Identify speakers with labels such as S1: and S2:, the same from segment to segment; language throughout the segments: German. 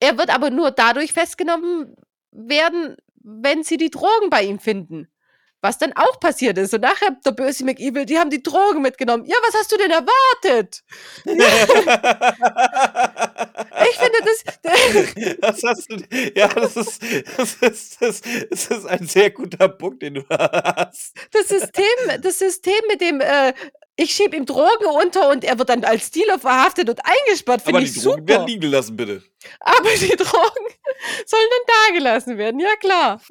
S1: Er wird aber nur dadurch festgenommen werden, wenn sie die Drogen bei ihm finden. Was dann auch passiert ist. Und nachher, der böse McEvil, die haben die Drogen mitgenommen. Ja, was hast du denn erwartet? Ich finde
S2: das hast du, ja, das ist ein sehr guter Punkt, den du hast.
S1: das System mit dem, ich schieb ihm Drogen unter und er wird dann als Dealer verhaftet und eingesperrt, finde ich super.
S2: Aber die Drogen werden liegen gelassen, bitte.
S1: Aber die Drogen sollen dann da gelassen werden, ja klar.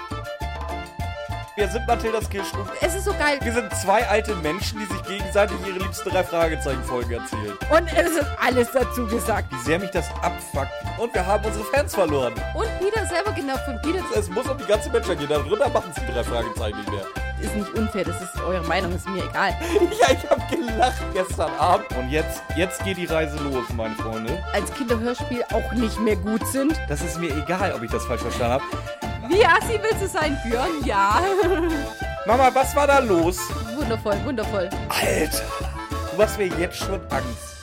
S2: Wir sind Mathildas Kirschstube.
S1: Es ist so geil.
S2: Wir sind zwei alte Menschen, die sich gegenseitig ihre liebsten 3-Fragezeichen-Folgen erzählen.
S1: Und es ist alles dazu gesagt.
S2: Wie sehr mich das abfuckt. Und wir haben unsere Fans verloren.
S1: Und Peter selber, genau, von Peter.
S2: Es muss um die ganze Menschheit gehen. Darunter machen sie die 3-Fragezeichen nicht mehr.
S1: Ist nicht unfair, das ist eure Meinung, ist mir egal.
S2: Ja, ich habe gelacht gestern Abend. Und jetzt geht die Reise los, meine Freunde.
S1: Als Kinderhörspiel auch nicht mehr gut sind.
S2: Das ist mir egal, ob ich das falsch verstanden habe.
S1: Wie assi willst du sein, Björn? Ja.
S2: Mama, was war da los?
S1: Wundervoll, wundervoll.
S2: Alter, du machst mir jetzt schon Angst.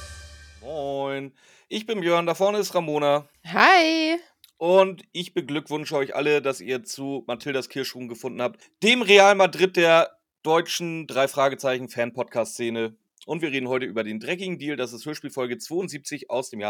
S2: Moin, ich bin Björn, da vorne ist Ramona.
S1: Hi.
S2: Und ich beglückwünsche euch alle, dass ihr zu Mathildas Kirschruhen gefunden habt, dem Real Madrid der deutschen 3-Fragezeichen-Fan-Podcast-Szene. Und wir reden heute über den dreckigen Deal, das ist Hörspielfolge 72 aus dem Jahr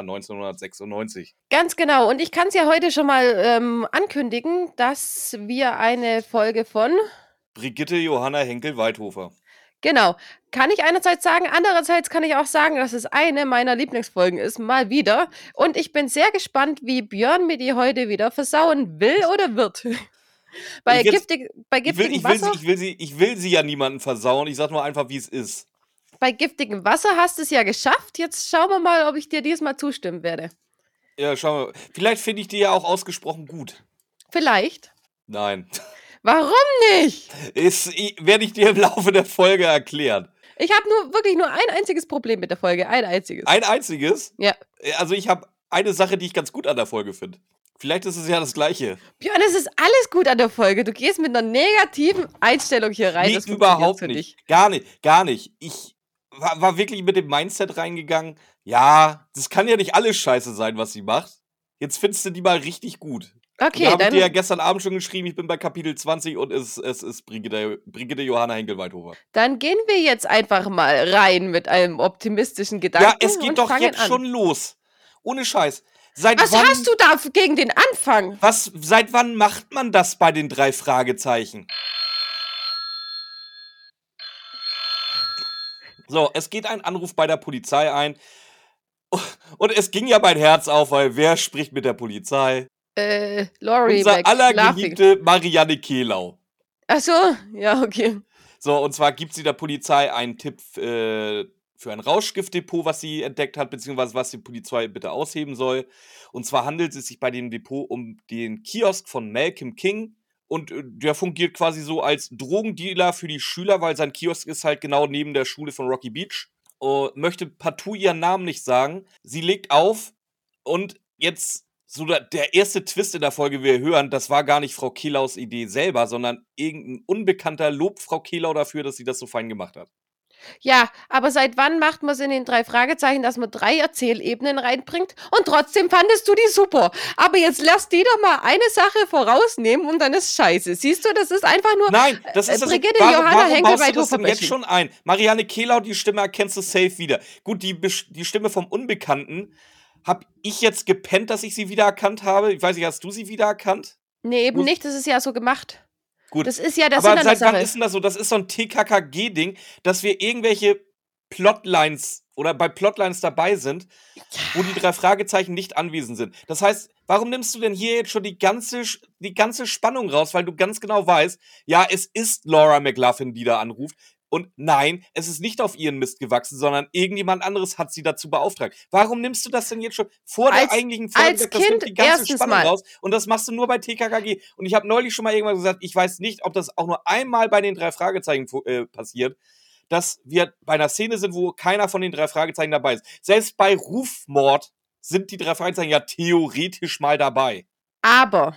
S2: 1996.
S1: Ganz genau. Und ich kann es ja heute schon mal ankündigen, dass wir eine Folge von
S2: Brigitte Johanna Henkel-Weidhofer.
S1: Genau. Kann ich einerseits sagen, andererseits kann ich auch sagen, dass es eine meiner Lieblingsfolgen ist, mal wieder. Und ich bin sehr gespannt, wie Björn mir die heute wieder versauen will oder wird. Bei giftigem Wasser?
S2: Ich will sie ja niemandem versauen, ich sag nur einfach, wie es ist.
S1: Bei giftigem Wasser hast du es ja geschafft. Jetzt schauen wir mal, ob ich dir diesmal zustimmen werde.
S2: Ja, schauen wir. Vielleicht finde ich die ja auch ausgesprochen gut.
S1: Vielleicht.
S2: Nein.
S1: Warum nicht?
S2: Werde ich dir im Laufe der Folge erklären.
S1: Ich habe wirklich nur ein einziges Problem mit der Folge. Ein einziges.
S2: Ein einziges?
S1: Ja.
S2: Also ich habe eine Sache, die ich ganz gut an der Folge finde. Vielleicht ist es ja das Gleiche.
S1: Björn, es ist alles gut an der Folge. Du gehst mit einer negativen Einstellung hier rein.
S2: Nee,
S1: das
S2: überhaupt nicht. Gar nicht. Ich war wirklich mit dem Mindset reingegangen, ja, das kann ja nicht alles scheiße sein, was sie macht. Jetzt findest du die mal richtig gut.
S1: Okay,
S2: dann habe ich dir ja gestern Abend schon geschrieben, ich bin bei Kapitel 20 und es ist Brigitte Johanna Henkel-Weidhofer.
S1: Dann gehen wir jetzt einfach mal rein mit einem optimistischen Gedanken.
S2: Ja, es geht doch jetzt schon los. Ohne Scheiß.
S1: Was hast du da gegen den Anfang?
S2: Seit wann macht man das bei den 3 Fragezeichen? So, es geht ein Anruf bei der Polizei ein. Und es ging ja mein Herz auf, weil wer spricht mit der Polizei?
S1: Laurie
S2: Unser allergeliebte Marianne Kehlau.
S1: Ach so, ja, okay.
S2: So, und zwar gibt sie der Polizei einen Tipp für ein Rauschgiftdepot, was sie entdeckt hat, beziehungsweise was die Polizei bitte ausheben soll. Und zwar handelt es sich bei dem Depot um den Kiosk von Malcolm King. Und der fungiert quasi so als Drogendealer für die Schüler, weil sein Kiosk ist halt genau neben der Schule von Rocky Beach. Möchte partout ihren Namen nicht sagen. Sie legt auf und jetzt so der erste Twist in der Folge, wir hören, das war gar nicht Frau Kehlaus Idee selber, sondern irgendein Unbekannter lobt Frau Kehlau dafür, dass sie das so fein gemacht hat.
S1: Ja, aber seit wann macht man es in den 3 Fragezeichen, dass man 3 Erzählebenen reinbringt und trotzdem fandest du die super. Aber jetzt lass die doch mal eine Sache vorausnehmen und dann ist scheiße. Siehst du, das ist einfach nur
S2: Nein, das ist
S1: Brigitte
S2: das,
S1: Johanna
S2: Henkel-Weidhofer. Warum baust du das denn
S1: jetzt
S2: schon ein? Marianne Kehlau, die Stimme erkennst du safe wieder. Gut, die Stimme vom Unbekannten, hab ich jetzt gepennt, dass ich sie wiedererkannt habe? Ich weiß nicht, hast du sie wiedererkannt?
S1: Nee, eben nicht, das ist ja so gemacht.
S2: Gut.
S1: Das ist ja der
S2: Sinn
S1: an der
S2: seit
S1: Sache.
S2: Wann ist denn das so? Das ist so ein TKKG-Ding, dass wir irgendwelche Plotlines oder bei Plotlines dabei sind, wo die 3 Fragezeichen nicht anwesend sind. Das heißt, warum nimmst du denn hier jetzt schon die ganze Spannung raus, weil du ganz genau weißt, ja, es ist Laura McLaughlin, die da anruft. Und nein, es ist nicht auf ihren Mist gewachsen, sondern irgendjemand anderes hat sie dazu beauftragt. Warum nimmst du das denn jetzt schon vor der eigentlichen Folge?
S1: Das nimmt
S2: die ganze Spannung raus. Und das machst du nur bei TKKG. Und ich habe neulich schon mal irgendwann gesagt, ich weiß nicht, ob das auch nur einmal bei den 3 Fragezeichen passiert, dass wir bei einer Szene sind, wo keiner von den 3 Fragezeichen dabei ist. Selbst bei Rufmord sind die 3 Fragezeichen ja theoretisch mal dabei.
S1: Aber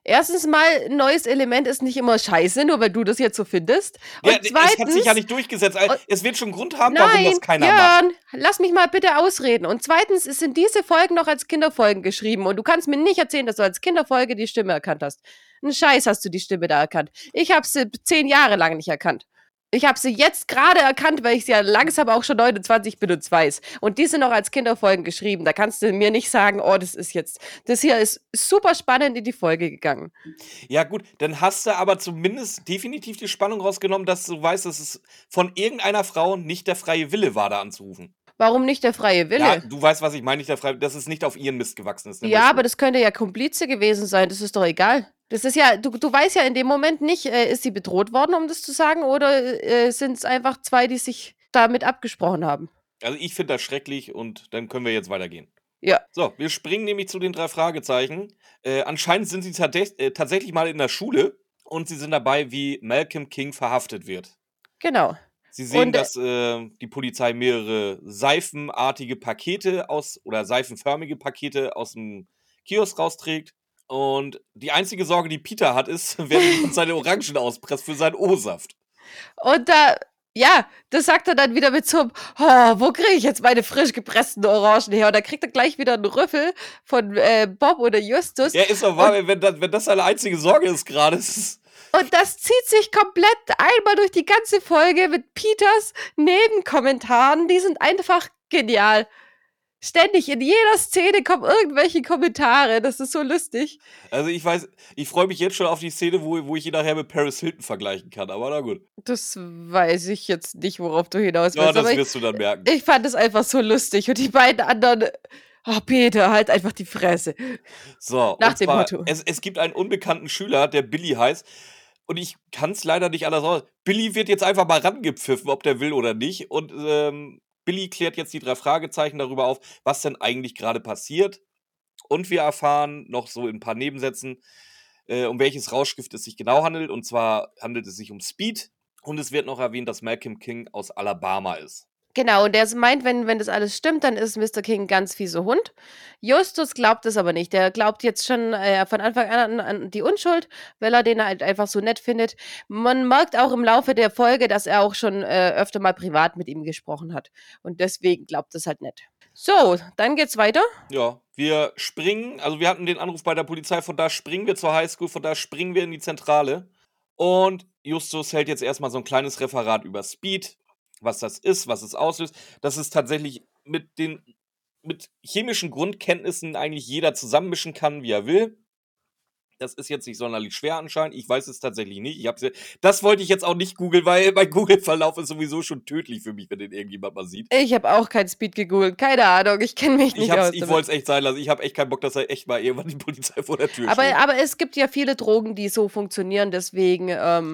S1: Erstens mal, ein neues Element ist nicht immer scheiße, nur weil du das jetzt so findest.
S2: Ja,
S1: Und
S2: es hat sich ja
S1: zweitens,
S2: nicht durchgesetzt. Es wird schon einen Grund haben, warum
S1: nein,
S2: das keiner macht.
S1: Björn, lass mich mal bitte ausreden. Und zweitens sind diese Folgen noch als Kinderfolgen geschrieben. Und du kannst mir nicht erzählen, dass du als Kinderfolge die Stimme erkannt hast. Ein Scheiß hast du die Stimme da erkannt. Ich habe sie 10 Jahre lang nicht erkannt. Ich habe sie jetzt gerade erkannt, weil ich sie ja langsam auch schon 29 bin und es weiß. Und die sind noch als Kinderfolgen geschrieben. Da kannst du mir nicht sagen, oh, das hier ist super spannend in die Folge gegangen.
S2: Ja, gut, dann hast du aber zumindest definitiv die Spannung rausgenommen, dass du weißt, dass es von irgendeiner Frau nicht der freie Wille war, da anzurufen.
S1: Warum nicht der freie Wille?
S2: Ja, du weißt, was ich meine, nicht der freie, dass es nicht auf ihren Mist gewachsen ist.
S1: Ja, aber das könnte ja Komplize gewesen sein. Das ist doch egal. Das ist ja, du weißt ja in dem Moment nicht, ist sie bedroht worden, um das zu sagen, oder sind es einfach zwei, die sich damit abgesprochen haben?
S2: Also ich finde das schrecklich und dann können wir jetzt weitergehen.
S1: Ja.
S2: So, wir springen nämlich zu den 3 Fragezeichen. Anscheinend sind sie tatsächlich mal in der Schule und sie sind dabei, wie Malcolm King verhaftet wird.
S1: Genau.
S2: Sie sehen,
S1: Und,
S2: dass die Polizei mehrere seifenartige Pakete oder seifenförmige Pakete aus dem Kiosk rausträgt. Und die einzige Sorge, die Peter hat, ist, wer ihm seine Orangen auspresst für seinen O-Saft.
S1: Und ja, das sagt er dann wieder mit so einem, oh, wo kriege ich jetzt meine frisch gepressten Orangen her? Und da kriegt er gleich wieder einen Rüffel von Bob oder Justus.
S2: Ja, ist doch wahr, wenn das seine einzige Sorge ist gerade.
S1: Und das zieht sich komplett einmal durch die ganze Folge mit Peters Nebenkommentaren. Die sind einfach genial. Ständig in jeder Szene kommen irgendwelche Kommentare. Das ist so lustig.
S2: Also ich freue mich jetzt schon auf die Szene, wo ich ihn nachher mit Paris Hilton vergleichen kann. Aber na gut.
S1: Das weiß ich jetzt nicht, worauf du hinaus willst.
S2: Ja, das
S1: aber
S2: wirst du dann merken.
S1: Ich fand es einfach so lustig. Und die beiden anderen, oh Peter, halt einfach die Fresse.
S2: So,
S1: Nach
S2: und
S1: dem
S2: zwar,
S1: Motto.
S2: es gibt einen unbekannten Schüler, der Billy heißt. Und ich kann es leider nicht anders aus. Billy wird jetzt einfach mal rangepfiffen, ob der will oder nicht. Und Billy klärt jetzt die 3 Fragezeichen darüber auf, was denn eigentlich gerade passiert. Und wir erfahren noch so in ein paar Nebensätzen, um welches Rauschgift es sich genau handelt. Und zwar handelt es sich um Speed. Und es wird noch erwähnt, dass Malcolm King aus Alabama ist.
S1: Genau, und der meint, wenn das alles stimmt, dann ist Mr. King ein ganz fieser Hund. Justus glaubt es aber nicht. Der glaubt jetzt schon von Anfang an die Unschuld, weil er den halt einfach so nett findet. Man merkt auch im Laufe der Folge, dass er auch schon öfter mal privat mit ihm gesprochen hat. Und deswegen glaubt es halt nicht. So, dann geht's weiter.
S2: Ja, wir springen, also wir hatten den Anruf bei der Polizei, von da springen wir zur Highschool, von da springen wir in die Zentrale. Und Justus hält jetzt erstmal so ein kleines Referat über Speed, was das ist, was es auslöst. Dass es tatsächlich mit chemischen Grundkenntnissen eigentlich jeder zusammenmischen kann, wie er will. Das ist jetzt nicht sonderlich schwer anscheinend. Ich weiß es tatsächlich nicht. Das wollte ich jetzt auch nicht googeln, weil mein Google-Verlauf ist sowieso schon tödlich für mich, wenn den irgendjemand mal sieht.
S1: Ich habe auch kein Speed gegoogelt. Keine Ahnung, ich kenne mich nicht aus.
S2: Ich wollte es echt sein lassen. Ich habe echt keinen Bock, dass er echt mal irgendwann die Polizei vor der Tür steht.
S1: Aber es gibt ja viele Drogen, die so funktionieren, deswegen.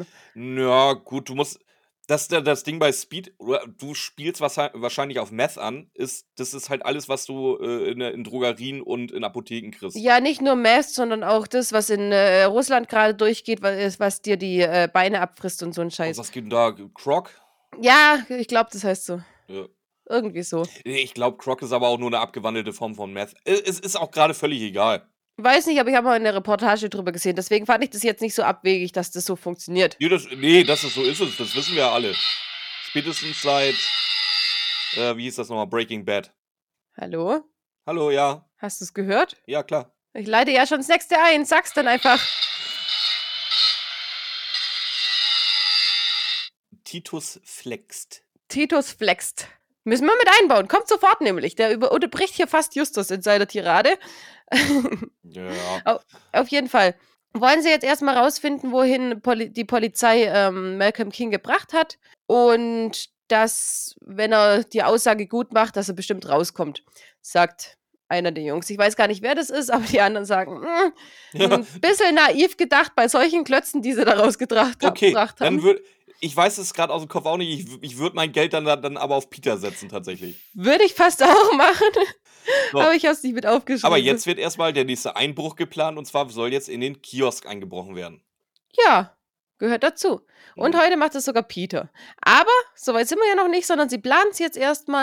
S2: Ja, gut, du musst. Das Ding bei Speed, du spielst wahrscheinlich auf Meth an, das ist halt alles, was du in Drogerien und in Apotheken kriegst.
S1: Ja, nicht nur Meth, sondern auch das, was in Russland gerade durchgeht, was dir die Beine abfrisst und so ein Scheiß.
S2: Was geht denn da? Croc?
S1: Ja, ich glaube, das heißt so.
S2: Ja.
S1: Irgendwie so.
S2: Ich glaube, Croc ist aber auch nur eine abgewandelte Form von Meth. Es ist auch gerade völlig egal.
S1: Weiß nicht, aber ich habe mal eine Reportage drüber gesehen. Deswegen fand ich das jetzt nicht so abwegig, dass das so funktioniert.
S2: Dass es so ist, das wissen wir ja alle. Spätestens seit, wie hieß das nochmal, Breaking Bad.
S1: Hallo?
S2: Hallo, ja.
S1: Hast du es gehört?
S2: Ja, klar.
S1: Ich leite ja schon das nächste ein. Sag's dann einfach.
S2: Titus flext.
S1: Titus flext. Müssen wir mit einbauen. Kommt sofort nämlich. Der unterbricht hier fast Justus in seiner Tirade.
S2: Ja.
S1: Auf jeden Fall. Wollen Sie jetzt erstmal rausfinden, wohin die Polizei Malcolm King gebracht hat und dass, wenn er die Aussage gut macht, dass er bestimmt rauskommt, sagt einer der Jungs. Ich weiß gar nicht, wer das ist, aber die anderen sagen, ein bisschen naiv gedacht bei solchen Klötzen, die sie da rausgebracht haben.
S2: Ich weiß es gerade aus dem Kopf auch nicht. Ich würde mein Geld dann aber auf Peter setzen, tatsächlich.
S1: Würde ich fast auch machen.
S2: So.
S1: Aber ich habe es nicht mit aufgeschrieben.
S2: Aber jetzt wird erstmal der nächste Einbruch geplant und zwar soll jetzt in den Kiosk eingebrochen werden.
S1: Ja, gehört dazu. Und heute macht es sogar Peter. Aber, soweit sind wir ja noch nicht, sondern sie planen es jetzt erstmal.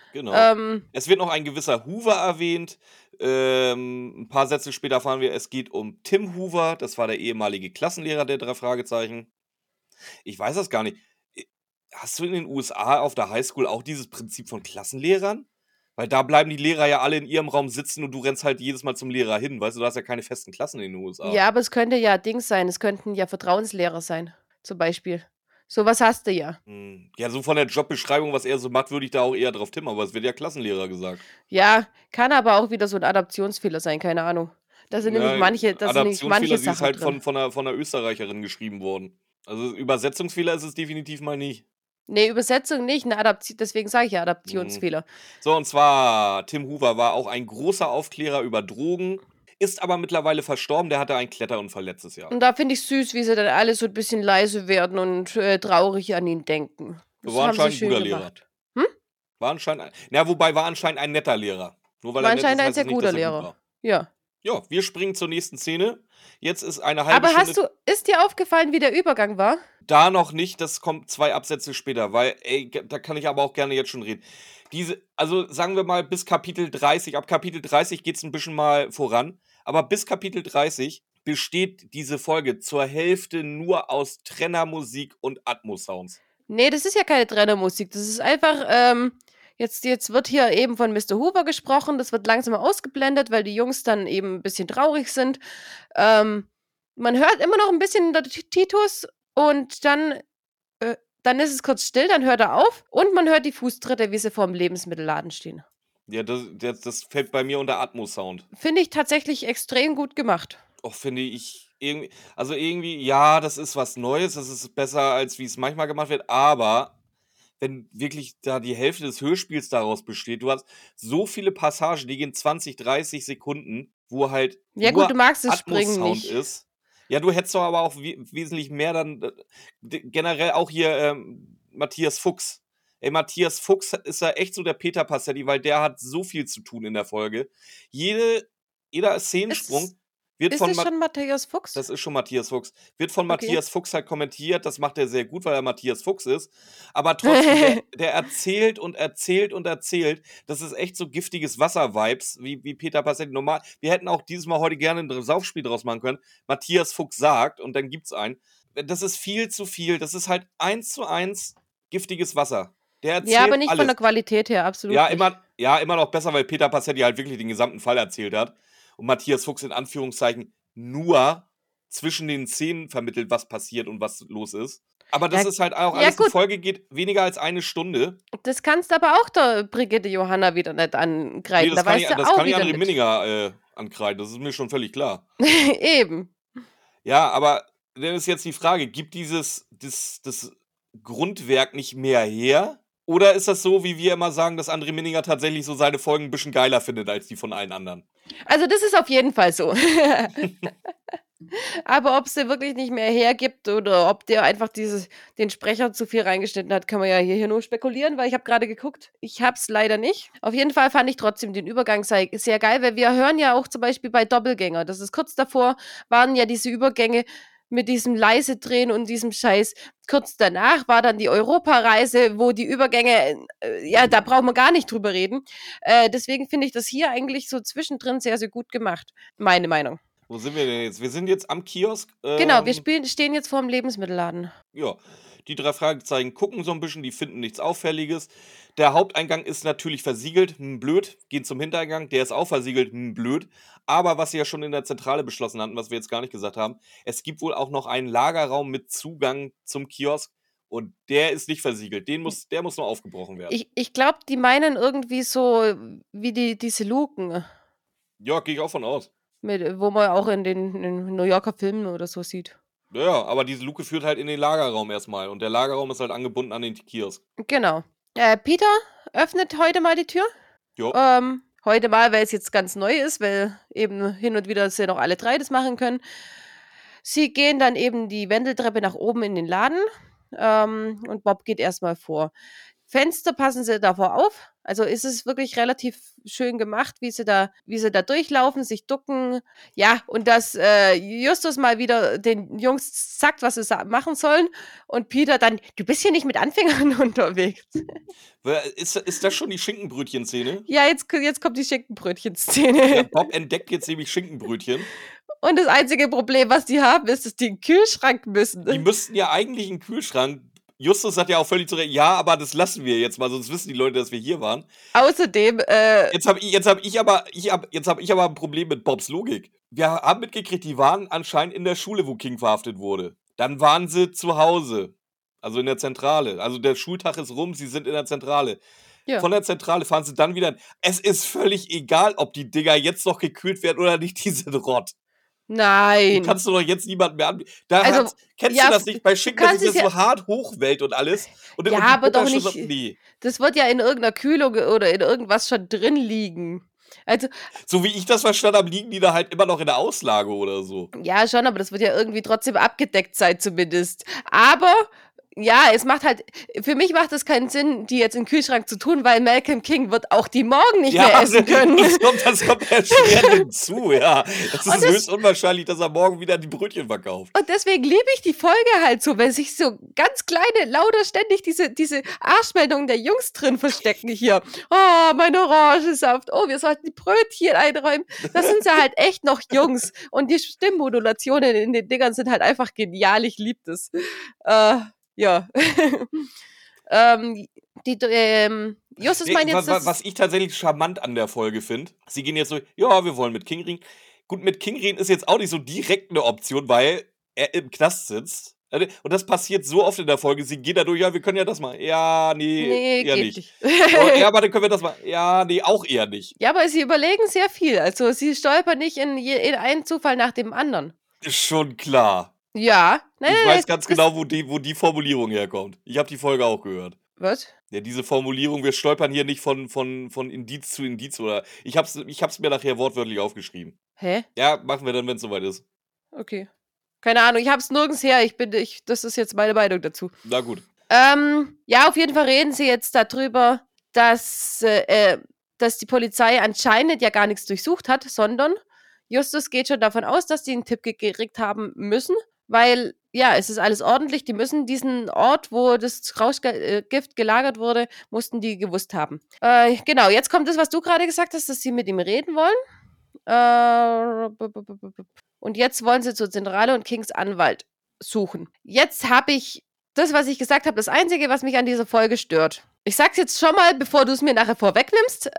S2: Genau. Es wird noch ein gewisser Hoover erwähnt. Ein paar Sätze später erfahren wir, es geht um Tim Hoover. Das war der ehemalige Klassenlehrer der 3 Fragezeichen. Ich weiß das gar nicht. Hast du in den USA auf der Highschool auch dieses Prinzip von Klassenlehrern? Weil da bleiben die Lehrer ja alle in ihrem Raum sitzen und du rennst halt jedes Mal zum Lehrer hin. Weißt du, du hast ja keine festen Klassen in den USA.
S1: Ja, aber es könnte ja Dings sein. Es könnten ja Vertrauenslehrer sein, zum Beispiel. Sowas hast du ja.
S2: Ja, so von der Jobbeschreibung, was er so macht, würde ich da auch eher drauf tippen, aber es wird ja Klassenlehrer gesagt.
S1: Ja, kann aber auch wieder so ein Adaptionsfehler sein, keine Ahnung. Da sind nämlich manche
S2: Adaptionsfehler, sie ist
S1: Sachen
S2: halt
S1: drin.
S2: von einer Österreicherin geschrieben worden. Also Übersetzungsfehler ist es definitiv mal nicht.
S1: Nee, Übersetzung nicht, deswegen sage ich ja Adaptionsfehler.
S2: So, und zwar, Tim Hoover war auch ein großer Aufklärer über Drogen, ist aber mittlerweile verstorben, der hatte einen Kletterunfall letztes Jahr.
S1: Und da finde ich süß, wie sie dann alle so ein bisschen leise werden und traurig an ihn denken. Das
S2: War
S1: haben sie
S2: anscheinend ein
S1: schön
S2: guter Lehrer.
S1: gemacht.
S2: War anscheinend, wobei war anscheinend ein netter Lehrer. Nur weil
S1: War
S2: er nett ist,
S1: anscheinend ein
S2: heißt
S1: sehr
S2: es nicht,
S1: guter
S2: dass er gut
S1: Lehrer.
S2: war.
S1: Ja.
S2: Ja, wir springen zur nächsten Szene. Jetzt ist eine halbe
S1: Aber
S2: Stunde.
S1: ist dir aufgefallen, wie der Übergang war?
S2: Da noch nicht, das kommt 2 Absätze später, weil, da kann ich aber auch gerne jetzt schon reden. Also sagen wir mal bis Kapitel 30, ab Kapitel 30 geht's ein bisschen mal voran, aber bis Kapitel 30 besteht diese Folge zur Hälfte nur aus Trennermusik und Atmos-Sounds.
S1: Nee, das ist ja keine Trennermusik. Das ist einfach, jetzt wird hier eben von Mr. Hoover gesprochen. Das wird langsam ausgeblendet, weil die Jungs dann eben ein bisschen traurig sind. Man hört immer noch ein bisschen der Titus und dann ist es kurz still, dann hört er auf und man hört die Fußtritte, wie sie vor dem Lebensmittelladen stehen.
S2: Ja, das fällt bei mir unter Atmos-Sound.
S1: Finde ich tatsächlich extrem gut gemacht.
S2: Auch finde ich irgendwie, ja, das ist was Neues, das ist besser, als wie es manchmal gemacht wird, aber wenn wirklich da die Hälfte des Hörspiels daraus besteht, du hast so viele Passagen, die gehen 20, 30 Sekunden, wo halt
S1: Ja gut,
S2: nur
S1: du magst das Springen
S2: Atmos-Sound
S1: nicht.
S2: ist. Ja, du hättest doch aber auch wesentlich mehr dann, generell auch hier Matthias Fuchs. Ey, Matthias Fuchs ist ja echt so der Peter Passetti, weil der hat so viel zu tun in der Folge. Jeder Szenensprung wird
S1: Ist
S2: von
S1: das schon Matthias Fuchs?
S2: Das ist schon Matthias Fuchs. Wird von
S1: Okay.
S2: Matthias Fuchs halt kommentiert. Das macht er sehr gut, weil er Matthias Fuchs ist. Aber trotzdem, der erzählt und erzählt und erzählt. Das ist echt so giftiges Wasser-Vibes, wie Peter Passetti. Normal. Wir hätten auch dieses Mal heute gerne ein Saufspiel draus machen können. Matthias Fuchs sagt und dann gibt's einen. Das ist viel zu viel. Das ist halt 1:1 giftiges Wasser. Der erzählt
S1: Ja, aber nicht
S2: alles.
S1: von der Qualität her, absolut
S2: Ja,
S1: nicht.
S2: immer noch besser, weil Peter Passetti halt wirklich den gesamten Fall erzählt hat. Und Matthias Fuchs in Anführungszeichen nur zwischen den Szenen vermittelt, was passiert und was los ist. Aber das
S1: Ja,
S2: ist halt auch
S1: ja
S2: alles, die
S1: gut.
S2: Folge geht weniger als 1 Stunde.
S1: Das kannst du aber auch der Brigitte Johanna wieder nicht ankreiden.
S2: Nee,
S1: Da weißt du
S2: das
S1: auch
S2: kann ich
S1: wieder
S2: André
S1: nicht.
S2: Minninger ankreiden, das ist mir schon völlig klar.
S1: Eben.
S2: Ja, aber dann ist jetzt die Frage, gibt das Grundwerk nicht mehr her? Oder ist das so, wie wir immer sagen, dass André Minninger tatsächlich so seine Folgen ein bisschen geiler findet als die von allen anderen?
S1: Also das ist auf jeden Fall so. Aber ob es der wirklich nicht mehr hergibt oder ob der einfach den Sprecher zu viel reingeschnitten hat, kann man ja hier nur spekulieren, weil ich habe gerade geguckt. Ich habe es leider nicht. Auf jeden Fall fand ich trotzdem den Übergang sehr geil, weil wir hören ja auch zum Beispiel bei Doppelgänger, das ist kurz davor, waren ja diese Übergänge mit diesem leise Drehen und diesem Scheiß. Kurz danach war dann die Europareise, wo die Übergänge, ja, da brauchen wir gar nicht drüber reden. Deswegen finde ich das hier eigentlich so zwischendrin sehr, sehr gut gemacht. Meine Meinung.
S2: Wo sind wir denn jetzt? Wir sind jetzt am Kiosk.
S1: Genau, wir stehen jetzt vor dem Lebensmittelladen.
S2: Ja, die 3 Fragezeichen gucken so ein bisschen, die finden nichts Auffälliges. Der Haupteingang ist natürlich versiegelt, blöd. Gehen zum Hintereingang, der ist auch versiegelt, blöd. Aber was sie ja schon in der Zentrale beschlossen hatten, was wir jetzt gar nicht gesagt haben, es gibt wohl auch noch einen Lagerraum mit Zugang zum Kiosk und der ist nicht versiegelt. Der muss nur aufgebrochen werden.
S1: Ich glaube, die meinen irgendwie so wie diese Luken,
S2: Ja, gehe ich auch von aus.
S1: wo man auch in den New Yorker Filmen oder so sieht.
S2: Ja, aber diese Luke führt halt in den Lagerraum erstmal und der Lagerraum ist halt angebunden an den Kiosk.
S1: Genau. Peter öffnet heute mal die Tür.
S2: Jo.
S1: Heute mal, weil es jetzt ganz neu ist, weil eben hin und wieder sie noch alle 3 das machen können. Sie gehen dann eben die Wendeltreppe nach oben in den Laden und Bob geht erstmal vor. Fenster passen sie davor auf. Also ist es wirklich relativ schön gemacht, wie sie da durchlaufen, sich ducken. Ja, und dass Justus mal wieder den Jungs sagt, was sie machen sollen. Und Peter dann, du bist hier nicht mit Anfängern unterwegs.
S2: Ist das schon die Schinkenbrötchen-Szene?
S1: Ja, jetzt kommt die Schinkenbrötchen-Szene.
S2: Ja, Bob entdeckt jetzt nämlich Schinkenbrötchen.
S1: Und das einzige Problem, was die haben, ist, dass die in den Kühlschrank müssen.
S2: Die müssten ja eigentlich in den Kühlschrank. Justus sagt ja auch völlig zu Recht, ja, aber das lassen wir jetzt mal, sonst wissen die Leute, dass wir hier waren.
S1: Außerdem,
S2: Jetzt hab ich aber ein Problem mit Bobs Logik. Wir haben mitgekriegt, die waren anscheinend in der Schule, wo King verhaftet wurde. Dann waren sie zu Hause, also in der Zentrale. Also der Schultag ist rum, sie sind in der Zentrale.
S1: ja.
S2: Von der Zentrale fahren sie dann wieder. Es ist völlig egal, ob die Dinger jetzt noch gekühlt werden oder nicht, die sind rott. Du
S1: Nein.
S2: kannst du doch jetzt niemanden mehr anbieten.
S1: Also,
S2: Kennst
S1: ja,
S2: du das nicht? Bei Schinken, das
S1: kannst
S2: ist
S1: es
S2: ja
S1: ja-
S2: so hart Hochwelt und alles. Und
S1: Ja,
S2: die
S1: aber
S2: Butter
S1: doch
S2: schon
S1: nicht-
S2: so, nee.
S1: Das wird ja in irgendeiner Kühlung oder in irgendwas schon drin liegen. Also,
S2: So wie ich das verstanden habe, liegen die da halt immer noch in der Auslage oder so.
S1: ja, schon, aber das wird ja irgendwie trotzdem abgedeckt sein, zumindest. Aber, ja, für mich macht es keinen Sinn, die jetzt in den Kühlschrank zu tun, weil Malcolm King wird auch die morgen nicht mehr essen können.
S2: Das kommt erschwerend hinzu, ja. Es ist
S1: das-
S2: höchst unwahrscheinlich, dass er morgen wieder die Brötchen verkauft.
S1: Und deswegen liebe ich die Folge halt so, wenn sich so ganz kleine, lauter ständig diese Arschmeldungen der Jungs drin verstecken hier. Oh, mein Orangensaft. Oh, wir sollten die Brötchen einräumen. Das sind sie halt echt noch Jungs. Und die Stimmmodulationen in den Dingern sind halt einfach genial. Ich liebe das. Ja. Justus
S2: Nee,
S1: meint jetzt,
S2: was ich tatsächlich charmant an der Folge finde, sie gehen jetzt so, ja, wir wollen mit King reden. Gut, mit King reden ist jetzt auch nicht so direkt eine Option, weil er im Knast sitzt. Und das passiert so oft in der Folge. Sie gehen da durch, ja, wir können ja das mal. Ja, nee eher
S1: geht
S2: nicht. Oh, ja, aber dann können wir das mal. Ja, nee, auch eher nicht.
S1: Ja, aber sie überlegen sehr viel. Also sie stolpern nicht in einen Zufall nach dem anderen.
S2: Ist schon klar.
S1: Ja. Nein,
S2: Ich
S1: nein,
S2: weiß ganz genau, wo die Formulierung herkommt. Ich habe die Folge auch gehört.
S1: Was?
S2: Ja, diese Formulierung, wir stolpern hier nicht von Indiz zu Indiz oder. Ich hab's mir nachher wortwörtlich aufgeschrieben.
S1: Hä?
S2: Ja, machen wir dann, wenn es soweit ist.
S1: Okay. Keine Ahnung, ich hab's nirgends her. Das ist jetzt meine Meinung dazu.
S2: Na gut.
S1: Ja, auf jeden Fall reden sie jetzt darüber, dass die Polizei anscheinend ja gar nichts durchsucht hat, sondern Justus geht schon davon aus, dass die einen Tipp gekriegt haben müssen, weil, ja, es ist alles ordentlich. Die müssen diesen Ort, wo das Rauschgift gelagert wurde, mussten die gewusst haben. Genau, jetzt kommt das, was du gerade gesagt hast, dass sie mit ihm reden wollen. Und jetzt wollen sie zur Zentrale und Kings Anwalt suchen. Jetzt habe ich das, was ich gesagt habe, das Einzige, was mich an dieser Folge stört. Ich sag's jetzt schon mal, bevor du es mir nachher vorwegnimmst.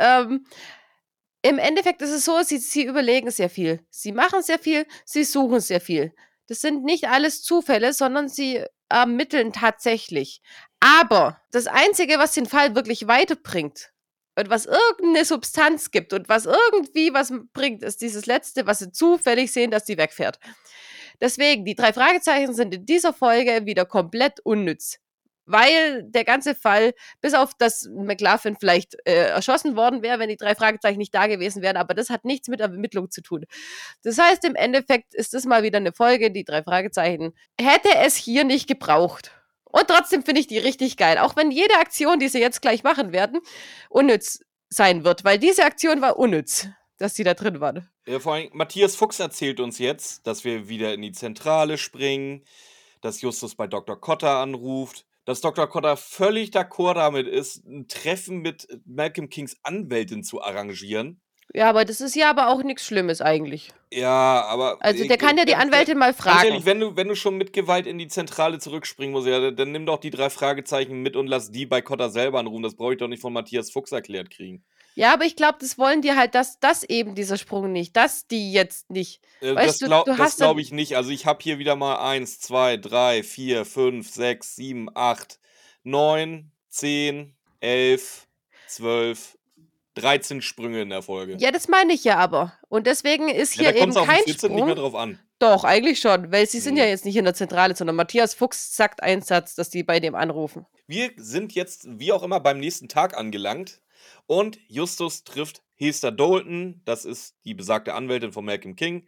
S1: Im Endeffekt ist es so, sie überlegen sehr viel. Sie machen sehr viel, sie suchen sehr viel. Das sind nicht alles Zufälle, sondern sie ermitteln tatsächlich. Aber das Einzige, was den Fall wirklich weiterbringt und was irgendeine Substanz gibt und was irgendwie was bringt, ist dieses Letzte, was sie zufällig sehen, dass die wegfährt. Deswegen, die 3 Fragezeichen sind in dieser Folge wieder komplett unnütz. Weil der ganze Fall, bis auf dass McLaughlin vielleicht erschossen worden wäre, wenn die 3 Fragezeichen nicht da gewesen wären, aber das hat nichts mit Ermittlung zu tun. Das heißt, im Endeffekt ist das mal wieder eine Folge, die 3 Fragezeichen hätte es hier nicht gebraucht. Und trotzdem finde ich die richtig geil. Auch wenn jede Aktion, die sie jetzt gleich machen werden, unnütz sein wird. Weil diese Aktion war unnütz, dass sie da drin waren.
S2: Vor allem, Matthias Fuchs erzählt uns jetzt, dass wir wieder in die Zentrale springen, dass Justus bei Dr. Cotter anruft, dass Dr. Cotter völlig d'accord damit ist, ein Treffen mit Malcolm Kings Anwältin zu arrangieren.
S1: Ja, aber das ist ja aber auch nichts Schlimmes eigentlich.
S2: Ja, aber.
S1: Also der kann ja die Anwältin mal
S2: Ganz
S1: fragen.
S2: ehrlich, wenn du schon mit Gewalt in die Zentrale zurückspringen musst, ja, dann nimm doch die 3 Fragezeichen mit und lass die bei Cotter selber anrufen. Das brauche ich doch nicht von Matthias Fuchs erklärt kriegen.
S1: Ja, aber ich glaube, das wollen die halt, dass eben dieser Sprung nicht, dass die jetzt nicht. Weißt
S2: Das glaube ich nicht. Also ich habe hier wieder mal 1, 2, 3, 4, 5, 6, 7, 8, 9, 10, 11, 12, 13 Sprünge in der Folge.
S1: Ja, das meine ich ja aber. Und deswegen ist hier
S2: da
S1: eben
S2: kommt's auf den
S1: kein
S2: 14 nicht mehr
S1: Sprung.
S2: drauf an.
S1: Doch, eigentlich schon, weil sie sind ja jetzt nicht in der Zentrale, sondern Matthias Fuchs sagt einen Satz, dass die bei dem anrufen.
S2: Wir sind jetzt, wie auch immer, beim nächsten Tag angelangt und Justus trifft Hester Dalton, das ist die besagte Anwältin von Malcolm King,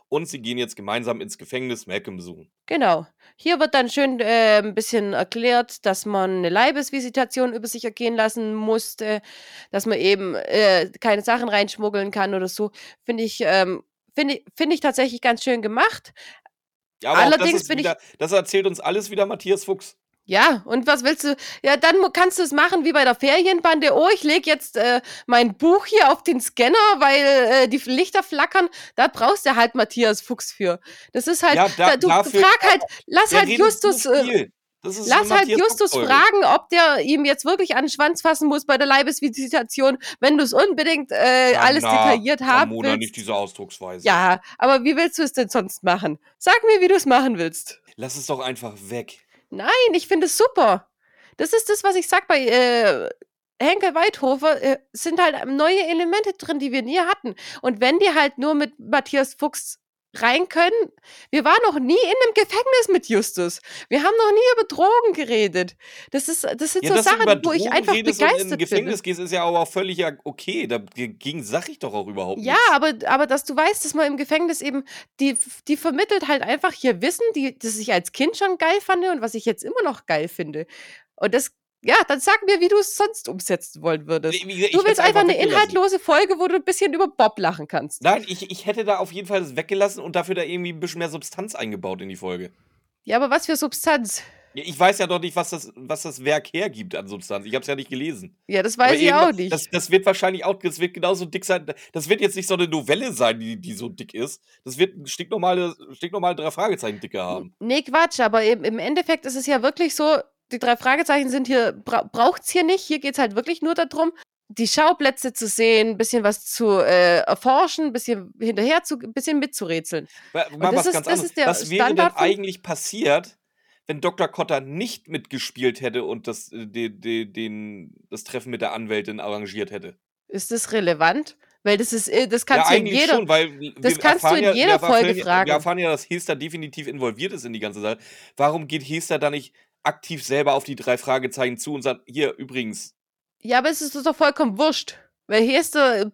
S2: und sie gehen jetzt gemeinsam ins Gefängnis Malcolm besuchen.
S1: Genau. Hier wird dann schön ein bisschen erklärt, dass man eine Leibesvisitation über sich ergehen lassen musste, dass man eben keine Sachen reinschmuggeln kann oder so. Finde ich tatsächlich ganz schön gemacht.
S2: Ja, aber auch das
S1: Allerdings
S2: ist
S1: bin ich
S2: wieder, das erzählt uns alles wieder Matthias Fuchs.
S1: Ja, und was willst du? Ja, dann kannst du es machen wie bei der Ferienbande. Oh, ich lege jetzt mein Buch hier auf den Scanner, weil die Lichter flackern. Da brauchst du halt Matthias Fuchs für. Das ist halt,
S2: Ja,
S1: du
S2: dafür,
S1: frag halt,
S2: der redet so viel. Das ist eine
S1: lass halt
S2: Matthias
S1: Justus
S2: Fuchs-Folge.
S1: fragen, ob der ihm jetzt wirklich an den Schwanz fassen muss bei der Leibesvisitation, wenn du es unbedingt alles detailliert haben
S2: Ramona,
S1: willst.
S2: nicht diese Ausdrucksweise.
S1: Ja, aber wie willst du es denn sonst machen? Sag mir, wie du es machen willst.
S2: Lass es doch einfach weg.
S1: Nein, ich finde es super. Das ist das, was ich sag bei Henkel Weidhofer, sind halt neue Elemente drin, die wir nie hatten. Und wenn die halt nur mit Matthias Fuchs rein können, wir waren noch nie in einem Gefängnis mit Justus. Wir haben noch nie über Drogen geredet. Das sind
S2: Ja,
S1: so
S2: dass du über
S1: Sachen, wo ich
S2: Drogen
S1: einfach
S2: redest und in ein
S1: begeistert
S2: Gefängnis
S1: bin.
S2: gehst, ist ja aber auch völlig okay. Dagegen sag ich doch auch überhaupt
S1: Ja,
S2: nichts.
S1: aber dass du weißt, dass man im Gefängnis eben, die vermittelt halt einfach hier Wissen, das ich als Kind schon geil fand und was ich jetzt immer noch geil finde. Und ja, dann sag mir, wie du es sonst umsetzen wollen würdest.
S2: Wie gesagt,
S1: Du
S2: ich hätte
S1: willst
S2: es
S1: einfach
S2: einfach
S1: eine
S2: weggelassen.
S1: inhaltlose Folge, wo du ein bisschen über Bob lachen kannst.
S2: Nein, ich hätte da auf jeden Fall das weggelassen und dafür da irgendwie ein bisschen mehr Substanz eingebaut in die Folge.
S1: Ja, aber was für Substanz?
S2: Ja, ich weiß ja doch nicht, was das Werk hergibt an Substanz. Ich habe es ja nicht gelesen.
S1: Ja, das
S2: Aber
S1: weiß ich
S2: eben,
S1: auch nicht.
S2: das wird wahrscheinlich auch, das wird genauso dick sein. Das wird jetzt nicht so eine Novelle sein, die so dick ist. Das wird ein stinknormale 3 Fragezeichen dicke haben.
S1: Nee, Quatsch, aber im Endeffekt ist es ja wirklich so, die 3 Fragezeichen sind hier, braucht's hier nicht. Hier geht's halt wirklich nur darum, die Schauplätze zu sehen, ein bisschen was zu erforschen, ein bisschen ein bisschen mitzurätseln.
S2: Mal
S1: Und
S2: was ganz
S1: das
S2: anderes.
S1: ist der
S2: Was wäre denn
S1: Standard von.
S2: eigentlich passiert, wenn Dr. Cotter nicht mitgespielt hätte und das Treffen mit der Anwältin arrangiert hätte?
S1: Ist das relevant? Weil das
S2: Ja,
S1: kannst du in
S2: eigentlich
S1: jeder,
S2: schon, weil
S1: das
S2: wir
S1: kannst du
S2: erfahren
S1: in
S2: ja,
S1: jeder Folge
S2: wir
S1: fragen.
S2: erfahren ja, dass Hester definitiv involviert ist in die ganze Sache. Warum geht Hester da nicht aktiv selber auf die 3 Fragezeichen zu und sagt, hier, übrigens,
S1: Ja, aber es ist doch vollkommen wurscht. Weil Hester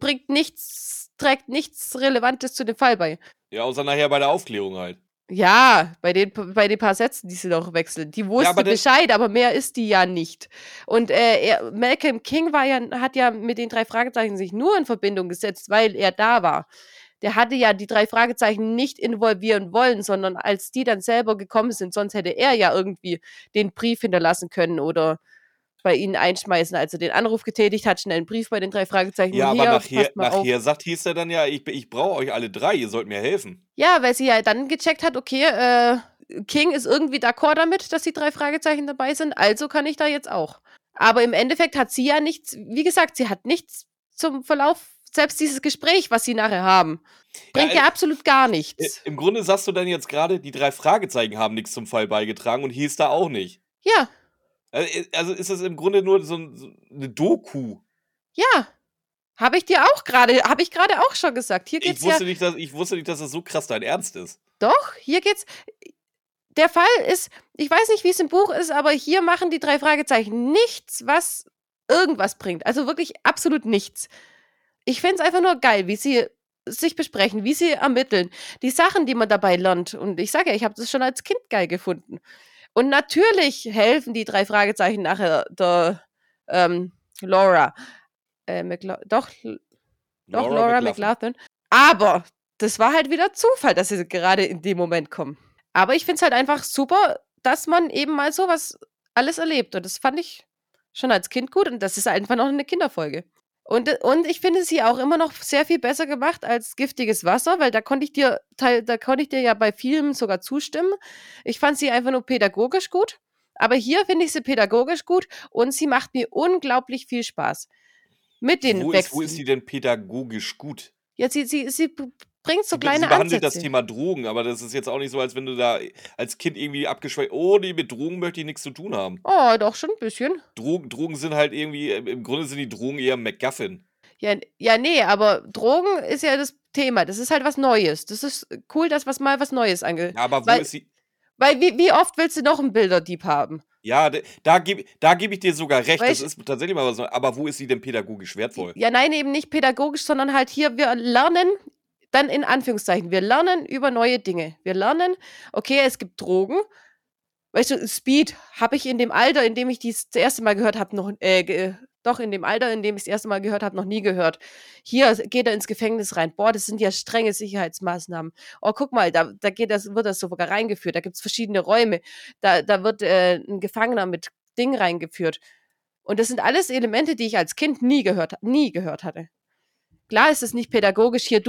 S1: trägt nichts Relevantes zu dem Fall bei.
S2: ja, außer nachher bei der Aufklärung halt.
S1: Ja, bei den paar Sätzen, die sie doch wechseln. Die wusste
S2: aber
S1: Bescheid, aber mehr ist die ja nicht. Und Malcolm King hat ja mit den 3 Fragezeichen sich nur in Verbindung gesetzt, weil er da war. Der hatte ja die 3 Fragezeichen nicht involvieren wollen, sondern als die dann selber gekommen sind, sonst hätte er ja irgendwie den Brief hinterlassen können oder bei ihnen einschmeißen, als er den Anruf getätigt hat, schnell einen Brief bei den 3 Fragezeichen.
S2: Ja, aber
S1: Passt mal auf.
S2: nachher sagt Hester dann ja, ich brauche euch alle 3, ihr sollt mir helfen.
S1: Ja, weil sie ja dann gecheckt hat, okay, King ist irgendwie d'accord damit, dass die 3 Fragezeichen dabei sind, also kann ich da jetzt auch. Aber im Endeffekt hat sie ja nichts, wie gesagt, sie hat nichts zum Verlauf, selbst dieses Gespräch, was sie nachher haben, bringt ja absolut gar nichts.
S2: Im Grunde sagst du dann jetzt gerade, die 3 Fragezeichen haben nichts zum Fall beigetragen und Hester auch nicht.
S1: Ja,
S2: Also ist das im Grunde nur so eine Doku.
S1: ja. Habe ich gerade auch schon gesagt. Hier geht's
S2: Ich wusste nicht, dass das so krass dein Ernst ist.
S1: Doch, hier geht's. Der Fall ist, ich weiß nicht, wie es im Buch ist, aber hier machen die 3 Fragezeichen nichts, was irgendwas bringt. Also wirklich absolut nichts. Ich find's einfach nur geil, wie sie sich besprechen, wie sie ermitteln. Die Sachen, die man dabei lernt. Und ich sage ja, ich habe das schon als Kind geil gefunden. Und natürlich helfen die 3 Fragezeichen nachher der Laura. Doch, Laura McLaughlin. Aber das war halt wieder Zufall, dass sie gerade in dem Moment kommen. Aber ich finde es halt einfach super, dass man eben mal sowas alles erlebt. Und das fand ich schon als Kind gut. Und das ist einfach noch eine Kinderfolge. Und ich finde sie auch immer noch sehr viel besser gemacht als Giftiges Wasser, weil da konnte ich dir ja bei Filmen sogar zustimmen. Ich fand sie einfach nur pädagogisch gut. Aber hier finde ich sie pädagogisch gut und sie macht mir unglaublich viel Spaß. Mit den Wechseln.
S2: Wo ist sie denn pädagogisch gut?
S1: Ja, sie bringt so kleine
S2: Sie behandelt
S1: Ansätze.
S2: das Thema Drogen, aber das ist jetzt auch nicht so, als wenn du da als Kind irgendwie abgeschweift, oh nee, mit Drogen möchte ich nichts zu tun haben.
S1: Oh, doch, schon ein bisschen.
S2: Drogen sind halt irgendwie, im Grunde sind die Drogen eher MacGuffin.
S1: Ja, nee, aber Drogen ist ja das Thema. Das ist halt was Neues. Das ist cool, dass mal was Neues angeht.
S2: Ja, aber wo ist sie?
S1: Weil wie oft willst du noch einen Bilderdieb haben?
S2: Ja, da geb ich dir sogar recht.
S1: Weil
S2: das ist tatsächlich mal was Neues. Aber wo ist sie denn pädagogisch wertvoll?
S1: Ja, nein, eben nicht pädagogisch, sondern halt hier, wir lernen dann in Anführungszeichen, wir lernen über neue Dinge. Wir lernen, okay, es gibt Drogen. Weißt du, Speed habe ich in dem Alter, in dem ich dies das erste Mal gehört habe, in dem Alter, in dem ich das erste Mal gehört habe, noch nie gehört. Hier geht er ins Gefängnis rein. Boah, das sind ja strenge Sicherheitsmaßnahmen. Oh, guck mal, da wird das sogar reingeführt. Da gibt es verschiedene Räume. Da wird ein Gefangener mit Ding reingeführt. Und das sind alles Elemente, die ich als Kind nie gehört hatte. Klar ist es nicht pädagogisch hier,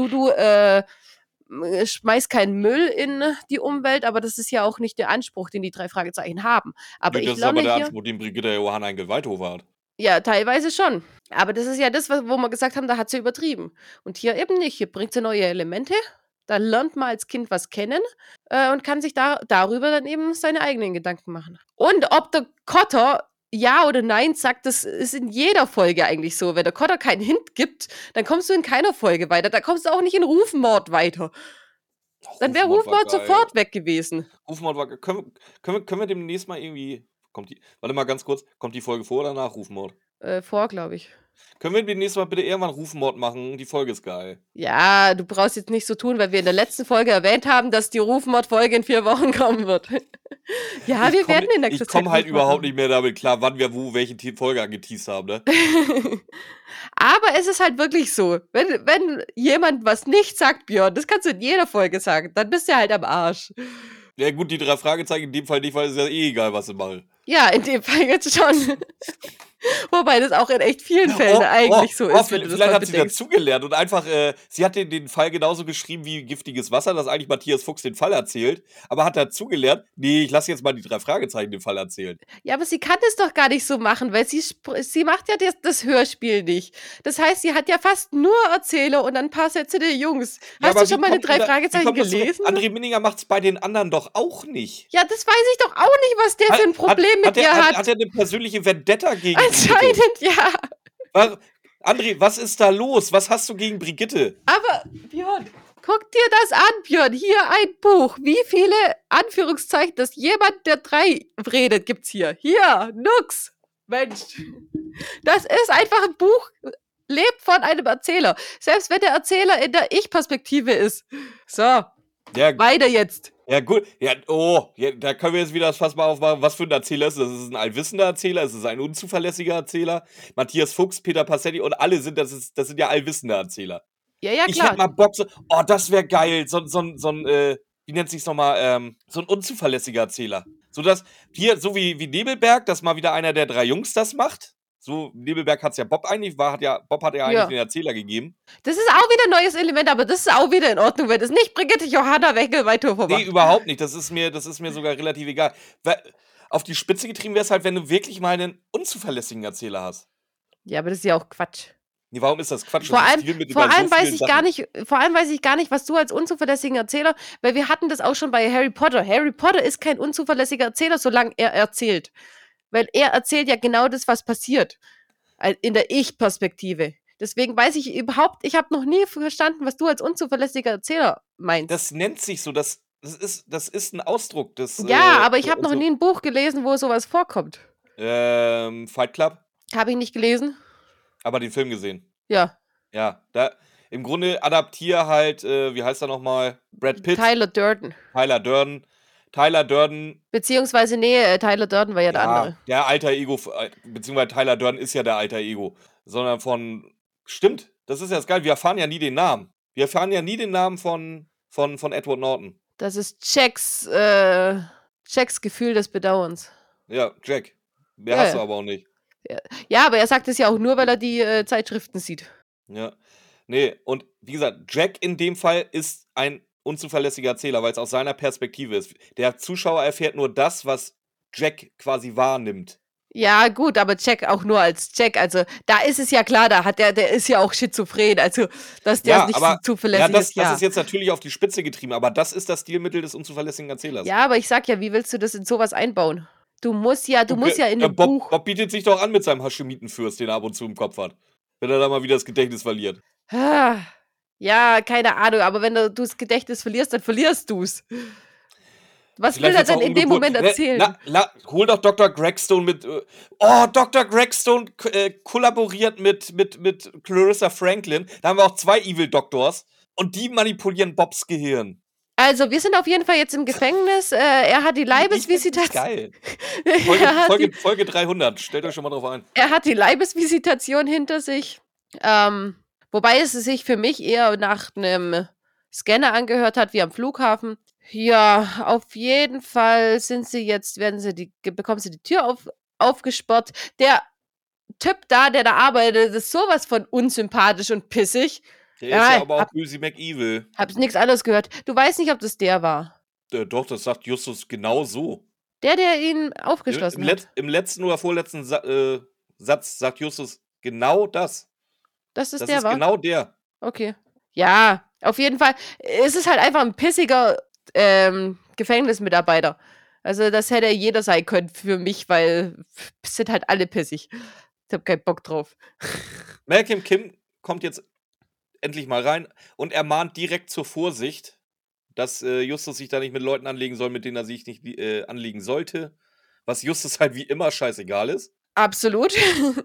S1: schmeiß keinen Müll in die Umwelt, aber das ist ja auch nicht der Anspruch, den die 3 Fragezeichen haben. Aber
S2: Nee,
S1: ich
S2: das ist aber
S1: lerne
S2: der
S1: hier,
S2: Anspruch, den Brigitte Johanna in Gewalthofer hat.
S1: ja, teilweise schon. Aber das ist ja das, wo wir gesagt haben, da hat sie übertrieben. Und hier eben nicht. Hier bringt sie neue Elemente. Da lernt man als Kind was kennen und kann sich darüber dann eben seine eigenen Gedanken machen. Und ob der Kotter ja oder nein sagt, das ist in jeder Folge eigentlich so. Wenn der Kotter keinen Hint gibt, dann kommst du in keiner Folge weiter. Da kommst du auch nicht in Rufmord weiter. Dann wäre
S2: Rufmord war
S1: Rufmord
S2: geil.
S1: sofort weg gewesen.
S2: Rufmord war geil. Können wir demnächst mal irgendwie. Warte mal ganz kurz. Kommt die Folge vor oder nach Rufmord?
S1: Vor, glaube ich.
S2: Können wir demnächst mal bitte irgendwann Rufmord machen? Die Folge ist geil.
S1: Ja, du brauchst jetzt nicht so tun, weil wir in der letzten Folge erwähnt haben, dass die Rufmord-Folge in 4 Wochen kommen wird. Ja, wir werden in nächster
S2: Ich
S1: Zeit
S2: komme halt
S1: Rufmord
S2: überhaupt
S1: machen.
S2: nicht mehr damit klar, wann wir welche Folge angeteased haben, ne?
S1: Aber es ist halt wirklich so, wenn jemand was nicht sagt, Björn, das kannst du in jeder Folge sagen, dann bist du halt am Arsch.
S2: Ja gut, die 3 Fragezeichen in dem Fall nicht, weil es ist ja eh egal, was sie machen.
S1: Ja, in dem Fall jetzt schon. Wobei das auch in echt vielen Fällen eigentlich so ist, wenn du das
S2: vielleicht
S1: mal
S2: hat sie
S1: bedenkst.
S2: dazugelernt und einfach, sie hat den Fall genauso geschrieben wie giftiges Wasser, dass eigentlich Matthias Fuchs den Fall erzählt, aber hat dazugelernt, nee, ich lasse jetzt mal die 3 Fragezeichen den Fall erzählen.
S1: Ja, aber sie kann es doch gar nicht so machen, weil sie macht ja das Hörspiel nicht. Das heißt, sie hat ja fast nur Erzähler und ein paar Sätze der Jungs.
S2: Ja,
S1: Hast
S2: aber
S1: du schon mal die 3 Fragezeichen gelesen?
S2: André Minninger macht es bei den anderen doch auch nicht.
S1: Ja, das weiß ich doch auch nicht, was der für ein Problem mit ihr hat.
S2: Hat er eine persönliche Vendetta gegen
S1: Anscheinend, ja.
S2: André, was ist da los? Was hast du gegen Brigitte?
S1: Aber, Björn, guck dir das an, Björn. Hier ein Buch. Wie viele Anführungszeichen, dass jemand, der 3 redet, gibt's hier? Hier, nix. Mensch. Das ist einfach ein Buch, lebt von einem Erzähler. Selbst wenn der Erzähler in der Ich-Perspektive ist. So,
S2: Ja,
S1: weiter jetzt.
S2: ja gut. Ja, da können wir jetzt wieder das Fass mal aufmachen. Was für ein Erzähler ist das? Ist es ein allwissender Erzähler? Ist es ein unzuverlässiger Erzähler? Matthias Fuchs, Peter Passetti und alle das sind ja allwissende Erzähler.
S1: Ja, ja,
S2: Ich hätte
S1: klar.
S2: mal Bock, das wäre geil. So ein, wie nennt sich's nochmal? So ein unzuverlässiger Erzähler. So wie Nebelberg, dass mal wieder einer der 3 Jungs das macht. So, Nebelberg hat's ja Bob eigentlich, Bob hat ja eigentlich
S1: Ja.
S2: den Erzähler gegeben.
S1: Das ist auch wieder ein neues Element, aber das ist auch wieder in Ordnung, wenn es nicht Brigitte Johanna Weckel-Weithofer
S2: Nee,
S1: macht.
S2: überhaupt nicht. Das ist mir sogar relativ egal. Auf die Spitze getrieben wäre es halt, wenn du wirklich mal einen unzuverlässigen Erzähler hast.
S1: Ja, aber das ist ja auch Quatsch.
S2: Nee, warum ist das Quatsch?
S1: Vor
S2: Das ist
S1: allem
S2: Stilmittel bei so
S1: weiß
S2: vielen
S1: ich
S2: Sachen.
S1: gar nicht, was du als unzuverlässigen Erzähler, weil wir hatten das auch schon bei Harry Potter. Harry Potter ist kein unzuverlässiger Erzähler, solange er erzählt. Weil er erzählt ja genau das, was passiert. In der Ich-Perspektive. Deswegen weiß ich habe noch nie verstanden, was du als unzuverlässiger Erzähler meinst.
S2: Das nennt sich so, das ist ein Ausdruck des.
S1: Ja, aber ich habe noch nie ein Buch gelesen, wo sowas vorkommt.
S2: Fight Club,
S1: Habe ich nicht gelesen?
S2: aber den Film gesehen.
S1: Ja.
S2: Ja, im Grunde adaptiere halt, wie heißt er nochmal? Brad Pitt.
S1: Tyler Durden.
S2: Tyler Durden.
S1: Beziehungsweise, nee, Tyler Durden war ja der andere.
S2: Der Alter Ego, beziehungsweise Tyler Durden ist ja der Alter Ego. Sondern stimmt, das ist ja das Geil, wir erfahren ja nie den Namen. Wir erfahren ja nie den Namen von Edward Norton.
S1: Das ist Jacks Gefühl des Bedauerns.
S2: Ja, Jack. Mehr hast du aber auch nicht.
S1: Ja, aber er sagt es ja auch nur, weil er die Zeitschriften sieht.
S2: Ja. Nee, und wie gesagt, Jack in dem Fall ist ein unzuverlässiger Erzähler, weil es aus seiner Perspektive ist. Der Zuschauer erfährt nur das, was Jack quasi wahrnimmt.
S1: Ja, gut, aber Jack auch nur als Jack. Also, da ist es ja klar, der ist ja auch schizophren. Also, dass der nicht so zuverlässig ist.
S2: Ja, das ist jetzt natürlich auf die Spitze getrieben, aber das ist das Stilmittel des unzuverlässigen Erzählers.
S1: Ja, aber ich sag ja, wie willst du das in sowas einbauen? Du musst ja in einem Buch.
S2: Bob bietet sich doch an mit seinem Haschemitenfürst, den er ab und zu im Kopf hat. Wenn er da mal wieder das Gedächtnis verliert.
S1: Ja, keine Ahnung, aber wenn du das Gedächtnis verlierst, dann verlierst du's. Was will er denn in dem Moment erzählen?
S2: Hol doch Dr. Gregstone mit. Dr. Gregstone kollaboriert mit Clarissa Franklin. Da haben wir auch 2 Evil Doctors. Und die manipulieren Bobs Gehirn.
S1: Also, wir sind auf jeden Fall jetzt im Gefängnis. Er hat die
S2: Ich finde das
S1: Leibesvisitation.
S2: geil.
S1: Er hat die,
S2: Folge 300. Stellt euch schon mal drauf ein.
S1: er hat die Leibesvisitation hinter sich. Wobei es sich für mich eher nach einem Scanner angehört hat, wie am Flughafen. Ja, auf jeden Fall bekommen sie die Tür aufgesperrt. Der Typ da, der da arbeitet, ist sowas von unsympathisch und pissig.
S2: Der ist ja
S1: Ja,
S2: aber auch böse McEvil.
S1: hab's nichts anderes gehört. Du weißt nicht, ob das der war.
S2: Doch, das sagt Justus genau so.
S1: Der ihn aufgeschlossen hat.
S2: Im letzten oder vorletzten Satz sagt Justus genau das.
S1: Dass es
S2: Das
S1: der
S2: ist
S1: war?
S2: genau der.
S1: Okay. Ja, auf jeden Fall. Es ist halt einfach ein pissiger Gefängnismitarbeiter. Also das hätte jeder sein können für mich, weil es sind halt alle pissig. Ich hab keinen Bock drauf.
S2: Malcolm Kim kommt jetzt endlich mal rein und ermahnt direkt zur Vorsicht, dass Justus sich da nicht mit Leuten anlegen soll, mit denen er sich nicht anlegen sollte. Was Justus halt wie immer scheißegal ist.
S1: Absolut.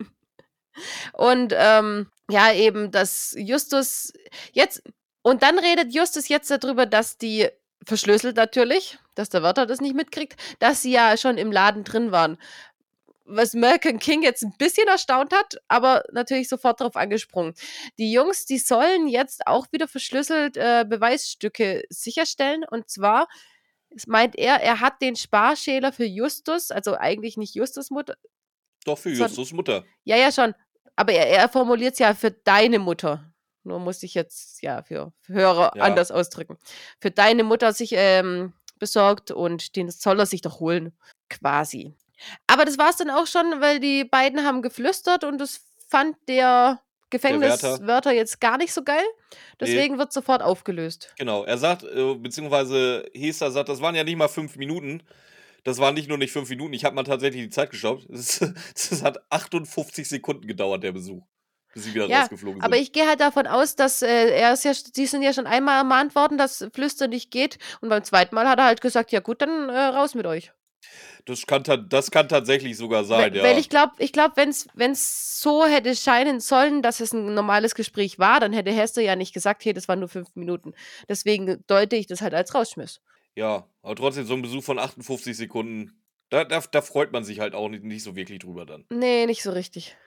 S1: Und ja, eben, dass Justus jetzt. Und dann redet Justus jetzt darüber, dass die verschlüsselt natürlich, dass der Wärter das nicht mitkriegt, dass sie ja schon im Laden drin waren. Was Malcolm King jetzt ein bisschen erstaunt hat, aber natürlich sofort darauf angesprungen. Die Jungs, die sollen jetzt auch wieder verschlüsselt Beweisstücke sicherstellen. Und zwar meint er hat den Sparschäler für Justus, also eigentlich nicht Justus Mutter.
S2: Doch für Justus Mutter.
S1: Ja, schon. Aber er formuliert es ja für deine Mutter. Nur muss ich jetzt ja für Hörer anders ausdrücken. Für deine Mutter sich besorgt und den soll er sich doch holen. Quasi. Aber das war es dann auch schon, weil die beiden haben geflüstert und das fand der Gefängniswärter jetzt gar nicht so geil. Deswegen wird sofort aufgelöst.
S2: Genau, er sagt, beziehungsweise Hester sagt, das waren ja nicht mal 5 Minuten. Das waren nicht nur nicht 5 Minuten, ich habe mal tatsächlich die Zeit geschaut. Das hat 58 Sekunden gedauert, der Besuch, bis sie wieder rausgeflogen sind.
S1: Aber ich gehe halt davon aus, dass die sind ja schon einmal ermahnt worden, dass Flüstern nicht geht. Und beim zweiten Mal hat er halt gesagt, ja gut, dann raus mit euch.
S2: Das kann tatsächlich sogar sein, ja.
S1: Weil ich glaube, wenn es so hätte scheinen sollen, dass es ein normales Gespräch war, dann hätte Hester ja nicht gesagt, hey, das waren nur 5 Minuten. Deswegen deute ich das halt als Rausschmiss.
S2: Ja, aber trotzdem so ein Besuch von 58 Sekunden, da freut man sich halt auch nicht so wirklich drüber dann.
S1: Nee, nicht so richtig.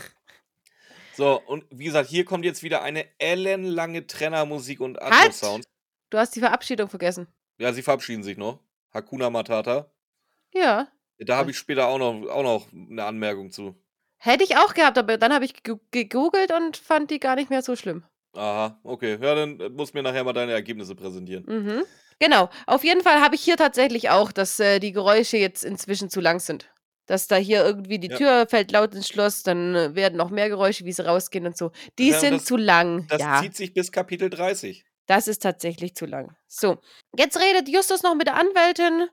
S2: So, und wie gesagt, hier kommt jetzt wieder eine ellenlange Trennermusik und Atmos-Sound.
S1: Du hast die Verabschiedung vergessen.
S2: Ja, sie verabschieden sich noch. Hakuna Matata.
S1: Ja.
S2: Da habe ich später auch noch eine Anmerkung zu.
S1: Hätte ich auch gehabt, aber dann habe ich gegoogelt und fand die gar nicht mehr so schlimm.
S2: Aha, okay. Ja, dann musst du mir nachher mal deine Ergebnisse präsentieren.
S1: Mhm. Genau. Auf jeden Fall habe ich hier tatsächlich auch, dass die Geräusche jetzt inzwischen zu lang sind. Dass da hier irgendwie die Tür fällt laut ins Schloss, dann werden noch mehr Geräusche, wie sie rausgehen und so. Die sind zu lang.
S2: Das zieht sich bis Kapitel 30.
S1: Das ist tatsächlich zu lang. So, jetzt redet Justus noch mit der Anwältin.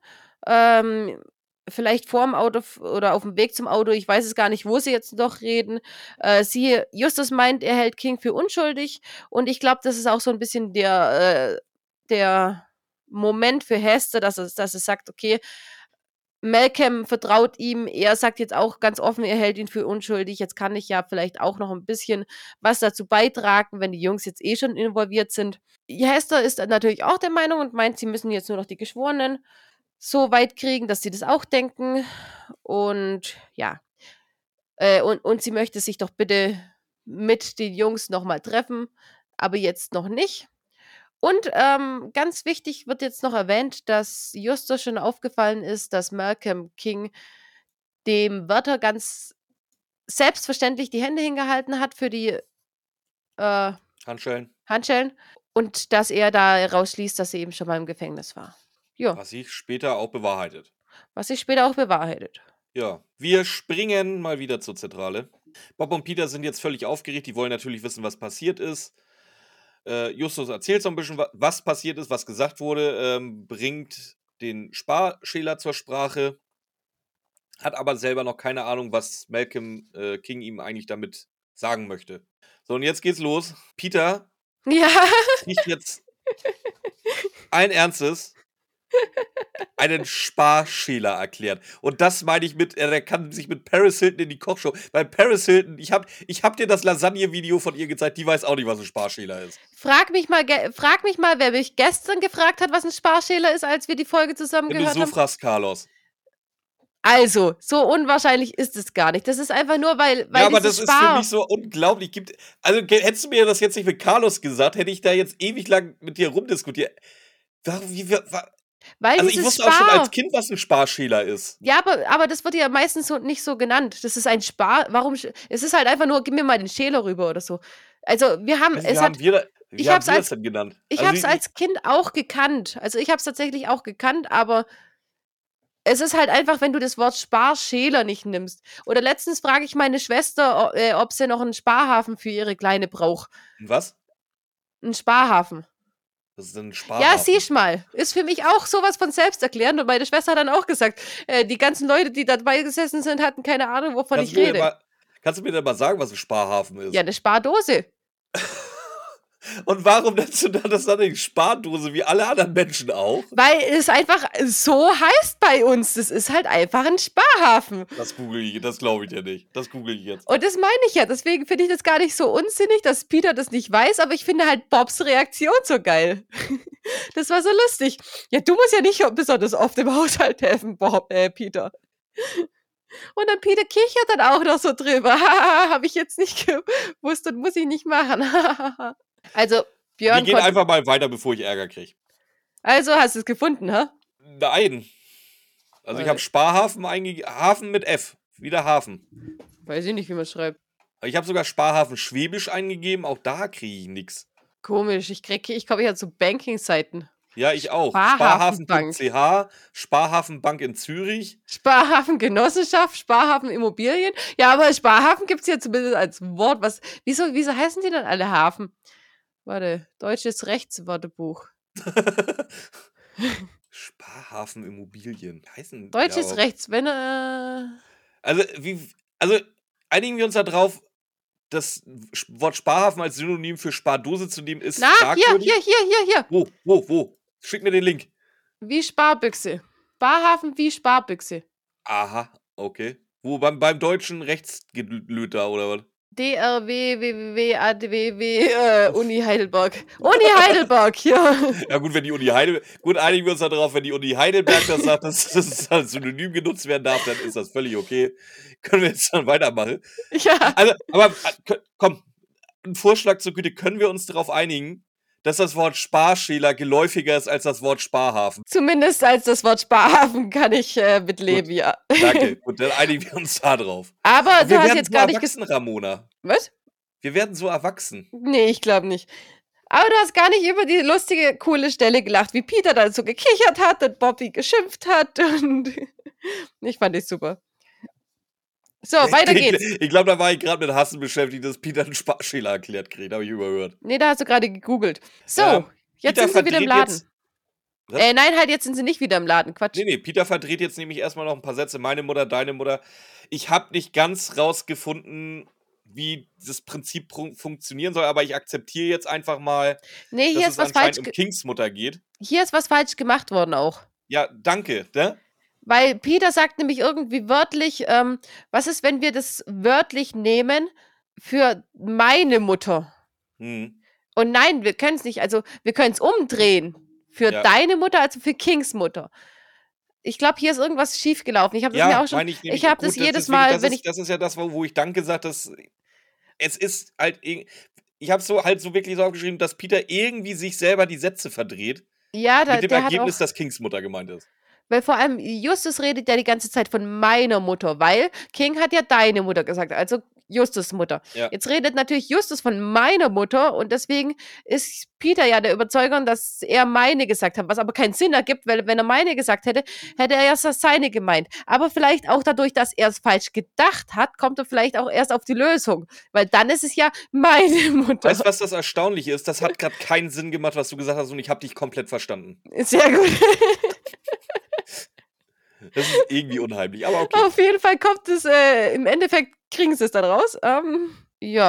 S1: Vielleicht vorm Auto oder auf dem Weg zum Auto. Ich weiß es gar nicht, wo sie jetzt noch reden. Justus meint, er hält King für unschuldig. Und ich glaube, das ist auch so ein bisschen der Moment für Hester, dass es sagt, okay, Malcolm vertraut ihm, er sagt jetzt auch ganz offen, er hält ihn für unschuldig. Jetzt kann ich ja vielleicht auch noch ein bisschen was dazu beitragen, wenn die Jungs jetzt eh schon involviert sind. Hester ist natürlich auch der Meinung und meint, sie müssen jetzt nur noch die Geschworenen so weit kriegen, dass sie das auch denken. Und ja, und sie möchte sich doch bitte mit den Jungs nochmal treffen, aber jetzt noch nicht. Und ganz wichtig wird jetzt noch erwähnt, dass Justus schon aufgefallen ist, dass Malcolm King dem Wärter ganz selbstverständlich die Hände hingehalten hat für die Handschellen und dass er da rausschließt, dass er eben schon mal im Gefängnis war. Ja.
S2: Was sich später auch bewahrheitet. Ja, wir springen mal wieder zur Zentrale. Bob und Peter sind jetzt völlig aufgeregt, die wollen natürlich wissen, was passiert ist. Justus erzählt so ein bisschen, was passiert ist, was gesagt wurde, bringt den Sparschäler zur Sprache, hat aber selber noch keine Ahnung, was Malcolm King ihm eigentlich damit sagen möchte. So, und jetzt geht's los. Peter kriegt jetzt allen Ernstes einen Sparschäler erklärt. Und das meine ich mit, er kann sich mit Paris Hilton in die Kochshow. Weil Paris Hilton, ich hab dir das Lasagne-Video von ihr gezeigt, die weiß auch nicht, was ein Sparschäler ist.
S1: Frag mich mal, wer mich gestern gefragt hat, was ein Sparschäler ist, als wir die Folge zusammen
S2: Wenn
S1: gehört
S2: du so
S1: haben.
S2: fragst, Carlos.
S1: Also, so unwahrscheinlich ist es gar nicht. Das ist einfach nur, weil
S2: Ja, aber das
S1: dieses
S2: ist für mich so unglaublich. Also, hättest du mir das jetzt nicht mit Carlos gesagt, hätte ich da jetzt ewig lang mit dir rumdiskutiert.
S1: Weil
S2: Also, ich
S1: dieses
S2: wusste auch schon als Kind, was ein Sparschäler ist.
S1: Ja, aber das wird ja meistens so nicht so genannt. Das ist ein es ist halt einfach nur, gib mir mal den Schäler rüber oder so. Also, wir haben,
S2: Wie haben wir das denn genannt?
S1: ich
S2: Also,
S1: habe es als Kind auch gekannt. Also, ich habe es tatsächlich auch gekannt, aber es ist halt einfach, wenn du das Wort Sparschäler nicht nimmst. Oder letztens frage ich meine Schwester, ob sie noch einen Sparhafen für ihre Kleine braucht.
S2: Was?
S1: Einen Sparhafen.
S2: Das ist ein
S1: Ja,
S2: Sparhafen.
S1: siehst mal. Ist für mich auch sowas von selbsterklärend. Und meine Schwester hat dann auch gesagt, die ganzen Leute, die dabei gesessen sind, hatten keine Ahnung, wovon ich rede.
S2: Kannst du mir denn mal sagen, was ein Sparhafen ist?
S1: Ja, eine Spardose.
S2: Und warum nennst du das dann eine Spardose, wie alle anderen Menschen auch?
S1: Weil es einfach so heißt bei uns. Das ist halt einfach ein Sparhafen.
S2: Das google ich, das glaube ich dir nicht. Das google ich jetzt.
S1: Und das meine ich ja. Deswegen finde ich das gar nicht so unsinnig, dass Peter das nicht weiß. Aber ich finde halt Bobs Reaktion so geil. Das war so lustig. Ja, du musst ja nicht besonders oft im Haushalt helfen, Peter. Und dann Peter kichert dann auch noch so drüber. Habe ich jetzt nicht gewusst und muss ich nicht machen. Also, Björn.
S2: Wir gehen einfach mal weiter, bevor ich Ärger kriege.
S1: Also, hast du es gefunden, hä?
S2: Nein. Also, ich habe Sparhafen eingegeben. Hafen mit F. Wieder Hafen.
S1: Weiß ich nicht, wie man schreibt.
S2: Ich habe sogar Sparhafen Schwäbisch eingegeben. Auch da kriege ich nichts.
S1: Komisch. Ich komme ja zu Banking-Seiten.
S2: Ja, ich auch.
S1: Sparhafenbank.
S2: Sparhafen.ch, Sparhafenbank in Zürich.
S1: Sparhafengenossenschaft, Sparhafenimmobilien. Ja, aber Sparhafen gibt es ja zumindest als Wort. Wieso heißen die dann alle Hafen? Warte, deutsches Rechtswörterbuch.
S2: Sparhafenimmobilien. Heißen
S1: Deutsches Rechts, wenn
S2: Also einigen wir uns da drauf, das Wort Sparhafen als Synonym für Spardose zu nehmen ist fragwürdig.
S1: Hier.
S2: Wo? Schick mir den Link.
S1: Wie Sparbüchse. Sparhafen wie Sparbüchse.
S2: Aha, okay. Wo, beim deutschen Rechtsgelöter oder was?
S1: DRW, Uni Heidelberg. Uni Heidelberg, ja.
S2: Ja gut, wenn die Uni Heidelberg, einigen wir uns darauf, wenn die Uni Heidelberg das sagt, dass das als Synonym genutzt werden darf, dann ist das völlig okay. Können wir jetzt dann weitermachen?
S1: Ja.
S2: Also, aber komm, ein Vorschlag zur Güte, können wir uns darauf einigen, dass das Wort Sparschäler geläufiger ist als das Wort Sparhafen?
S1: Zumindest als das Wort Sparhafen kann ich mitleben,
S2: gut,
S1: ja.
S2: Danke, gut, dann einigen wir uns da drauf.
S1: Aber
S2: wir
S1: du hast
S2: werden
S1: jetzt
S2: so
S1: gar nicht
S2: erwachsen, Ramona.
S1: Was?
S2: Wir werden so erwachsen.
S1: Nee, ich glaube nicht. Aber du hast gar nicht über die lustige, coole Stelle gelacht, wie Peter dann so gekichert hat und Bobby geschimpft hat. Und ich fand das super. So, weiter geht's.
S2: Ich glaube, da war ich gerade mit Hassen beschäftigt, dass Peter einen Sparschäler erklärt kriegt. Habe ich überhört.
S1: Nee, da hast du gerade gegoogelt. So, jetzt sind sie wieder im Laden. Nein, halt, jetzt sind sie nicht wieder im Laden. Quatsch.
S2: Nee, Peter verdreht jetzt nämlich erstmal noch ein paar Sätze. Meine Mutter, deine Mutter. Ich habe nicht ganz rausgefunden, wie das Prinzip funktionieren soll, aber ich akzeptiere jetzt einfach mal,
S1: nee,
S2: dass es anscheinend um Kings Mutter geht.
S1: Hier ist was falsch gemacht worden auch.
S2: Ja, danke, ne?
S1: Weil Peter sagt nämlich irgendwie wörtlich, was ist, wenn wir das wörtlich nehmen für meine Mutter? Und nein, wir können es nicht. Also, wir können es umdrehen. Für deine Mutter, also für Kings Mutter. Ich glaube, hier ist irgendwas schiefgelaufen. Ich habe das mir auch schon. Ich habe das jedes Mal,
S2: das ist ja das, wo ich dann gesagt habe, es ist halt. Ich habe so wirklich so aufgeschrieben, dass Peter irgendwie sich selber die Sätze verdreht.
S1: Ja,
S2: mit dem Ergebnis, dass Kings Mutter gemeint ist.
S1: Weil vor allem Justus redet ja die ganze Zeit von meiner Mutter, weil King hat ja deine Mutter gesagt, also Justus' Mutter.
S2: Ja.
S1: Jetzt redet natürlich Justus von meiner Mutter und deswegen ist Peter ja der Überzeugung, dass er meine gesagt hat, was aber keinen Sinn ergibt, weil wenn er meine gesagt hätte, hätte er erst das seine gemeint. Aber vielleicht auch dadurch, dass er es falsch gedacht hat, kommt er vielleicht auch erst auf die Lösung, weil dann ist es ja meine Mutter.
S2: Weißt du, was das Erstaunliche ist? Das hat gerade keinen Sinn gemacht, was du gesagt hast und ich habe dich komplett verstanden.
S1: Sehr gut.
S2: Das ist irgendwie unheimlich, aber okay.
S1: Auf jeden Fall kommt es, im Endeffekt kriegen sie es dann raus.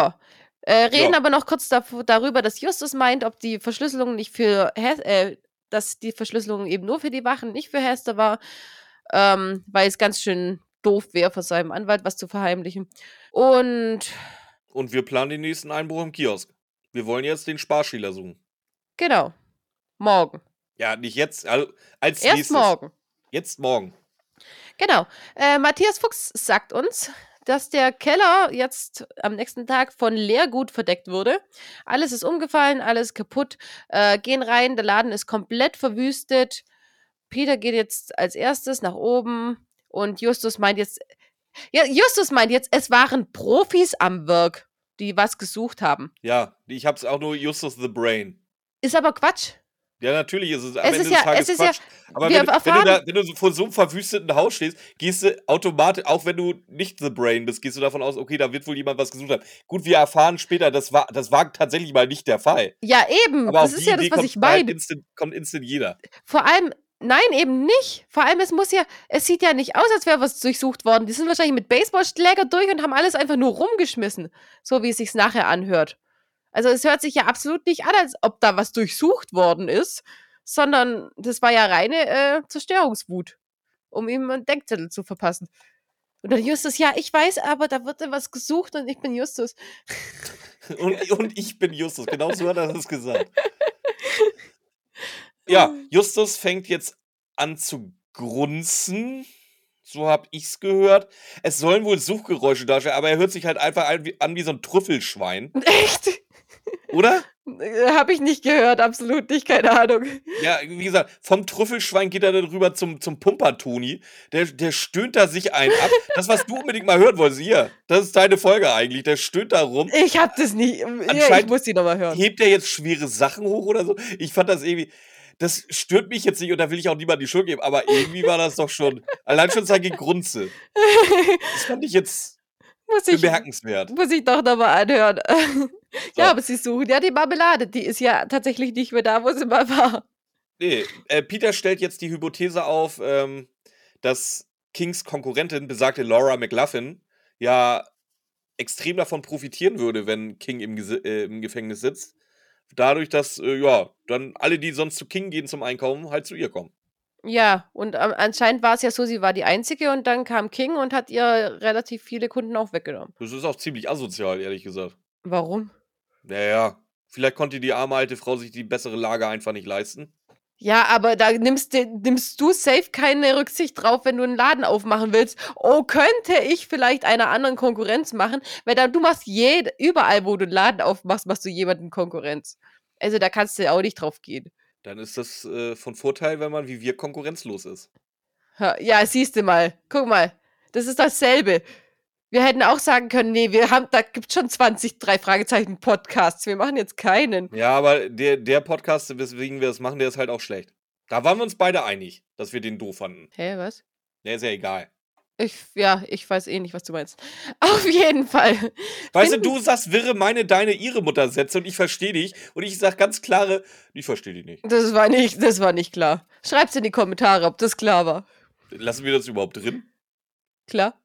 S1: Reden aber noch kurz darüber, dass Justus meint, ob die Verschlüsselung nicht für dass die Verschlüsselung eben nur für die Wachen, nicht für Hester war, weil es ganz schön doof wäre, vor seinem Anwalt was zu verheimlichen. Und
S2: wir planen den nächsten Einbruch im Kiosk. Wir wollen jetzt den Sparschäler suchen.
S1: genau, morgen.
S2: Ja, nicht jetzt, also als
S1: Erst
S2: nächstes.
S1: morgen.
S2: Jetzt morgen.
S1: Genau. Matthias Fuchs sagt uns, dass der Keller jetzt am nächsten Tag von Leergut verdeckt wurde. Alles ist umgefallen, alles kaputt. Gehen rein, der Laden ist komplett verwüstet. Peter geht jetzt als erstes nach oben und Justus meint jetzt, es waren Profis am Werk, die was gesucht haben.
S2: Ja, ich hab's auch nur Justus the Brain.
S1: Ist aber Quatsch.
S2: Ja, natürlich ist es am
S1: Es
S2: Ende
S1: ist
S2: des
S1: ja-
S2: Tages
S1: es ist ja-
S2: Quatsch. Aber
S1: wir erfahren-
S2: wenn du so vor so einem verwüsteten Haus stehst, gehst du automatisch, auch wenn du nicht The Brain bist, gehst du davon aus, okay, da wird wohl jemand was gesucht haben. Gut, wir erfahren später, das war tatsächlich mal nicht der Fall.
S1: Ja, eben.
S2: Aber
S1: Das
S2: auf
S1: ist
S2: die
S1: ja das,
S2: Idee
S1: was ich
S2: kommt halt
S1: meine.
S2: kommt instant jeder.
S1: Vor allem, nein, eben nicht. Vor allem, es sieht ja nicht aus, als wäre was durchsucht worden. Die sind wahrscheinlich mit Baseballschläger durch und haben alles einfach nur rumgeschmissen. So wie es sich nachher anhört. Also es hört sich ja absolut nicht an, als ob da was durchsucht worden ist, sondern das war ja reine Zerstörungswut, um ihm einen Denkzettel zu verpassen. Und dann Justus, ja, ich weiß, aber da wird was gesucht und ich bin Justus.
S2: Und ich bin Justus, genau so hat er das gesagt. Ja, Justus fängt jetzt an zu grunzen. So hab ich's gehört. Es sollen wohl Suchgeräusche darstellen, aber er hört sich halt einfach an wie so ein Trüffelschwein.
S1: Echt?
S2: Oder?
S1: Hab ich nicht gehört, absolut nicht, keine Ahnung.
S2: Ja, wie gesagt, vom Trüffelschwein geht er dann rüber zum Pumper-Toni. Der stöhnt da sich einen ab. Das, was du unbedingt mal hören wolltest, hier, das ist deine Folge eigentlich. Der stöhnt da rum.
S1: Ich hab das nicht. Ja, ich
S2: Anscheinend
S1: muss die nochmal hören.
S2: Hebt er jetzt schwere Sachen hoch oder so? Ich fand das irgendwie. Das stört mich jetzt nicht und da will ich auch niemand die Schuld geben, aber irgendwie war das doch schon. Allein schon sein Gegrunze. Das fand ich jetzt bemerkenswert.
S1: Muss ich doch nochmal anhören.
S2: So.
S1: Ja, aber sie suchen ja die Marmelade. Die ist ja tatsächlich nicht mehr da, wo sie mal war.
S2: Nee, Peter stellt jetzt die Hypothese auf, dass Kings Konkurrentin, besagte Laura McLaughlin, ja extrem davon profitieren würde, wenn King im Gefängnis sitzt. Dadurch, dass, dann alle, die sonst zu King gehen zum Einkaufen, halt zu ihr kommen.
S1: Ja, und anscheinend war es ja so, sie war die Einzige und dann kam King und hat ihr relativ viele Kunden auch weggenommen.
S2: Das ist auch ziemlich asozial, ehrlich gesagt.
S1: Warum?
S2: Naja, vielleicht konnte die arme alte Frau sich die bessere Lage einfach nicht leisten.
S1: Ja, aber da nimmst du safe keine Rücksicht drauf, wenn du einen Laden aufmachen willst. Oh, könnte ich vielleicht einer anderen Konkurrenz machen? Weil du machst überall, wo du einen Laden aufmachst, machst du jemanden Konkurrenz. Also da kannst du auch nicht drauf gehen.
S2: Dann ist das von Vorteil, wenn man wie wir konkurrenzlos ist.
S1: Ja, siehst du mal. Guck mal. Das ist dasselbe. Wir hätten auch sagen können, nee, da gibt schon 20 3-Fragezeichen-Podcasts. Wir machen jetzt keinen.
S2: Ja, aber der Podcast, weswegen wir das machen, der ist halt auch schlecht. Da waren wir uns beide einig, dass wir den doof fanden.
S1: Hä, was?
S2: Der ist ja egal.
S1: Ich weiß eh nicht, was du meinst. Auf jeden Fall.
S2: Weißt du sagst wirre meine, deine, ihre Muttersätze und ich verstehe dich. Und ich sag ganz klare, ich verstehe dich nicht.
S1: Das war nicht klar. Schreib's in die Kommentare, ob das klar war.
S2: Lassen wir das überhaupt drin?
S1: Klar.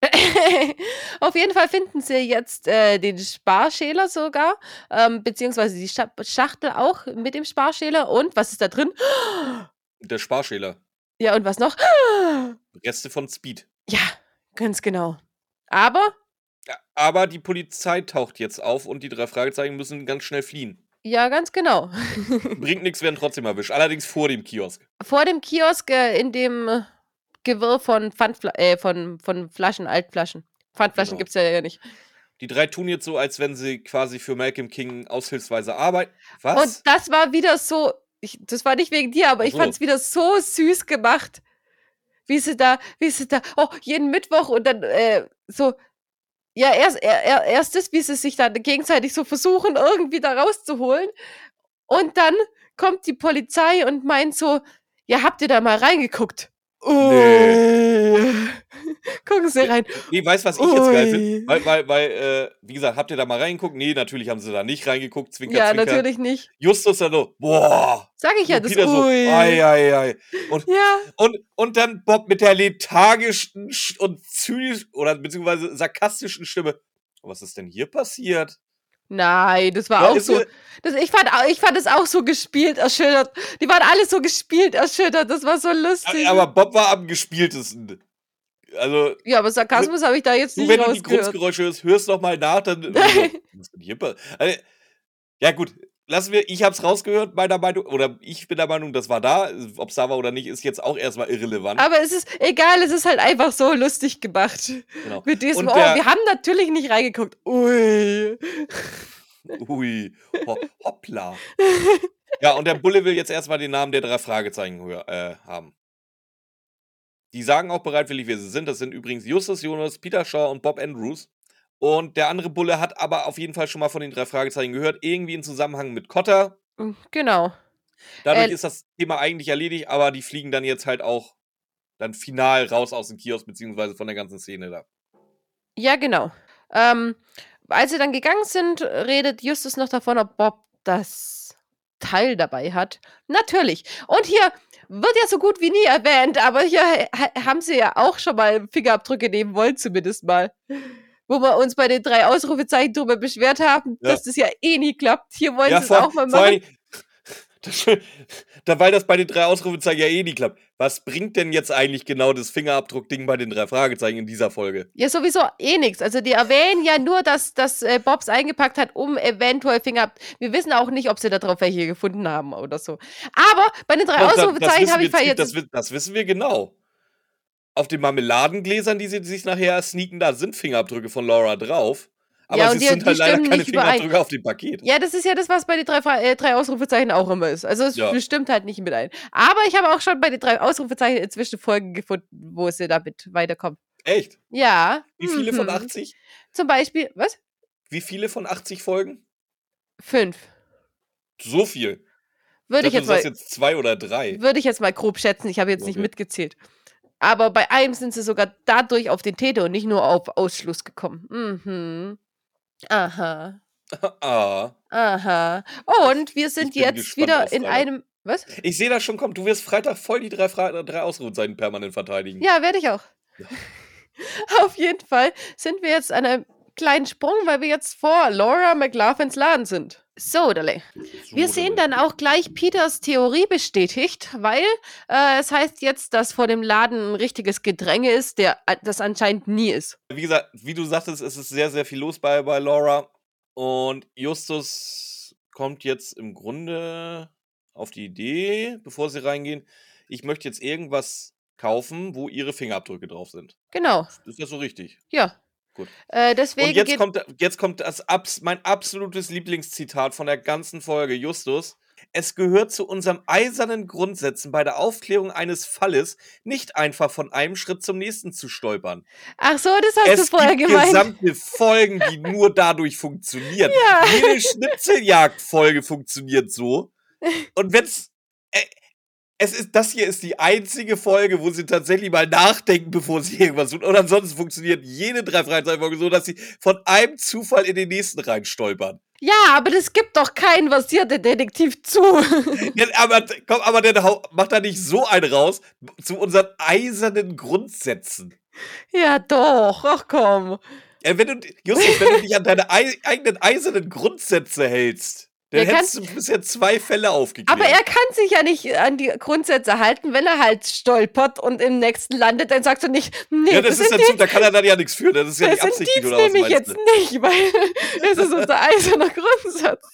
S1: Auf jeden Fall finden sie jetzt den Sparschäler sogar, beziehungsweise die Schachtel auch mit dem Sparschäler. Und was ist da drin?
S2: Der Sparschäler.
S1: Ja, und was noch?
S2: Reste von Speed.
S1: Ja, ganz genau. Aber?
S2: Ja, aber die Polizei taucht jetzt auf und die 3 Fragezeichen müssen ganz schnell fliehen.
S1: Ja, ganz genau.
S2: Bringt nichts, werden trotzdem erwischt. Allerdings vor dem Kiosk.
S1: Vor dem Kiosk in dem Gewirr von Flaschen, Altflaschen. Pfandflaschen
S2: Genau.
S1: gibt's ja nicht.
S2: Die 3 tun jetzt so, als wenn sie quasi für Malcolm King aushilfsweise arbeiten. Was?
S1: Und das war wieder so, das war nicht wegen dir, aber
S2: Ach
S1: ich
S2: so.
S1: fand's wieder so süß gemacht. Wie sie da, jeden Mittwoch und dann so, ja, erst das, wie sie sich dann gegenseitig so versuchen, irgendwie da rauszuholen. Und dann kommt die Polizei und meint so, ja, habt ihr da mal reingeguckt?
S2: Nee.
S1: Gucken Sie rein.
S2: Nee, weißt du, was ich jetzt geil finde?
S1: Ui.
S2: Weil, wie gesagt, habt ihr da mal reingeguckt? Nee, natürlich haben sie da nicht reingeguckt. Zwinker,
S1: Ja,
S2: zwinker.
S1: natürlich nicht.
S2: Justus dann so, boah.
S1: Sag ich ja,
S2: Und
S1: das
S2: Peter so,
S1: Ui.
S2: ei. Und,
S1: Ja,
S2: und dann Bob mit der lethargischen und zynisch oder beziehungsweise sarkastischen Stimme. Was ist denn hier passiert?
S1: Nein, das war
S2: Ja,
S1: auch
S2: ist
S1: so.
S2: mir,
S1: Ich fand es auch so gespielt erschüttert. Die waren alle so gespielt erschüttert. Das war so lustig.
S2: aber Bob war am gespieltesten. Also,
S1: Ja, aber Sarkasmus habe ich da jetzt
S2: du,
S1: nicht
S2: wenn du die
S1: rausgehört.
S2: Grundgeräusche hörst noch mal nach, dann so, was ist denn hier? Also, ja gut, ich hab's rausgehört, meiner Meinung, oder ich bin der Meinung, das war da. Ob's da war oder nicht, ist jetzt auch erstmal irrelevant.
S1: Aber es ist egal, es ist halt einfach so lustig gemacht.
S2: Genau.
S1: Mit diesem,
S2: Und
S1: wir haben natürlich nicht reingeguckt. Ui.
S2: Ui, hoppla. Ja, und der Bulle will jetzt erstmal den Namen der 3 Fragezeichen haben. Die sagen auch bereitwillig, wer sie sind. Das sind übrigens Justus Jonas, Peter Shaw und Bob Andrews. Und der andere Bulle hat aber auf jeden Fall schon mal von den 3 Fragezeichen gehört. Irgendwie in Zusammenhang mit Kotter.
S1: Genau.
S2: Dadurch ist das Thema eigentlich erledigt, aber die fliegen dann jetzt halt auch dann final raus aus dem Kiosk, beziehungsweise von der ganzen Szene da.
S1: Ja, genau. Als sie dann gegangen sind, redet Justus noch davon, ob Bob das Teil dabei hat. Natürlich. Und hier wird ja so gut wie nie erwähnt, aber hier haben sie ja auch schon mal Fingerabdrücke nehmen wollen, zumindest mal. Wo wir uns bei den 3 Ausrufezeichen drüber beschwert haben,
S2: Ja.
S1: dass das ja eh nie klappt. Hier wollen sie es
S2: vor
S1: auch mal
S2: vor
S1: machen.
S2: allen weil das bei den 3 Ausrufezeichen ja eh nie klappt. Was bringt denn jetzt eigentlich genau das Fingerabdruck-Ding bei den 3 Fragezeichen in dieser Folge?
S1: Ja, sowieso eh nichts. Also die erwähnen ja nur, dass Bobs eingepackt hat, um eventuell Wir wissen auch nicht, ob sie da drauf welche gefunden haben oder so. Aber bei den 3 Ausrufezeichen habe ich jetzt...
S2: Das wissen wir genau. Auf den Marmeladengläsern, die sie sich nachher sneaken, da sind Fingerabdrücke von Laura drauf. Aber
S1: Ja,
S2: es
S1: und
S2: sind
S1: die
S2: halt leider
S1: stimmen
S2: keine
S1: nicht überein.
S2: Fingerabdrücke auf dem Paket.
S1: Ja, das ist ja das, was bei den 3 Ausrufezeichen auch immer ist. Also es
S2: Ja.
S1: stimmt halt nicht mit ein. Aber ich habe auch schon bei den 3 Ausrufezeichen inzwischen Folgen gefunden, wo sie damit weiterkommen.
S2: Echt?
S1: Ja.
S2: Wie viele von 80?
S1: Zum Beispiel, was?
S2: Wie viele von 80 Folgen?
S1: 5.
S2: So viel.
S1: Würde ich
S2: dachte,
S1: jetzt
S2: du sagst jetzt 2 oder 3.
S1: Würde ich jetzt mal grob schätzen. Ich habe jetzt nicht
S2: Okay.
S1: mitgezählt. Aber bei einem sind sie sogar dadurch auf den Täter und nicht nur auf Ausschluss gekommen. Mhm. Aha.
S2: Ah.
S1: Aha. Und wir sind
S2: bin
S1: jetzt
S2: gespannt
S1: wieder
S2: auf
S1: in
S2: Freitag.
S1: einem... Was?
S2: Ich sehe das schon kommen. Du wirst Freitag voll die 3 Ausrufezeichen permanent verteidigen.
S1: Ja, werde ich auch.
S2: Ja.
S1: Auf jeden Fall sind wir jetzt an einem kleinen Sprung, weil wir jetzt vor Laura McLaughlins Laden sind. So, Dale. Wir sehen dann auch gleich Peters Theorie bestätigt, weil es heißt jetzt, dass vor dem Laden ein richtiges Gedränge ist, das anscheinend nie ist.
S2: Wie gesagt, wie du sagtest, es ist sehr, sehr viel los bei Laura. Und Justus kommt jetzt im Grunde auf die Idee, bevor sie reingehen, ich möchte jetzt irgendwas kaufen, wo ihre Fingerabdrücke drauf sind.
S1: Genau.
S2: Ist das so richtig?
S1: Ja.
S2: Gut.
S1: Deswegen
S2: Und jetzt kommt mein absolutes Lieblingszitat von der ganzen Folge, Justus. Es gehört zu unseren eisernen Grundsätzen bei der Aufklärung eines Falles, nicht einfach von einem Schritt zum nächsten zu stolpern.
S1: Ach so, das hast du vorher gemeint.
S2: Es gibt gesamte Folgen, die nur dadurch funktionieren.
S1: Ja.
S2: Jede Schnitzeljagd-Folge funktioniert so. Und das hier ist die einzige Folge, wo sie tatsächlich mal nachdenken, bevor sie irgendwas tun. Und ansonsten funktioniert jede 3 Freizeitfolge so, dass sie von einem Zufall in den nächsten reinstolpern.
S1: Ja, aber das gibt doch keinen versierten Detektiv zu.
S2: Ja, aber dann mach da nicht so einen raus zu unseren eisernen Grundsätzen.
S1: Ja, doch. Ach komm.
S2: Wenn du dich an deine eigenen eisernen Grundsätze hältst, dann hättest du bisher 2 Fälle aufgeklärt.
S1: Aber er kann sich ja nicht an die Grundsätze halten, wenn er halt stolpert und im nächsten landet, dann sagst du nicht, nee,
S2: ja, das ist der Zug, da kann er dann ja nichts für. Das ist ja nicht absichtlich, oder was
S1: nehme ich jetzt nicht, weil das ist unser eiserner Grundsatz.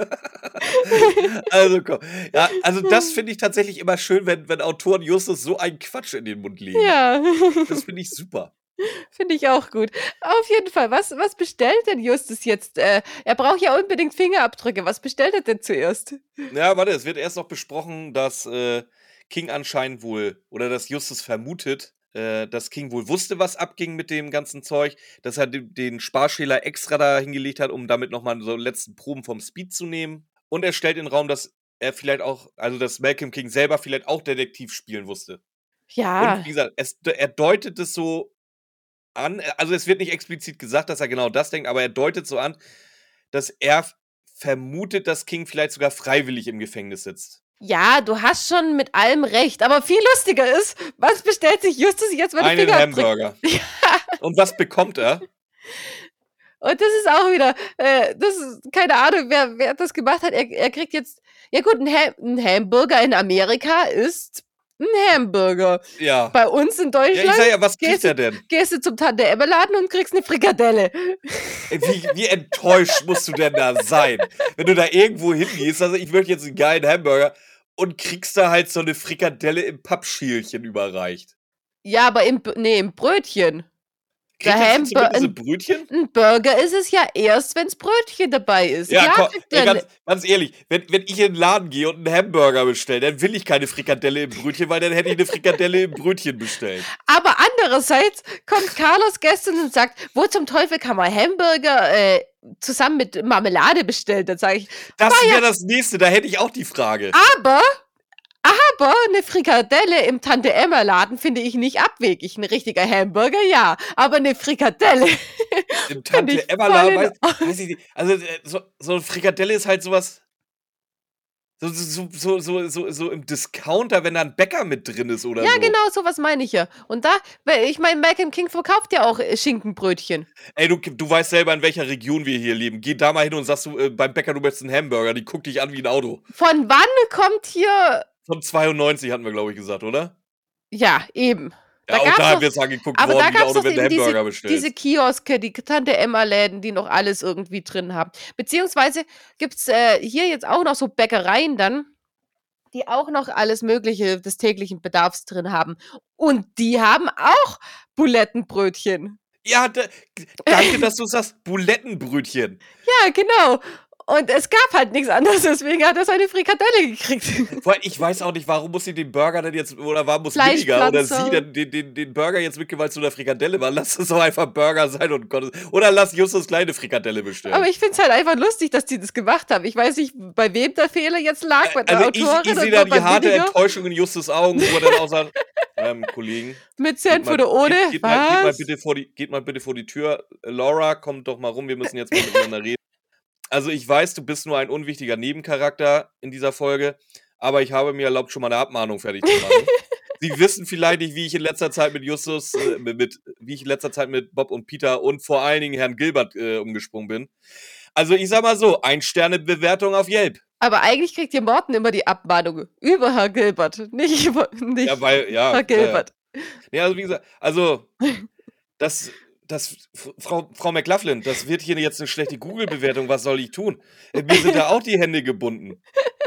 S2: Also komm. Ja, also das finde ich tatsächlich immer schön, wenn Autoren Justus so einen Quatsch in den Mund legen.
S1: Ja.
S2: Das finde ich super.
S1: Finde ich auch gut. Auf jeden Fall, was bestellt denn Justus jetzt? Er braucht ja unbedingt Fingerabdrücke. Was bestellt er denn zuerst?
S2: Ja, warte, es wird erst noch besprochen, dass King anscheinend wohl, oder dass Justus vermutet, dass King wohl wusste, was abging mit dem ganzen Zeug, dass er den Sparschäler extra da hingelegt hat, um damit nochmal so letzten Proben vom Speed zu nehmen. Und er stellt in den Raum, dass er vielleicht auch, also dass Malcolm King selber vielleicht auch Detektiv spielen wusste.
S1: Ja.
S2: Und wie gesagt, er deutet es so an, also es wird nicht explizit gesagt, dass er genau das denkt, aber er deutet so an, dass er vermutet, dass King vielleicht sogar freiwillig im Gefängnis sitzt.
S1: Ja, du hast schon mit allem recht, aber viel lustiger ist, was bestellt sich Justus jetzt, wenn
S2: einen Hamburger. Ja. Und was bekommt er?
S1: Und das ist auch wieder, das ist, keine Ahnung, wer das gemacht hat. Er kriegt jetzt, ja gut, ein Hamburger in Amerika ist ein Hamburger.
S2: Ja.
S1: Bei uns in
S2: Ja, ich
S1: Deutschland
S2: sag ja, was kriegt er denn?
S1: gehst du zum Tante-Emma-Laden und kriegst eine Frikadelle.
S2: Ey, wie enttäuscht musst du denn da sein? Wenn du da irgendwo hingehst, also ich möchte jetzt einen geilen Hamburger und kriegst da halt so eine Frikadelle im Pappschälchen überreicht.
S1: Ja, aber im Brötchen.
S2: Kriegt
S1: Der
S2: er zumindest ein Brötchen?
S1: Ein Burger ist es ja erst, wenn's Brötchen dabei ist.
S2: Ja,
S1: Klar
S2: komm,
S1: kriegt
S2: ey,
S1: der
S2: ganz ehrlich, wenn ich in den Laden gehe und einen Hamburger bestelle, dann will ich keine Frikadelle im Brötchen, weil dann hätte ich eine Frikadelle im Brötchen bestellt.
S1: Aber andererseits kommt Carlos gestern und sagt, wo zum Teufel kann man Hamburger zusammen mit Marmelade bestellen? Dann sage ich,
S2: Das wäre das Nächste, da hätte ich auch die Frage.
S1: aber eine Frikadelle im Tante-Emma-Laden finde ich nicht abwegig. Ein richtiger Hamburger, ja. Aber eine Frikadelle
S2: Im
S1: finde ich
S2: Tante-Emma-Laden,
S1: voll
S2: weiß ich nicht. Also, so eine Frikadelle ist halt sowas. So im Discounter, wenn da ein Bäcker mit drin ist oder
S1: Ja,
S2: so.
S1: genau, sowas meine ich ja. Und da, ich meine, Mac King verkauft ja auch Schinkenbrötchen.
S2: Ey, du weißt selber, in welcher Region wir hier leben. Geh da mal hin und sagst du beim Bäcker, du möchtest einen Hamburger. Die guckt dich an wie ein Auto.
S1: Von wann kommt hier.
S2: Von 92 hatten wir, glaube ich, gesagt, oder?
S1: Ja, eben.
S2: Ja, auch da haben wir es angeguckt
S1: aber
S2: worden,
S1: da
S2: wie ein
S1: gab es
S2: Auto,
S1: doch
S2: wenn du
S1: eben
S2: Hamburger bestellst.
S1: diese Kioske, die Tante-Emma-Läden, die noch alles irgendwie drin haben. Beziehungsweise gibt es hier jetzt auch noch so Bäckereien dann, die auch noch alles Mögliche des täglichen Bedarfs drin haben. Und die haben auch Bulettenbrötchen.
S2: Ja, danke, dass du sagst, Bulettenbrötchen.
S1: Ja, genau. Und es gab halt nichts anderes, deswegen hat er seine Frikadelle gekriegt.
S2: Vor allem, ich weiß auch nicht, warum muss sie den Burger denn jetzt, oder warum muss Milliger oder sie denn den Burger jetzt mitgeben, weil es so eine Frikadelle war. Lass es doch einfach Burger sein und Gottes. Oder lass Justus kleine Frikadelle bestellen.
S1: Aber ich finde es halt einfach lustig, dass die das gemacht haben. Ich weiß nicht, bei wem der Fehler jetzt lag, bei der Autorin.
S2: Ich sehe da die harte Enttäuschung in Justus Augen, wo er dann auch sagt, Kollegen.
S1: Mit Senf oder ohne?
S2: Geht mal bitte vor die Tür. Laura, kommt doch mal rum, wir müssen jetzt mal miteinander reden. Also ich weiß, du bist nur ein unwichtiger Nebencharakter in dieser Folge, aber ich habe mir erlaubt, schon mal eine Abmahnung fertig zu machen. Sie wissen vielleicht nicht, wie ich in letzter Zeit mit Justus, mit Bob und Peter und vor allen Dingen Herrn Gilbert umgesprungen bin. Also ich sag mal so, 1-Sterne-Bewertung auf Yelp.
S1: Aber eigentlich kriegt ihr Morten immer die Abmahnung über Herr Gilbert, nicht Herr Gilbert.
S2: Ja, also wie gesagt, Frau McLaughlin, das wird hier jetzt eine schlechte Google-Bewertung. Was soll ich tun? Mir sind da auch die Hände gebunden.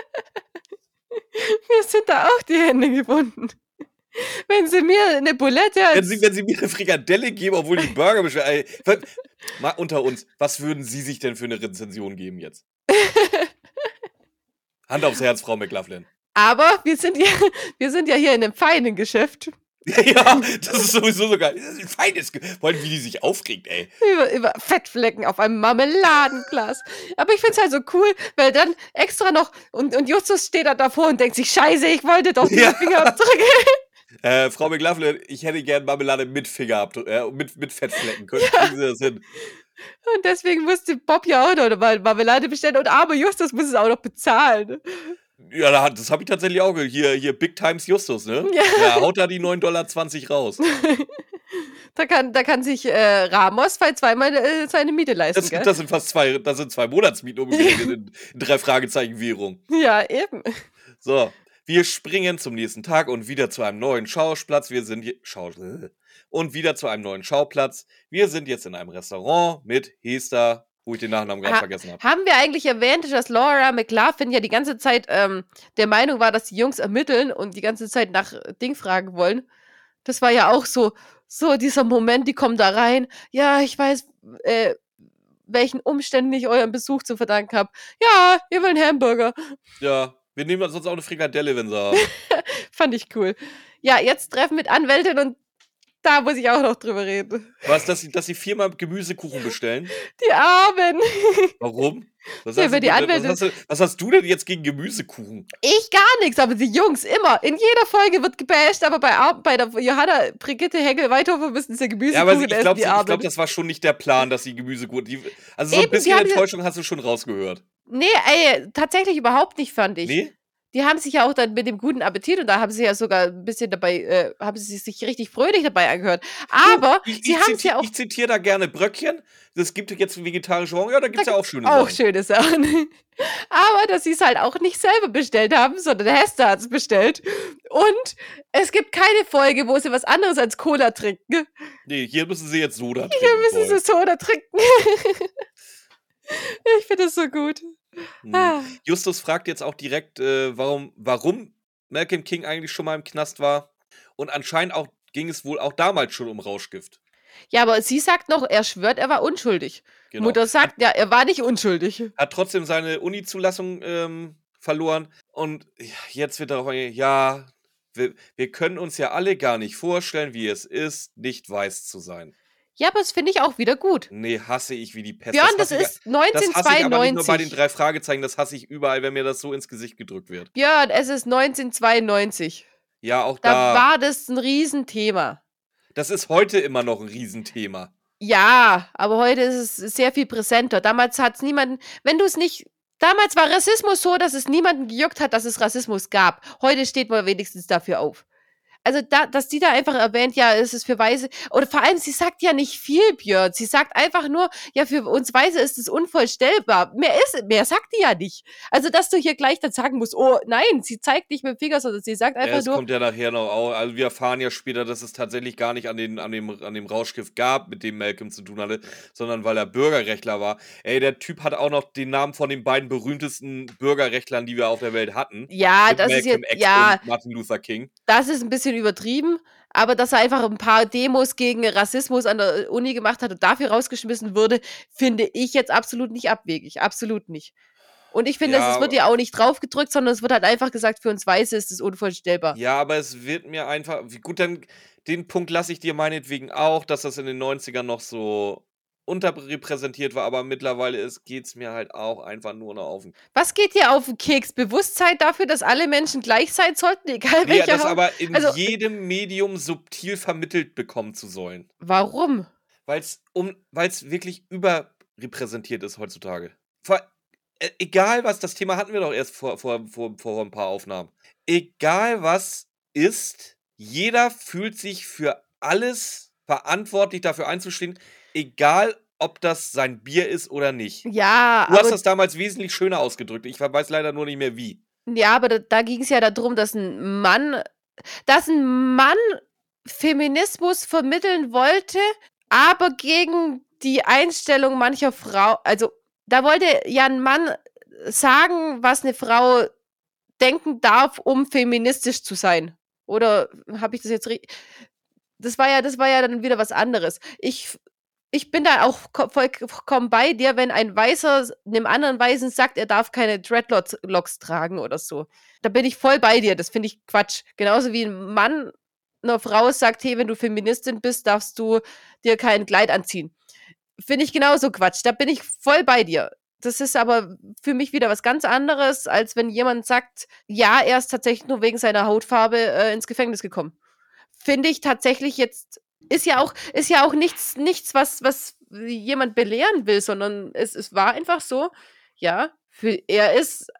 S1: Mir sind da auch die Hände gebunden. Wenn sie mir eine Bulette
S2: wenn sie mir eine Frikadelle geben, obwohl ich einen Burger bestelle. Mal unter uns, was würden Sie sich denn für eine Rezension geben jetzt? Hand aufs Herz, Frau McLaughlin.
S1: Aber wir sind ja hier in einem feinen Geschäft.
S2: Ja, das ist sowieso so geil. Das ist ein feines Vor allem, wie die sich aufregt, ey.
S1: Über Fettflecken auf einem Marmeladenglas. Aber ich find's halt so cool, weil dann extra noch, und Justus steht da davor und denkt sich, scheiße, ich wollte doch die Fingerabdrücke.
S2: Frau McLaughlin, ich hätte gern Marmelade mit Fingerabdrücken, mit Fettflecken. Kriegen Sie das hin?
S1: Und deswegen musste Bob ja auch noch mal Marmelade bestellen und armer Justus muss es auch noch bezahlen.
S2: Ja, das habe ich tatsächlich auch gehört. Hier Big Times Justus, ne?
S1: Ja.
S2: Der haut da die $9,20 raus.
S1: Da kann sich Ramos zweimal seine Miete leisten, gell?
S2: Das sind fast zwei Monatsmieten umgerechnet in 3 Fragezeichen Währung.
S1: Ja, eben.
S2: So, wir springen zum nächsten Tag und wieder zu einem neuen Schauplatz. Wir sind jetzt in einem Restaurant mit Hester, wo ich den Nachnamen gerade vergessen habe.
S1: Haben wir eigentlich erwähnt, dass Laura McLaughlin ja die ganze Zeit der Meinung war, dass die Jungs ermitteln und die ganze Zeit nach Ding fragen wollen? Das war ja auch so dieser Moment, die kommen da rein. Ja, ich weiß, welchen Umständen ich euren Besuch zu verdanken habe. Ja, ihr wollt einen Hamburger.
S2: Ja, wir nehmen sonst auch eine Frikadelle, wenn sie haben.
S1: Fand ich cool. Ja, jetzt Treffen mit Anwältin und da muss ich auch noch drüber reden.
S2: Was, dass sie 4-mal Gemüsekuchen bestellen?
S1: Die Armen.
S2: Warum? Was hast du denn jetzt gegen Gemüsekuchen?
S1: Ich gar nichts, aber die Jungs immer. In jeder Folge wird gebasht, aber bei der Johanna Brigitte Hegel-Weithofer müssen sie Gemüsekuchen essen, die Armen.
S2: Ich glaube, das war schon nicht der Plan, dass sie Gemüsekuchen... Also so ein bisschen Enttäuschung hast du schon rausgehört.
S1: Nee, ey, tatsächlich überhaupt nicht, fand ich.
S2: Nee?
S1: Die haben sich ja auch dann mit dem guten Appetit und da haben sie ja sogar ein bisschen dabei, haben sie sich richtig fröhlich dabei angehört.
S2: Du,
S1: Aber
S2: ich,
S1: sie
S2: ich,
S1: haben es ja
S2: zitiere
S1: auch
S2: ich zitiere da gerne Bröckchen. Das gibt jetzt vegetarische Morgen. Ja, da gibt
S1: da
S2: es ja auch
S1: gibt's
S2: schöne
S1: auch
S2: Sachen.
S1: schöne Sachen. Aber dass sie es halt auch nicht selber bestellt haben, sondern der Hester hat es bestellt. Und es gibt keine Folge, wo sie was anderes als Cola trinken.
S2: Nee, hier müssen sie jetzt Soda
S1: Hier
S2: trinken.
S1: müssen
S2: Toll.
S1: sie Soda trinken. Ich finde es so gut.
S2: Hm.
S1: Ah.
S2: Justus fragt jetzt auch direkt, warum Malcolm King eigentlich schon mal im Knast war. Und anscheinend auch ging es wohl auch damals schon um Rauschgift.
S1: Ja, aber sie sagt noch, er schwört, er war unschuldig.
S2: Genau.
S1: Mutter sagt, ja, er war nicht unschuldig.
S2: Hat trotzdem seine Uni-Zulassung verloren. Und jetzt wird darauf eingegangen, ja, wir können uns ja alle gar nicht vorstellen, wie es ist, nicht weiß zu sein.
S1: Ja, aber das finde ich auch wieder gut.
S2: Nee, hasse ich wie die Pest.
S1: Björn, das
S2: hasse
S1: ist
S2: das hasse ich aber nicht nur bei den
S1: 1992.
S2: 3 Fragezeichen, das hasse ich überall, wenn mir das so ins Gesicht gedrückt wird.
S1: Björn, es ist 1992.
S2: Ja, auch
S1: Da
S2: da.
S1: war das ein Riesenthema.
S2: Das ist heute immer noch ein Riesenthema.
S1: Ja, aber heute ist es sehr viel präsenter. Damals hat es niemanden, wenn du es nicht, damals war Rassismus so, dass es niemanden gejuckt hat, dass es Rassismus gab. Heute steht man wenigstens dafür auf. Also, dass die da einfach erwähnt, ja, ist es für Weiße, oder vor allem, sie sagt ja nicht viel, Björn. Sie sagt einfach nur, ja, für uns Weiße ist es unvorstellbar. Mehr sagt die ja nicht. Also, dass du hier gleich dann sagen musst, oh, nein, sie zeigt nicht mit dem Finger, sondern sie sagt einfach
S2: Es
S1: nur,
S2: kommt ja nachher noch, also wir erfahren ja später, dass es tatsächlich gar nicht an dem Rauschgift gab, mit dem Malcolm zu tun hatte, sondern weil er Bürgerrechtler war. Ey, der Typ hat auch noch den Namen von den beiden berühmtesten Bürgerrechtlern, die wir auf der Welt hatten.
S1: ja,
S2: Mit
S1: das ist
S2: Malcolm
S1: jetzt,
S2: X
S1: ja,
S2: und Martin Luther King.
S1: das ist ein bisschen übertrieben, aber dass er einfach ein paar Demos gegen Rassismus an der Uni gemacht hat und dafür rausgeschmissen wurde, finde ich jetzt absolut nicht abwegig. Absolut nicht. Und ich finde, es wird
S2: Ja,
S1: ja auch nicht draufgedrückt, sondern es wird halt einfach gesagt, für uns Weiße ist es unvorstellbar.
S2: ja, aber es wird mir einfach. Gut, dann den Punkt lasse ich dir meinetwegen auch, dass das in den 90ern noch so unterrepräsentiert war, aber mittlerweile geht es mir halt auch einfach nur noch auf den.
S1: Was geht dir auf den Keks? Bewusstsein dafür, dass alle Menschen gleich sein sollten, egal
S2: Nee,
S1: welcher
S2: das
S1: Haut?
S2: aber in
S1: Also,
S2: jedem Medium subtil vermittelt bekommen zu sollen.
S1: warum?
S2: Weil's wirklich überrepräsentiert ist heutzutage. Egal was, das Thema hatten wir doch erst vor ein paar Aufnahmen. Egal was ist, jeder fühlt sich für alles verantwortlich, dafür einzustehen, egal ob das sein Bier ist oder nicht.
S1: Ja,
S2: Du hast
S1: aber
S2: das damals wesentlich schöner ausgedrückt. Ich weiß leider nur nicht mehr wie.
S1: ja, aber da ging es ja darum, dass ein Mann Feminismus vermitteln wollte, aber gegen die Einstellung mancher Frau, also, da wollte ja ein Mann sagen, was eine Frau denken darf, um feministisch zu sein. Oder habe ich das jetzt richtig? Das war ja dann wieder was anderes. Ich bin da auch vollkommen bei dir, wenn ein Weißer 'nem anderen Weißen sagt, er darf keine Dreadlocks tragen oder so. Da bin ich voll bei dir, das finde ich Quatsch. Genauso wie ein Mann 'ner Frau sagt: „Hey, wenn du Feministin bist, darfst du dir kein Kleid anziehen.“ Finde ich genauso Quatsch. Da bin ich voll bei dir. Das ist aber für mich wieder was ganz anderes, als wenn jemand sagt: „Ja, er ist tatsächlich nur wegen seiner Hautfarbe, ins Gefängnis gekommen.“ Finde ich tatsächlich jetzt ist ja auch nichts, was jemand belehren will, sondern es war einfach so, ja, er ist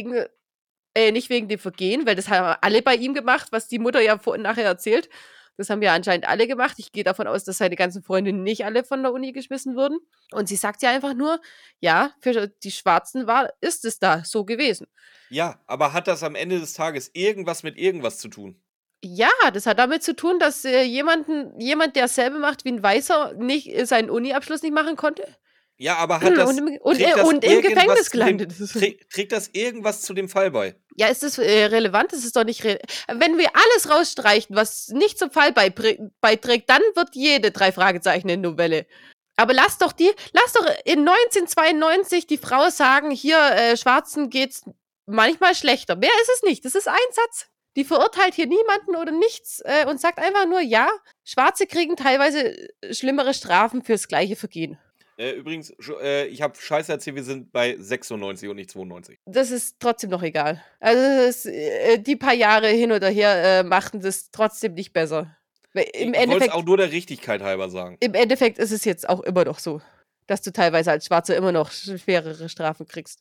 S1: nicht wegen dem Vergehen, weil das haben alle bei ihm gemacht, was die Mutter ja vor und nachher erzählt. Das haben ja anscheinend alle gemacht. Ich gehe davon aus, dass seine ganzen Freundinnen nicht alle von der Uni geschmissen wurden. Und sie sagt ja einfach nur, ja, für die Schwarzen ist es da so gewesen.
S2: Ja, aber hat das am Ende des Tages irgendwas mit irgendwas zu tun?
S1: Ja, das hat damit zu tun, dass jemand, der dasselbe macht wie ein Weißer, nicht seinen Uni-Abschluss nicht machen konnte
S2: Ja, aber
S1: und im Gefängnis gelandet ist.
S2: trägt das irgendwas zu dem Fall bei?
S1: Ja, ist das relevant? Das ist doch nicht wenn wir alles rausstreichen, was nicht zum Fall beiträgt, dann wird jede 3 Fragezeichen eine Novelle. Aber lass doch in 1992 die Frau sagen, hier, Schwarzen geht's manchmal schlechter. Mehr ist es nicht. Das ist ein Satz. Die verurteilt hier niemanden oder nichts und sagt einfach nur, ja, Schwarze kriegen teilweise schlimmere Strafen fürs gleiche Vergehen.
S2: Übrigens, ich habe Scheiße erzählt, wir sind bei 96 und nicht 92.
S1: Das ist trotzdem noch egal. Also die paar Jahre hin oder her machten das trotzdem nicht besser.
S2: Ich wollte es auch nur der Richtigkeit halber sagen.
S1: Im Endeffekt ist es jetzt auch immer noch so, dass du teilweise als Schwarzer immer noch schwerere Strafen kriegst.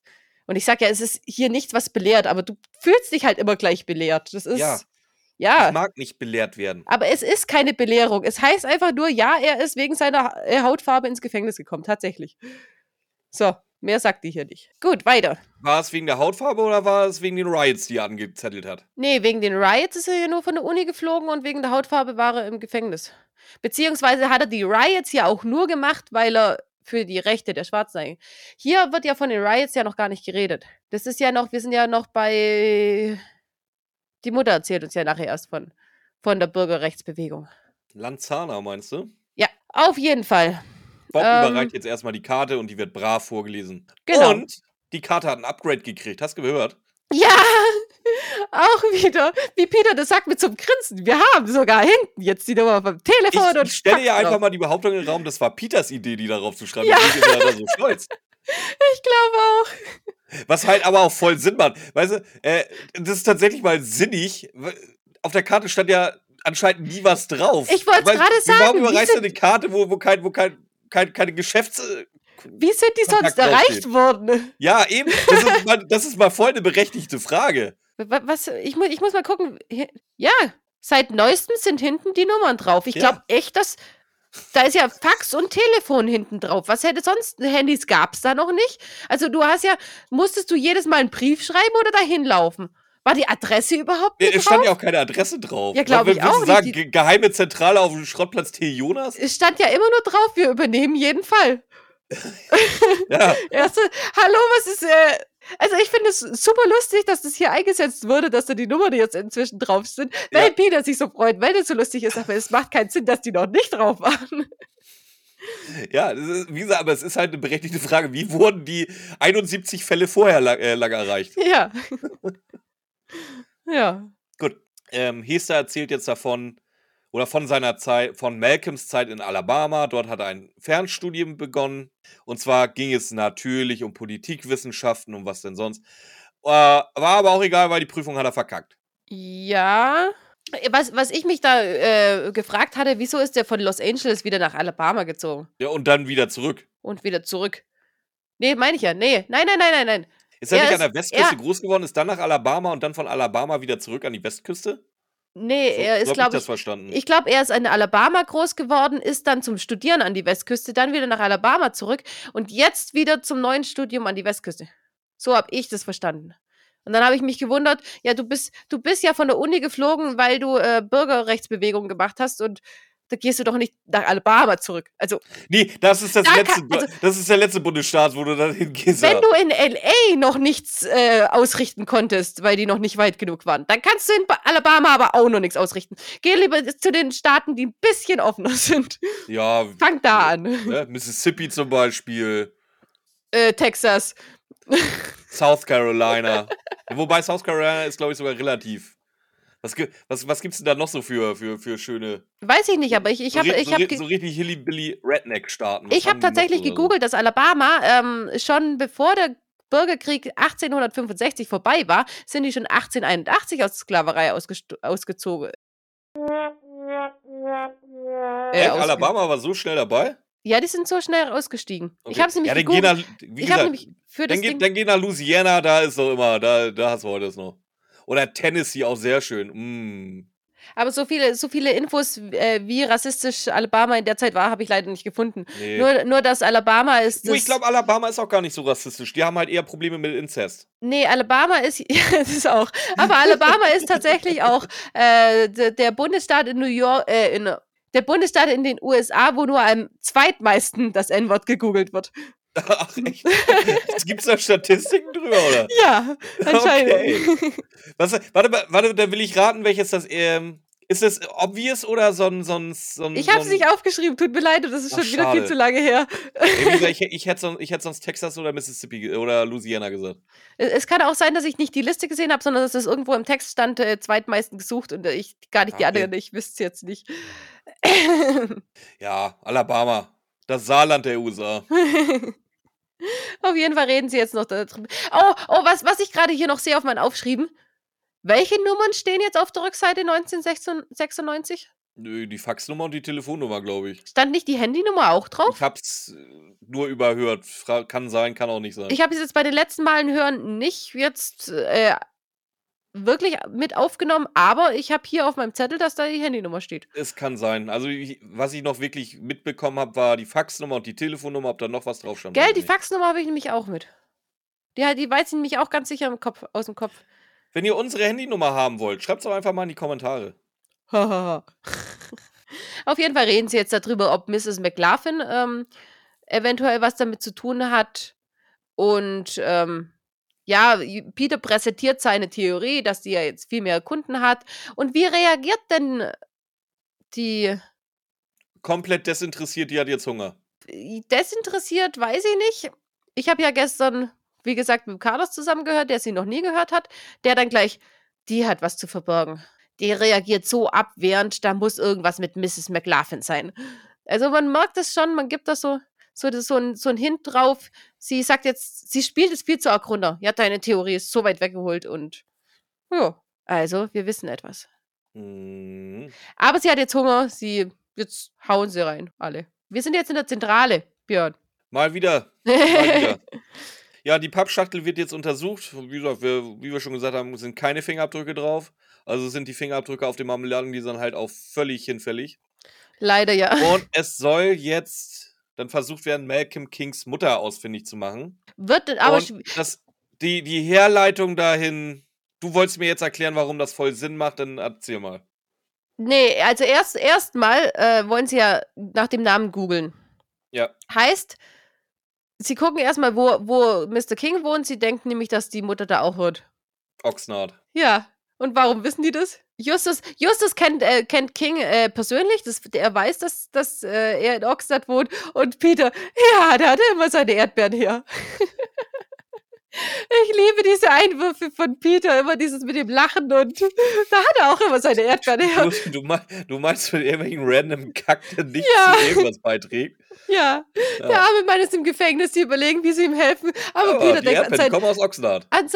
S1: Und ich sag ja, es ist hier nichts, was belehrt, aber du fühlst dich halt immer gleich belehrt. Das ist,
S2: Ja.
S1: ja.
S2: Ich mag nicht belehrt werden.
S1: Aber es ist keine Belehrung. Es heißt einfach nur, ja, er ist wegen seiner Hautfarbe ins Gefängnis gekommen. Tatsächlich. So, mehr sagt die hier nicht. Gut, weiter.
S2: War es wegen der Hautfarbe oder war es wegen den Riots, die er angezettelt hat?
S1: Nee, wegen den Riots ist er ja nur von der Uni geflogen und wegen der Hautfarbe war er im Gefängnis. Beziehungsweise hat er die Riots ja auch nur gemacht, weil er für die Rechte der Schwarzen eingeht. Hier wird ja von den Riots ja noch gar nicht geredet. Das ist ja noch, wir sind ja noch bei... Die Mutter erzählt uns ja nachher erst von der Bürgerrechtsbewegung.
S2: Lanzana, meinst du?
S1: Ja, auf jeden Fall.
S2: Bob überreicht jetzt erstmal die Karte und die wird brav vorgelesen.
S1: Genau.
S2: Und die Karte hat ein Upgrade gekriegt. Hast du gehört?
S1: Ja, auch wieder, wie Peter das sagt mit so einem Grinsen. Wir haben sogar hinten jetzt die Nummer vom Telefon.
S2: Ich stelle ja einfach mal die Behauptung in den Raum, das war Peters Idee, die darauf zu schreiben.
S1: Ja.
S2: Deswegen ist er da so stolz.
S1: Ich glaube auch.
S2: Was halt aber auch voll Sinn macht. Weißt du, das ist tatsächlich mal sinnig. Auf der Karte stand ja anscheinend nie was drauf.
S1: Ich wollte es gerade sagen.
S2: Warum überreichst du eine Karte, wo keine Geschäfts...
S1: Wie sind die sonst erreicht worden?
S2: Ja, eben. Das ist mal voll eine berechtigte Frage.
S1: Was? Ich muss mal gucken. Ja, seit neuestem sind hinten die Nummern drauf. Ich glaube echt, da ist ja Fax und Telefon hinten drauf. Was hätte sonst? Handys gab es da noch nicht. Also musstest du jedes Mal einen Brief schreiben oder dahin laufen? War die Adresse überhaupt nicht drauf?
S2: Es stand ja auch keine Adresse drauf.
S1: Ja, glaube ich auch
S2: sagen, nicht. Geheime Zentrale auf dem Schrottplatz T. Jonas?
S1: Es stand ja immer nur drauf, wir übernehmen jeden Fall.
S2: Ja.
S1: Hallo, was ist, also ich finde es super lustig, dass das hier eingesetzt wurde, dass da die Nummern jetzt inzwischen drauf sind, weil Peter sich so freut, weil das so lustig ist, aber es macht keinen Sinn, dass die noch nicht drauf waren.
S2: Ja, wie gesagt, aber es ist halt eine berechtigte Frage, wie wurden die 71 Fälle vorher lang erreicht?
S1: Ja. Ja.
S2: Gut, Hester erzählt jetzt davon, oder von seiner Zeit, von Malcolms Zeit in Alabama. Dort hat er ein Fernstudium begonnen. Und zwar ging es natürlich um Politikwissenschaften und was denn sonst. War aber auch egal, weil die Prüfung hat er verkackt.
S1: Ja. Was ich mich da gefragt hatte, wieso ist der von Los Angeles wieder nach Alabama gezogen?
S2: Ja, und dann wieder zurück.
S1: Und wieder zurück. Nee, meine ich ja. Nee. Nein.
S2: Ist er nicht an der Westküste groß geworden, ist dann nach Alabama und dann von Alabama wieder zurück an die Westküste?
S1: Nee, er ist, glaube ich glaube, er ist in Alabama groß geworden, ist dann zum Studieren an die Westküste, dann wieder nach Alabama zurück und jetzt wieder zum neuen Studium an die Westküste. So habe ich das verstanden. Und dann habe ich mich gewundert, ja, du bist ja von der Uni geflogen, weil du Bürgerrechtsbewegung gemacht hast und da gehst du doch nicht nach Alabama zurück. Also,
S2: nee, das ist das ist der letzte Bundesstaat, wo du dann hingehst.
S1: Wenn du in L.A. noch nichts ausrichten konntest, weil die noch nicht weit genug waren, dann kannst du in Alabama aber auch noch nichts ausrichten. Geh lieber zu den Staaten, die ein bisschen offener sind.
S2: Ja.
S1: Fang da an.
S2: Mississippi zum Beispiel.
S1: Texas.
S2: South Carolina. Wobei South Carolina ist, glaube ich, sogar relativ. Was gibt's denn da noch so für schöne...
S1: Weiß ich nicht, aber ich habe...
S2: So richtig Hillybilly-Redneck-Staaten.
S1: Ich habe tatsächlich gegoogelt, dass Alabama schon bevor der Bürgerkrieg 1865 vorbei war, sind die schon 1881 aus Sklaverei ausgezogen.
S2: Alabama war so schnell dabei?
S1: Ja, die sind so schnell ausgestiegen.
S2: Okay.
S1: Ich habe es nämlich gegoogelt.
S2: Dann geh nach Louisiana, da ist doch immer, da hast du heute das noch. Oder Tennessee, auch sehr schön.
S1: Aber so viele Infos, wie rassistisch Alabama in der Zeit war, habe ich leider nicht gefunden. Nee. Nur dass Alabama ist...
S2: Ich glaube, Alabama ist auch gar nicht so rassistisch. Die haben halt eher Probleme mit Inzest.
S1: Nee, Alabama ist... Ja, das ist auch. Aber Alabama ist tatsächlich auch der Bundesstaat in New York... der Bundesstaat in den USA, wo nur am zweitmeisten das N-Wort gegoogelt wird.
S2: Ach, echt? Gibt's da Statistiken drüber, oder?
S1: Ja, anscheinend.
S2: Okay. Warte, da will ich raten, welches das, ist das obvious oder so ein...
S1: Ich hab's nicht aufgeschrieben, tut mir leid, das ist schon wieder viel zu lange her.
S2: Ich hätte sonst Texas oder Mississippi oder Louisiana gesagt.
S1: Es kann auch sein, dass ich nicht die Liste gesehen habe, sondern dass es irgendwo im Text stand, zweitmeisten gesucht und ich gar nicht die anderen, ich wüsste es jetzt nicht.
S2: Ja, Alabama. Das Saarland der USA.
S1: Auf jeden Fall reden sie jetzt noch darüber. Oh, was ich gerade hier noch sehe auf meinen Aufschrieben. Welche Nummern stehen jetzt auf der Rückseite 1996?
S2: Nö, die Faxnummer und die Telefonnummer, glaube ich.
S1: Stand nicht die Handynummer auch
S2: Ich
S1: drauf?
S2: hab's nur überhört. Kann sein, kann auch nicht sein.
S1: Ich habe es jetzt bei den letzten Malen hören nicht jetzt wirklich mit aufgenommen, aber ich habe hier auf meinem Zettel, dass da die Handynummer steht.
S2: Es kann sein. Also, was ich noch wirklich mitbekommen habe, war die Faxnummer und die Telefonnummer. Ob da noch was drauf stand, weiß
S1: Gell,
S2: ich
S1: die
S2: nicht.
S1: Faxnummer habe ich nämlich auch mit. Die weiß ich nämlich auch ganz sicher aus dem Kopf.
S2: Wenn ihr unsere Handynummer haben wollt, schreibt's doch einfach mal in die Kommentare.
S1: Hahaha. Auf jeden Fall reden sie jetzt darüber, ob Mrs. McLaughlin eventuell was damit zu tun hat. Und ja, Peter präsentiert seine Theorie, dass die ja jetzt viel mehr Kunden hat. Und wie reagiert denn die
S2: Komplett desinteressiert, die hat jetzt Hunger.
S1: desinteressiert, weiß ich nicht. Ich habe ja gestern, wie gesagt, mit Carlos zusammengehört, der sie noch nie gehört hat. Der dann gleich, die hat was zu verbergen. Die reagiert so abwehrend, da muss irgendwas mit Mrs. McLaughlin sein. Also man merkt es schon, man gibt das so ein Hint drauf. Sie sagt jetzt, sie spielt es viel zu arg runter. Ja, deine Theorie ist so weit weggeholt und ja, also wir wissen etwas.
S2: Mhm.
S1: Aber sie hat jetzt Hunger, jetzt hauen sie rein, alle. Wir sind jetzt in der Zentrale, Björn.
S2: Mal wieder. Mal wieder. Ja, die Pappschachtel wird jetzt untersucht. Wie gesagt, wie wir schon gesagt haben, sind keine Fingerabdrücke drauf. Also sind die Fingerabdrücke auf dem Marmeladengläsern halt auch völlig hinfällig.
S1: Leider ja.
S2: Und es soll jetzt dann versucht werden, Malcolm Kings Mutter ausfindig zu machen.
S1: Wird aber
S2: Und die Herleitung dahin, du wolltest mir jetzt erklären, warum das voll Sinn macht, dann erzähl mal.
S1: nee, also erstmal wollen sie ja nach dem Namen googeln.
S2: Ja.
S1: Heißt, sie gucken erstmal, wo Mr. King wohnt. Sie denken nämlich, dass die Mutter da auch wohnt.
S2: Oxnard.
S1: Ja. Und warum wissen die das? Justus kennt King persönlich. Er weiß, dass er in Oxnard wohnt. Und Peter, ja, der hatte immer seine Erdbeeren her. Ich liebe diese Einwürfe von Peter, immer dieses mit dem Lachen und da hat er auch immer seine Erdbeeren her.
S2: Du meinst mit irgendwelchen random Kack, der nicht
S1: Ja.
S2: zu irgendwas beiträgt?
S1: Ja, der arme Mann ist im Gefängnis, die überlegen, wie sie ihm helfen. Aber Peter
S2: die
S1: denkt
S2: Erdbeeren kommen aus Oxnard.
S1: an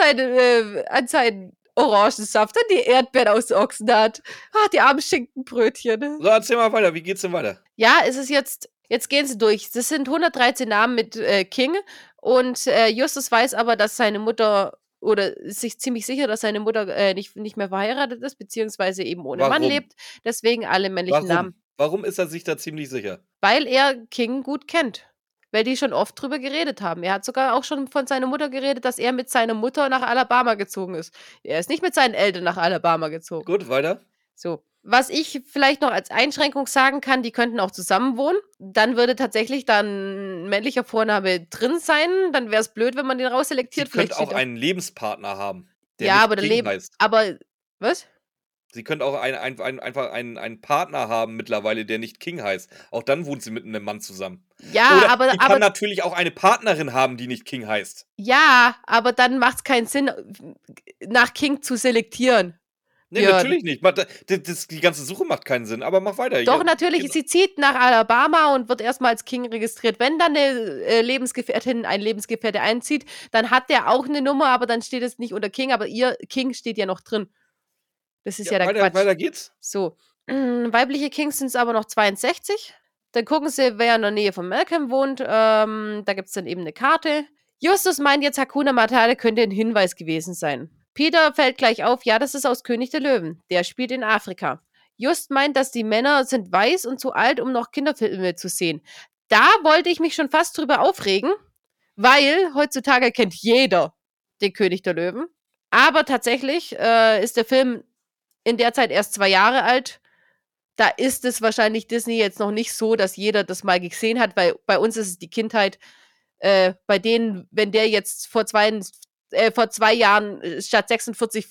S1: seinen Orangensaft, an die Erdbeeren aus Oxnard. Ah, die armen Schinkenbrötchen.
S2: So, erzähl mal weiter. Wie geht's denn weiter?
S1: Ja, es ist jetzt gehen sie durch. Das sind 113 Namen mit King und Justus weiß aber, dass seine Mutter oder ist sich ziemlich sicher, dass seine Mutter nicht mehr verheiratet ist, beziehungsweise eben ohne Mann
S2: Warum?
S1: lebt. Deswegen alle männlichen Namen.
S2: Warum ist er sich da ziemlich sicher?
S1: Weil er King gut kennt. Weil die schon oft drüber geredet haben. Er hat sogar auch schon von seiner Mutter geredet, dass er mit seiner Mutter nach Alabama gezogen ist. Er ist nicht mit seinen Eltern nach Alabama gezogen.
S2: Gut, weiter.
S1: So. Was ich vielleicht noch als Einschränkung sagen kann, die könnten auch zusammen wohnen. Dann würde tatsächlich dann ein männlicher Vorname drin sein. Dann wäre es blöd, wenn man den rausselektiert.
S2: Sie könnte auch einen Lebenspartner haben, der
S1: ja,
S2: nicht
S1: aber
S2: King heißt.
S1: Aber, was?
S2: Sie könnte auch einfach einen Partner haben mittlerweile, der nicht King heißt. Auch dann wohnt sie mit einem Mann zusammen.
S1: Ja,
S2: Oder
S1: aber
S2: sie kann natürlich auch eine Partnerin haben, die nicht King heißt.
S1: Ja, aber dann macht es keinen Sinn, nach King zu selektieren.
S2: Nee,
S1: Björn.
S2: natürlich nicht. Die ganze Suche macht keinen Sinn, aber mach weiter.
S1: Doch, natürlich. Sie zieht nach Alabama und wird erstmal als King registriert. Wenn dann eine Lebensgefährtin, ein Lebensgefährte einzieht, dann hat der auch eine Nummer, aber dann steht es nicht unter King, aber ihr King steht ja noch drin. Das ist ja dann Quatsch.
S2: Weiter geht's.
S1: So. Weibliche Kings sind es aber noch 62. Dann gucken sie, wer in der Nähe von Malcolm wohnt. Da gibt es dann eben eine Karte. Justus meint jetzt, Hakuna Matata könnte ein Hinweis gewesen sein. Peter fällt gleich auf, ja, das ist aus König der Löwen. Der spielt in Afrika. Just meint, dass die Männer sind weiß und zu alt, um noch Kinderfilme zu sehen. Da wollte ich mich schon fast drüber aufregen, weil heutzutage kennt jeder den König der Löwen. Aber tatsächlich ist der Film in der Zeit erst 2 Jahre alt. Da ist es wahrscheinlich Disney jetzt noch nicht so, dass jeder das mal gesehen hat, weil bei uns ist es die Kindheit. Bei denen, wenn der jetzt vor 2 Jahren statt 46,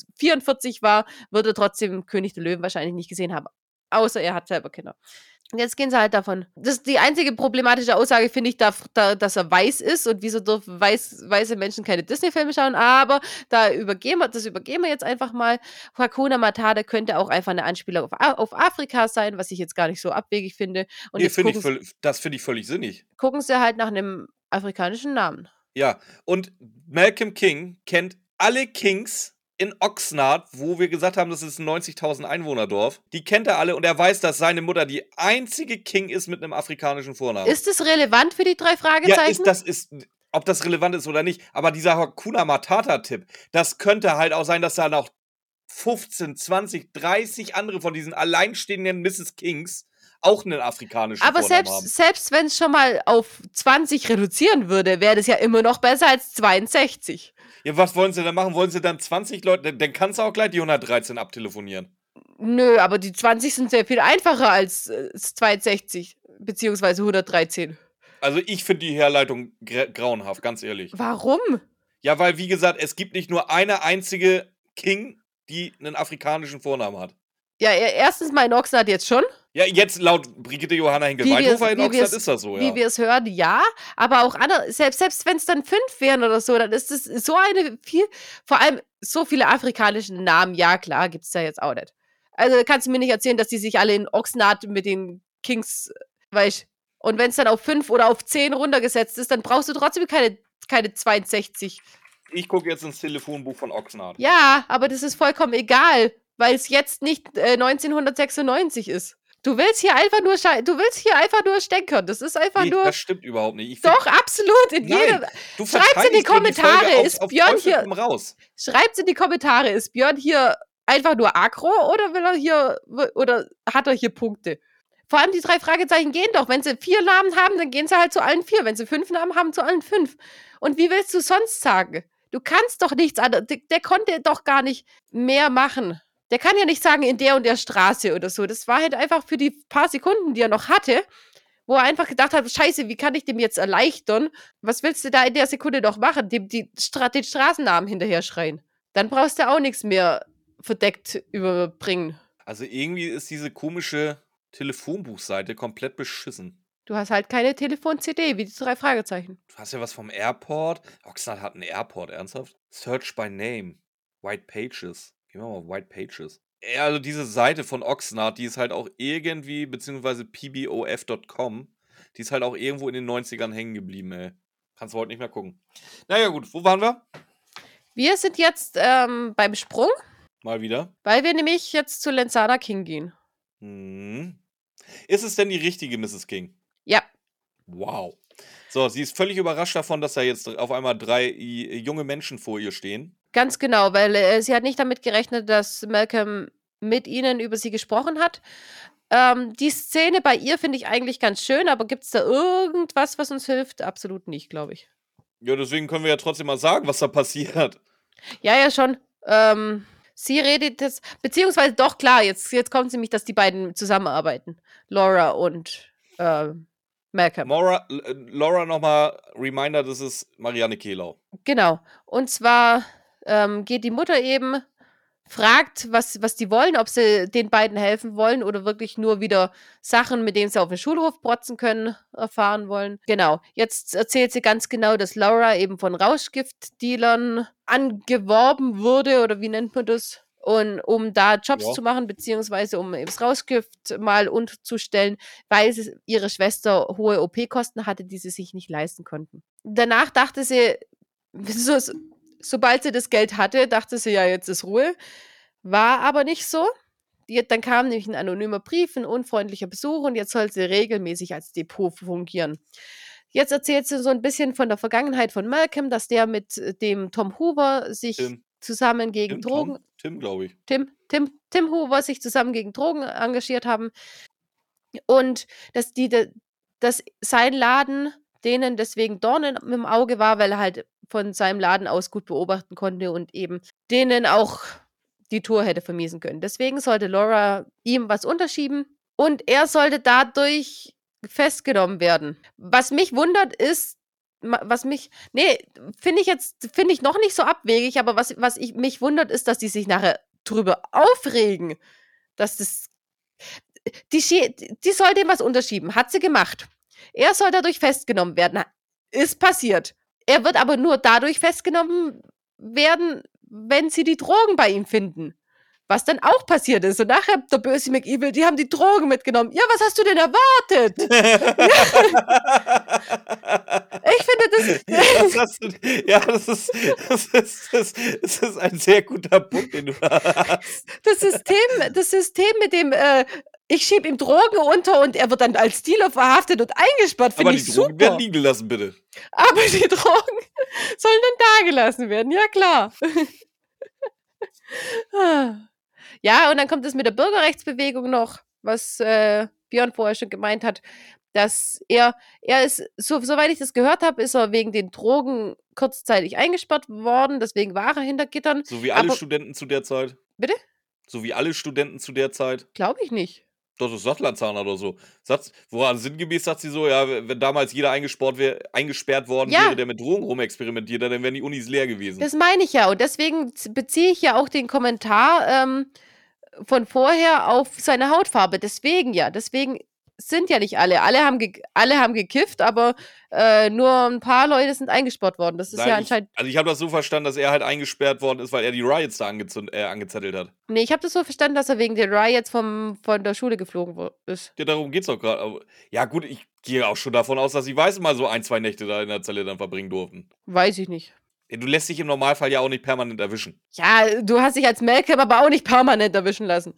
S1: 44 war, würde trotzdem König der Löwen wahrscheinlich nicht gesehen haben. Außer er hat selber Kinder. Und jetzt gehen sie halt davon. Das ist die einzige problematische Aussage, finde ich, dass er weiß ist und wieso dürfen weiße Menschen keine Disney-Filme schauen. Aber das übergehen wir jetzt einfach mal. Hakuna Matata könnte auch einfach eine Anspielung auf Afrika sein, was ich jetzt gar nicht so abwegig finde. Und
S2: das finde ich völlig sinnig.
S1: Gucken sie halt nach einem afrikanischen Namen.
S2: Ja, und Malcolm King kennt alle Kings in Oxnard, wo wir gesagt haben, das ist ein 90.000 Einwohnerdorf. Die kennt er alle und er weiß, dass seine Mutter die einzige King ist mit einem afrikanischen Vornamen.
S1: Ist es relevant für die 3 Fragezeichen?
S2: Ja, ob das relevant ist oder nicht. Aber dieser Hakuna Matata-Tipp, das könnte halt auch sein, dass da noch 15, 20, 30 andere von diesen alleinstehenden Mrs. Kings auch einen afrikanischen
S1: Aber
S2: Vornamen haben.
S1: selbst wenn es schon mal auf 20 reduzieren würde, wäre das ja immer noch besser als 62.
S2: Ja, was wollen sie denn machen? Wollen sie dann 20 Leute? Dann kannst du auch gleich die 113 abtelefonieren.
S1: Nö, aber die 20 sind sehr viel einfacher als 62, beziehungsweise 113.
S2: Also ich finde die Herleitung grauenhaft, ganz ehrlich.
S1: Warum?
S2: Ja, weil, wie gesagt, es gibt nicht nur eine einzige King, die einen afrikanischen Vornamen hat.
S1: Ja, erstens mal in Oxnard jetzt schon.
S2: Ja, jetzt laut Brigitte Johanna Henkel-Weidhofer in Oxnard ist das so, ja.
S1: Wie wir es hören, ja. Aber auch andere, selbst wenn es dann 5 wären oder so, dann ist es so vor allem so viele afrikanische Namen, ja klar, gibt es da jetzt auch nicht. Also kannst du mir nicht erzählen, dass die sich alle in Oxnard mit den Kings, weißt. Und wenn es dann auf 5 oder auf 10 runtergesetzt ist, dann brauchst du trotzdem keine 62.
S2: Ich gucke jetzt ins Telefonbuch von Oxnard.
S1: Ja, aber das ist vollkommen egal, weil es jetzt nicht 1996 ist. Du willst hier einfach nur stänkern. Das ist einfach nur.
S2: Das stimmt überhaupt nicht.
S1: Doch, absolut. Schreibt's in die Kommentare. Ist Björn hier. Schreibt's in die Kommentare. Ist Björn hier einfach nur aggro oder hat er hier Punkte? Vor allem die 3 Fragezeichen gehen doch. Wenn sie 4 Namen haben, dann gehen sie halt zu allen 4. Wenn sie 5 Namen haben, zu allen 5. Und wie willst du sonst sagen? Du kannst doch nichts anderes. Der konnte doch gar nicht mehr machen. Der kann ja nicht sagen, in der und der Straße oder so. Das war halt einfach für die paar Sekunden, die er noch hatte, wo er einfach gedacht hat, scheiße, wie kann ich dem jetzt erleichtern? Was willst du da in der Sekunde noch machen? Den Straßennamen hinterher schreien. Dann brauchst du auch nichts mehr verdeckt überbringen.
S2: Also irgendwie ist diese komische Telefonbuchseite komplett beschissen.
S1: Du hast halt keine Telefon-CD, wie die 3 Fragezeichen.
S2: Du hast ja was vom Airport. Oxnard hat einen Airport, ernsthaft? Search by Name. White Pages. Gehen wir mal auf White Pages. Ja, also diese Seite von Oxnard, die ist halt auch irgendwie, beziehungsweise pbof.com, die ist halt auch irgendwo in den 90ern hängen geblieben, ey. Kannst du heute nicht mehr gucken. Naja, gut, wo waren wir?
S1: Wir sind jetzt beim Sprung.
S2: Mal wieder.
S1: Weil wir nämlich jetzt zu Lensana King gehen.
S2: Ist es denn die richtige Mrs. King?
S1: Ja.
S2: Wow. So, sie ist völlig überrascht davon, dass da jetzt auf einmal 3 junge Menschen vor ihr stehen.
S1: Ganz genau, weil sie hat nicht damit gerechnet, dass Malcolm mit ihnen über sie gesprochen hat. Die Szene bei ihr finde ich eigentlich ganz schön, aber gibt es da irgendwas, was uns hilft? Absolut nicht, glaube ich.
S2: Ja, deswegen können wir ja trotzdem mal sagen, was da passiert.
S1: Ja, schon. Sie redet jetzt, beziehungsweise doch, klar, jetzt kommt es nämlich, dass die beiden zusammenarbeiten. Laura und Malcolm.
S2: Laura nochmal Reminder, das ist Marianne Kehlau.
S1: Genau. Und zwar geht die Mutter eben, fragt, was die wollen, ob sie den beiden helfen wollen oder wirklich nur wieder Sachen, mit denen sie auf den Schulhof protzen können, erfahren wollen. Genau. Jetzt erzählt sie ganz genau, dass Laura eben von Rauschgiftdealern angeworben wurde, oder wie nennt man das? Und um da Jobs zu machen, beziehungsweise um eben das Rauschgift mal unterzustellen, weil ihre Schwester hohe OP-Kosten hatte, die sie sich nicht leisten konnten. Danach dachte sie, sobald sie das Geld hatte, dachte sie, ja, jetzt ist Ruhe. War aber nicht so. Dann kam nämlich ein anonymer Brief, ein unfreundlicher Besuch und jetzt soll sie regelmäßig als Depot fungieren. Jetzt erzählt sie so ein bisschen von der Vergangenheit von Malcolm, dass der mit dem Tom Hoover sich zusammen gegen Drogen...
S2: Tim, glaube ich.
S1: Tim Hoover sich zusammen gegen Drogen engagiert haben und dass sein Laden denen deswegen Dornen im Auge war, weil er halt von seinem Laden aus gut beobachten konnte und eben denen auch die Tour hätte vermiesen können. Deswegen sollte Laura ihm was unterschieben und er sollte dadurch festgenommen werden. Was mich wundert ist, finde ich noch nicht so abwegig, aber was mich wundert ist, dass die sich nachher drüber aufregen, dass das die soll dem was unterschieben. Hat sie gemacht. Er soll dadurch festgenommen werden. Ist passiert. Er wird aber nur dadurch festgenommen werden, wenn sie die Drogen bei ihm finden. Was dann auch passiert ist. Und nachher, der böse McEvil, die haben die Drogen mitgenommen. Ja, was hast du denn erwartet? Ich finde
S2: Das hast du, ja, das ist ein sehr guter Punkt, den du da hast.
S1: das System mit dem, ich schiebe ihm Drogen unter und er wird dann als Dealer verhaftet und eingesperrt,
S2: Aber
S1: finde
S2: die
S1: ich
S2: Drogen werden
S1: super.
S2: liegen gelassen, bitte.
S1: Aber die Drogen sollen dann dagelassen werden, ja klar. Ja, und dann kommt es mit der Bürgerrechtsbewegung noch, was Björn vorher schon gemeint hat, dass er ist, soweit ich das gehört habe, ist er wegen den Drogen kurzzeitig eingesperrt worden, deswegen war er hinter Gittern.
S2: So wie alle
S1: Aber,
S2: Studenten zu der Zeit.
S1: bitte?
S2: So wie alle Studenten zu der Zeit.
S1: Glaube ich nicht.
S2: Das ist Sattlanzahner oder so. Woran sinngemäß sagt sie so, ja, wenn damals jeder eingesperrt worden
S1: Ja.
S2: wäre, der mit Drogen rumexperimentiert hat, dann wären die Unis leer gewesen.
S1: Das meine ich ja. Und deswegen beziehe ich ja auch den Kommentar von vorher auf seine Hautfarbe. Deswegen sind ja nicht alle. Alle haben gekifft, aber nur ein paar Leute sind eingesperrt worden. Das ist ja anscheinend.
S2: Also ich habe das so verstanden, dass er halt eingesperrt worden ist, weil er die Riots da angezettelt hat.
S1: Nee, ich habe das so verstanden, dass er wegen der Riots von der Schule geflogen ist.
S2: Ja, darum geht's doch gerade. Ja gut, ich gehe auch schon davon aus, dass die Weißen mal so 1-2 Nächte da in der Zelle dann verbringen durften.
S1: Weiß ich nicht.
S2: Ja, du lässt dich im Normalfall ja auch nicht permanent erwischen.
S1: Ja, du hast dich als Malcolm aber auch nicht permanent erwischen lassen.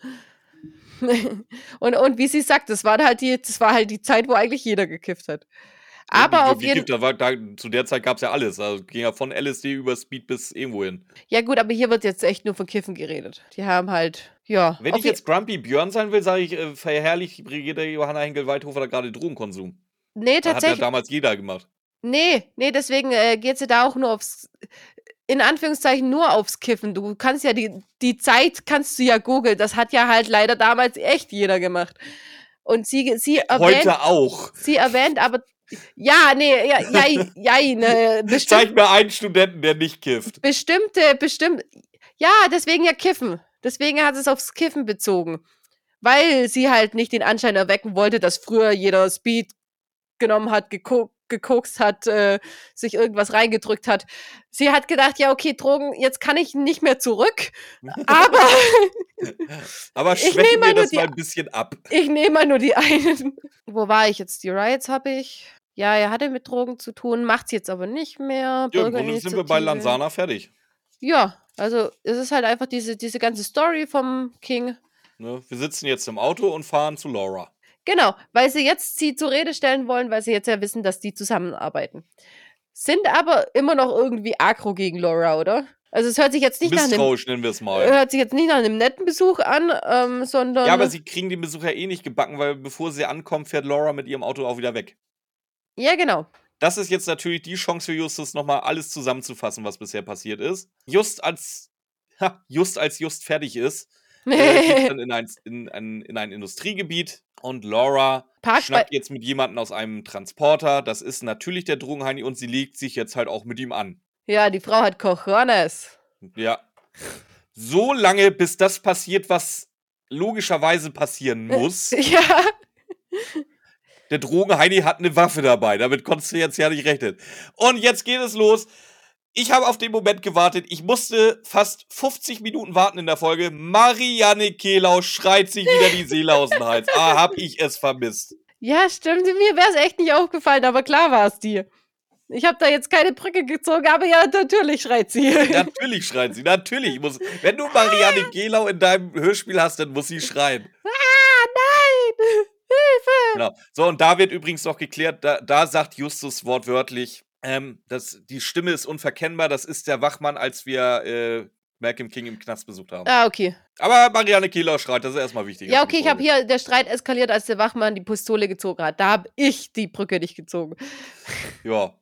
S1: und wie sie sagt, das war halt die Zeit, wo eigentlich jeder gekifft hat. Aber auf jeden
S2: Fall. Zu der Zeit gab es ja alles. Also ging ja von LSD über Speed bis irgendwo hin.
S1: Ja, gut, aber hier wird jetzt echt nur von Kiffen geredet. Die haben halt, ja.
S2: Wenn ich jetzt Grumpy Björn sein will, sage ich, verherrlicht Brigitte Johanna Henkel-Weithofer da gerade Drogenkonsum.
S1: Nee, tatsächlich.
S2: Hat ja damals jeder gemacht.
S1: Nee, deswegen geht sie da auch nur in Anführungszeichen nur aufs Kiffen. Du kannst ja die Zeit kannst du ja googeln. Das hat ja halt leider damals echt jeder gemacht. Und sie erwähnt.
S2: Heute auch.
S1: Sie erwähnt aber. Ja, nee, bestimmt.
S2: Zeig mir einen Studenten, der nicht kifft.
S1: Bestimmt. Ja, deswegen ja Kiffen. Deswegen hat es aufs Kiffen bezogen. Weil sie halt nicht den Anschein erwecken wollte, dass früher jeder Speed genommen hat, gekokst hat, sich irgendwas reingedrückt hat. Sie hat gedacht, ja, okay, Drogen, jetzt kann ich nicht mehr zurück,
S2: aber schwäche mir das mal ein bisschen ab.
S1: Ich nehme mal nur die einen. Wo war ich jetzt? Die Riots habe ich. Ja, er hatte mit Drogen zu tun, macht's jetzt aber nicht mehr.
S2: Ja, im Grunde sind wir bei Lanzana fertig.
S1: Ja, also es ist halt einfach diese ganze Story vom King.
S2: Ne, wir sitzen jetzt im Auto und fahren zu Laura.
S1: Genau, weil sie jetzt sie zur Rede stellen wollen, weil sie jetzt ja wissen, dass die zusammenarbeiten. Sind aber immer noch irgendwie aggro gegen Laura, oder? Also es hört sich jetzt nicht
S2: misstrauisch nennen wir es mal.
S1: Hört sich jetzt nicht nach einem netten Besuch an, sondern...
S2: Ja, aber sie kriegen den Besuch ja eh nicht gebacken, weil bevor sie ankommt, fährt Laura mit ihrem Auto auch wieder weg.
S1: Ja, genau. Das
S2: ist jetzt natürlich die Chance für Justus, nochmal alles zusammenzufassen, was bisher passiert ist. Just als Just fertig ist, geht dann in ein Industriegebiet und Laura schnappt jetzt mit jemandem aus einem Transporter. Das ist natürlich der Drogenheini und sie legt sich jetzt halt auch mit ihm an.
S1: Ja, die Frau hat Cojones.
S2: Ja. So lange, bis das passiert, was logischerweise passieren muss.
S1: Ja.
S2: Der Drogenheini hat eine Waffe dabei. Damit konntest du jetzt ja nicht rechnen. Und jetzt geht es los. Ich habe auf den Moment gewartet. Ich musste fast 50 Minuten warten in der Folge. Marianne Kehlau schreit sich wieder die Seele aus dem Hals. Hab ich es vermisst.
S1: Ja, stimmt. Mir wäre es echt nicht aufgefallen, aber klar war es die. Ich habe da jetzt keine Brücke gezogen, aber ja, natürlich schreit sie.
S2: Natürlich schreit sie, natürlich. Wenn du Marianne Kehlau in deinem Hörspiel hast, dann muss sie schreien.
S1: Nein! Hilfe!
S2: Genau. So, und da wird übrigens noch geklärt, da sagt Justus wortwörtlich, die Stimme ist unverkennbar, das ist der Wachmann, als wir Malcolm King im Knast besucht haben.
S1: Ah, okay.
S2: Aber Marianne Kehlau schreit, das ist erstmal wichtig.
S1: Ja, okay, ich habe hier, der Streit eskaliert, als der Wachmann die Pistole gezogen hat. Da habe ich die Brücke nicht gezogen.
S2: Ja,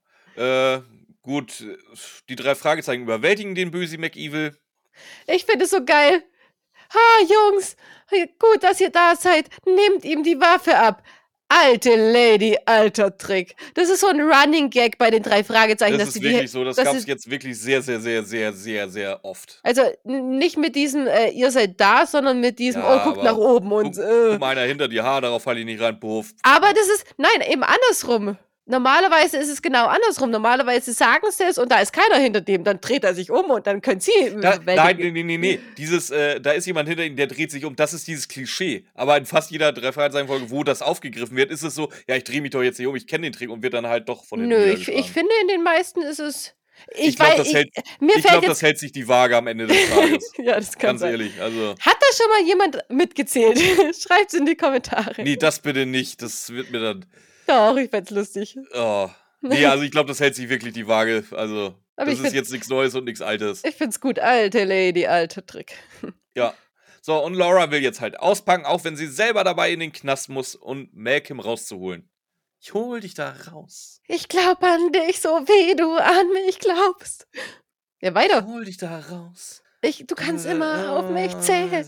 S2: gut, die 3 Fragezeichen überwältigen den Bösi McEvil.
S1: Ich finde es so geil. Ha, Jungs, gut, dass ihr da seid. Nehmt ihm die Waffe ab. Alte Lady, alter Trick. Das ist so ein Running Gag bei den 3 Fragezeichen.
S2: Das ist wirklich so, das gab es jetzt wirklich sehr, sehr, sehr, sehr, sehr, sehr oft.
S1: Also nicht mit diesem, ihr seid da, sondern mit diesem, ja, guckt nach oben und...
S2: Guck mal einer hinter dir, darauf falle ich nicht rein, Puff.
S1: Aber das ist, nein, eben andersrum. Normalerweise ist es genau andersrum. Normalerweise sagen sie es und da ist keiner hinter dem. Dann dreht er sich um und dann können sie
S2: Nein, nee. Da ist jemand hinter ihm, der dreht sich um. Das ist dieses Klischee. Aber in fast jeder Drei-Fragezeichen-Folge, wo das aufgegriffen wird, ist es so, ja, ich drehe mich doch jetzt nicht um, ich kenne den Trick und wird dann halt doch von hinten
S1: Nö,
S2: niedergeschlagen.
S1: ich finde, in den meisten ist es.
S2: Ich glaube, das hält sich die Waage am Ende des Tages.
S1: Ja, das kann
S2: Ganz
S1: sein.
S2: ehrlich, also.
S1: Hat da schon mal jemand mitgezählt? Schreibt's in die Kommentare.
S2: Nee, das bitte nicht. Das wird mir dann.
S1: Doch, ich fänd's lustig.
S2: Oh. Nee, also ich glaube, das hält sich wirklich die Waage. Also,
S1: Aber
S2: das ist jetzt nichts Neues und nichts Altes.
S1: Ich find's gut. Alte Lady, alter Trick.
S2: Ja. So, und Laura will jetzt halt auspacken, auch wenn sie selber dabei in den Knast muss, um Malcolm rauszuholen. Ich hol dich da raus.
S1: Ich glaub an dich, so wie du an mich glaubst. Ja, weiter.
S2: Ich hol dich da raus.
S1: Du kannst immer auf mich zählen.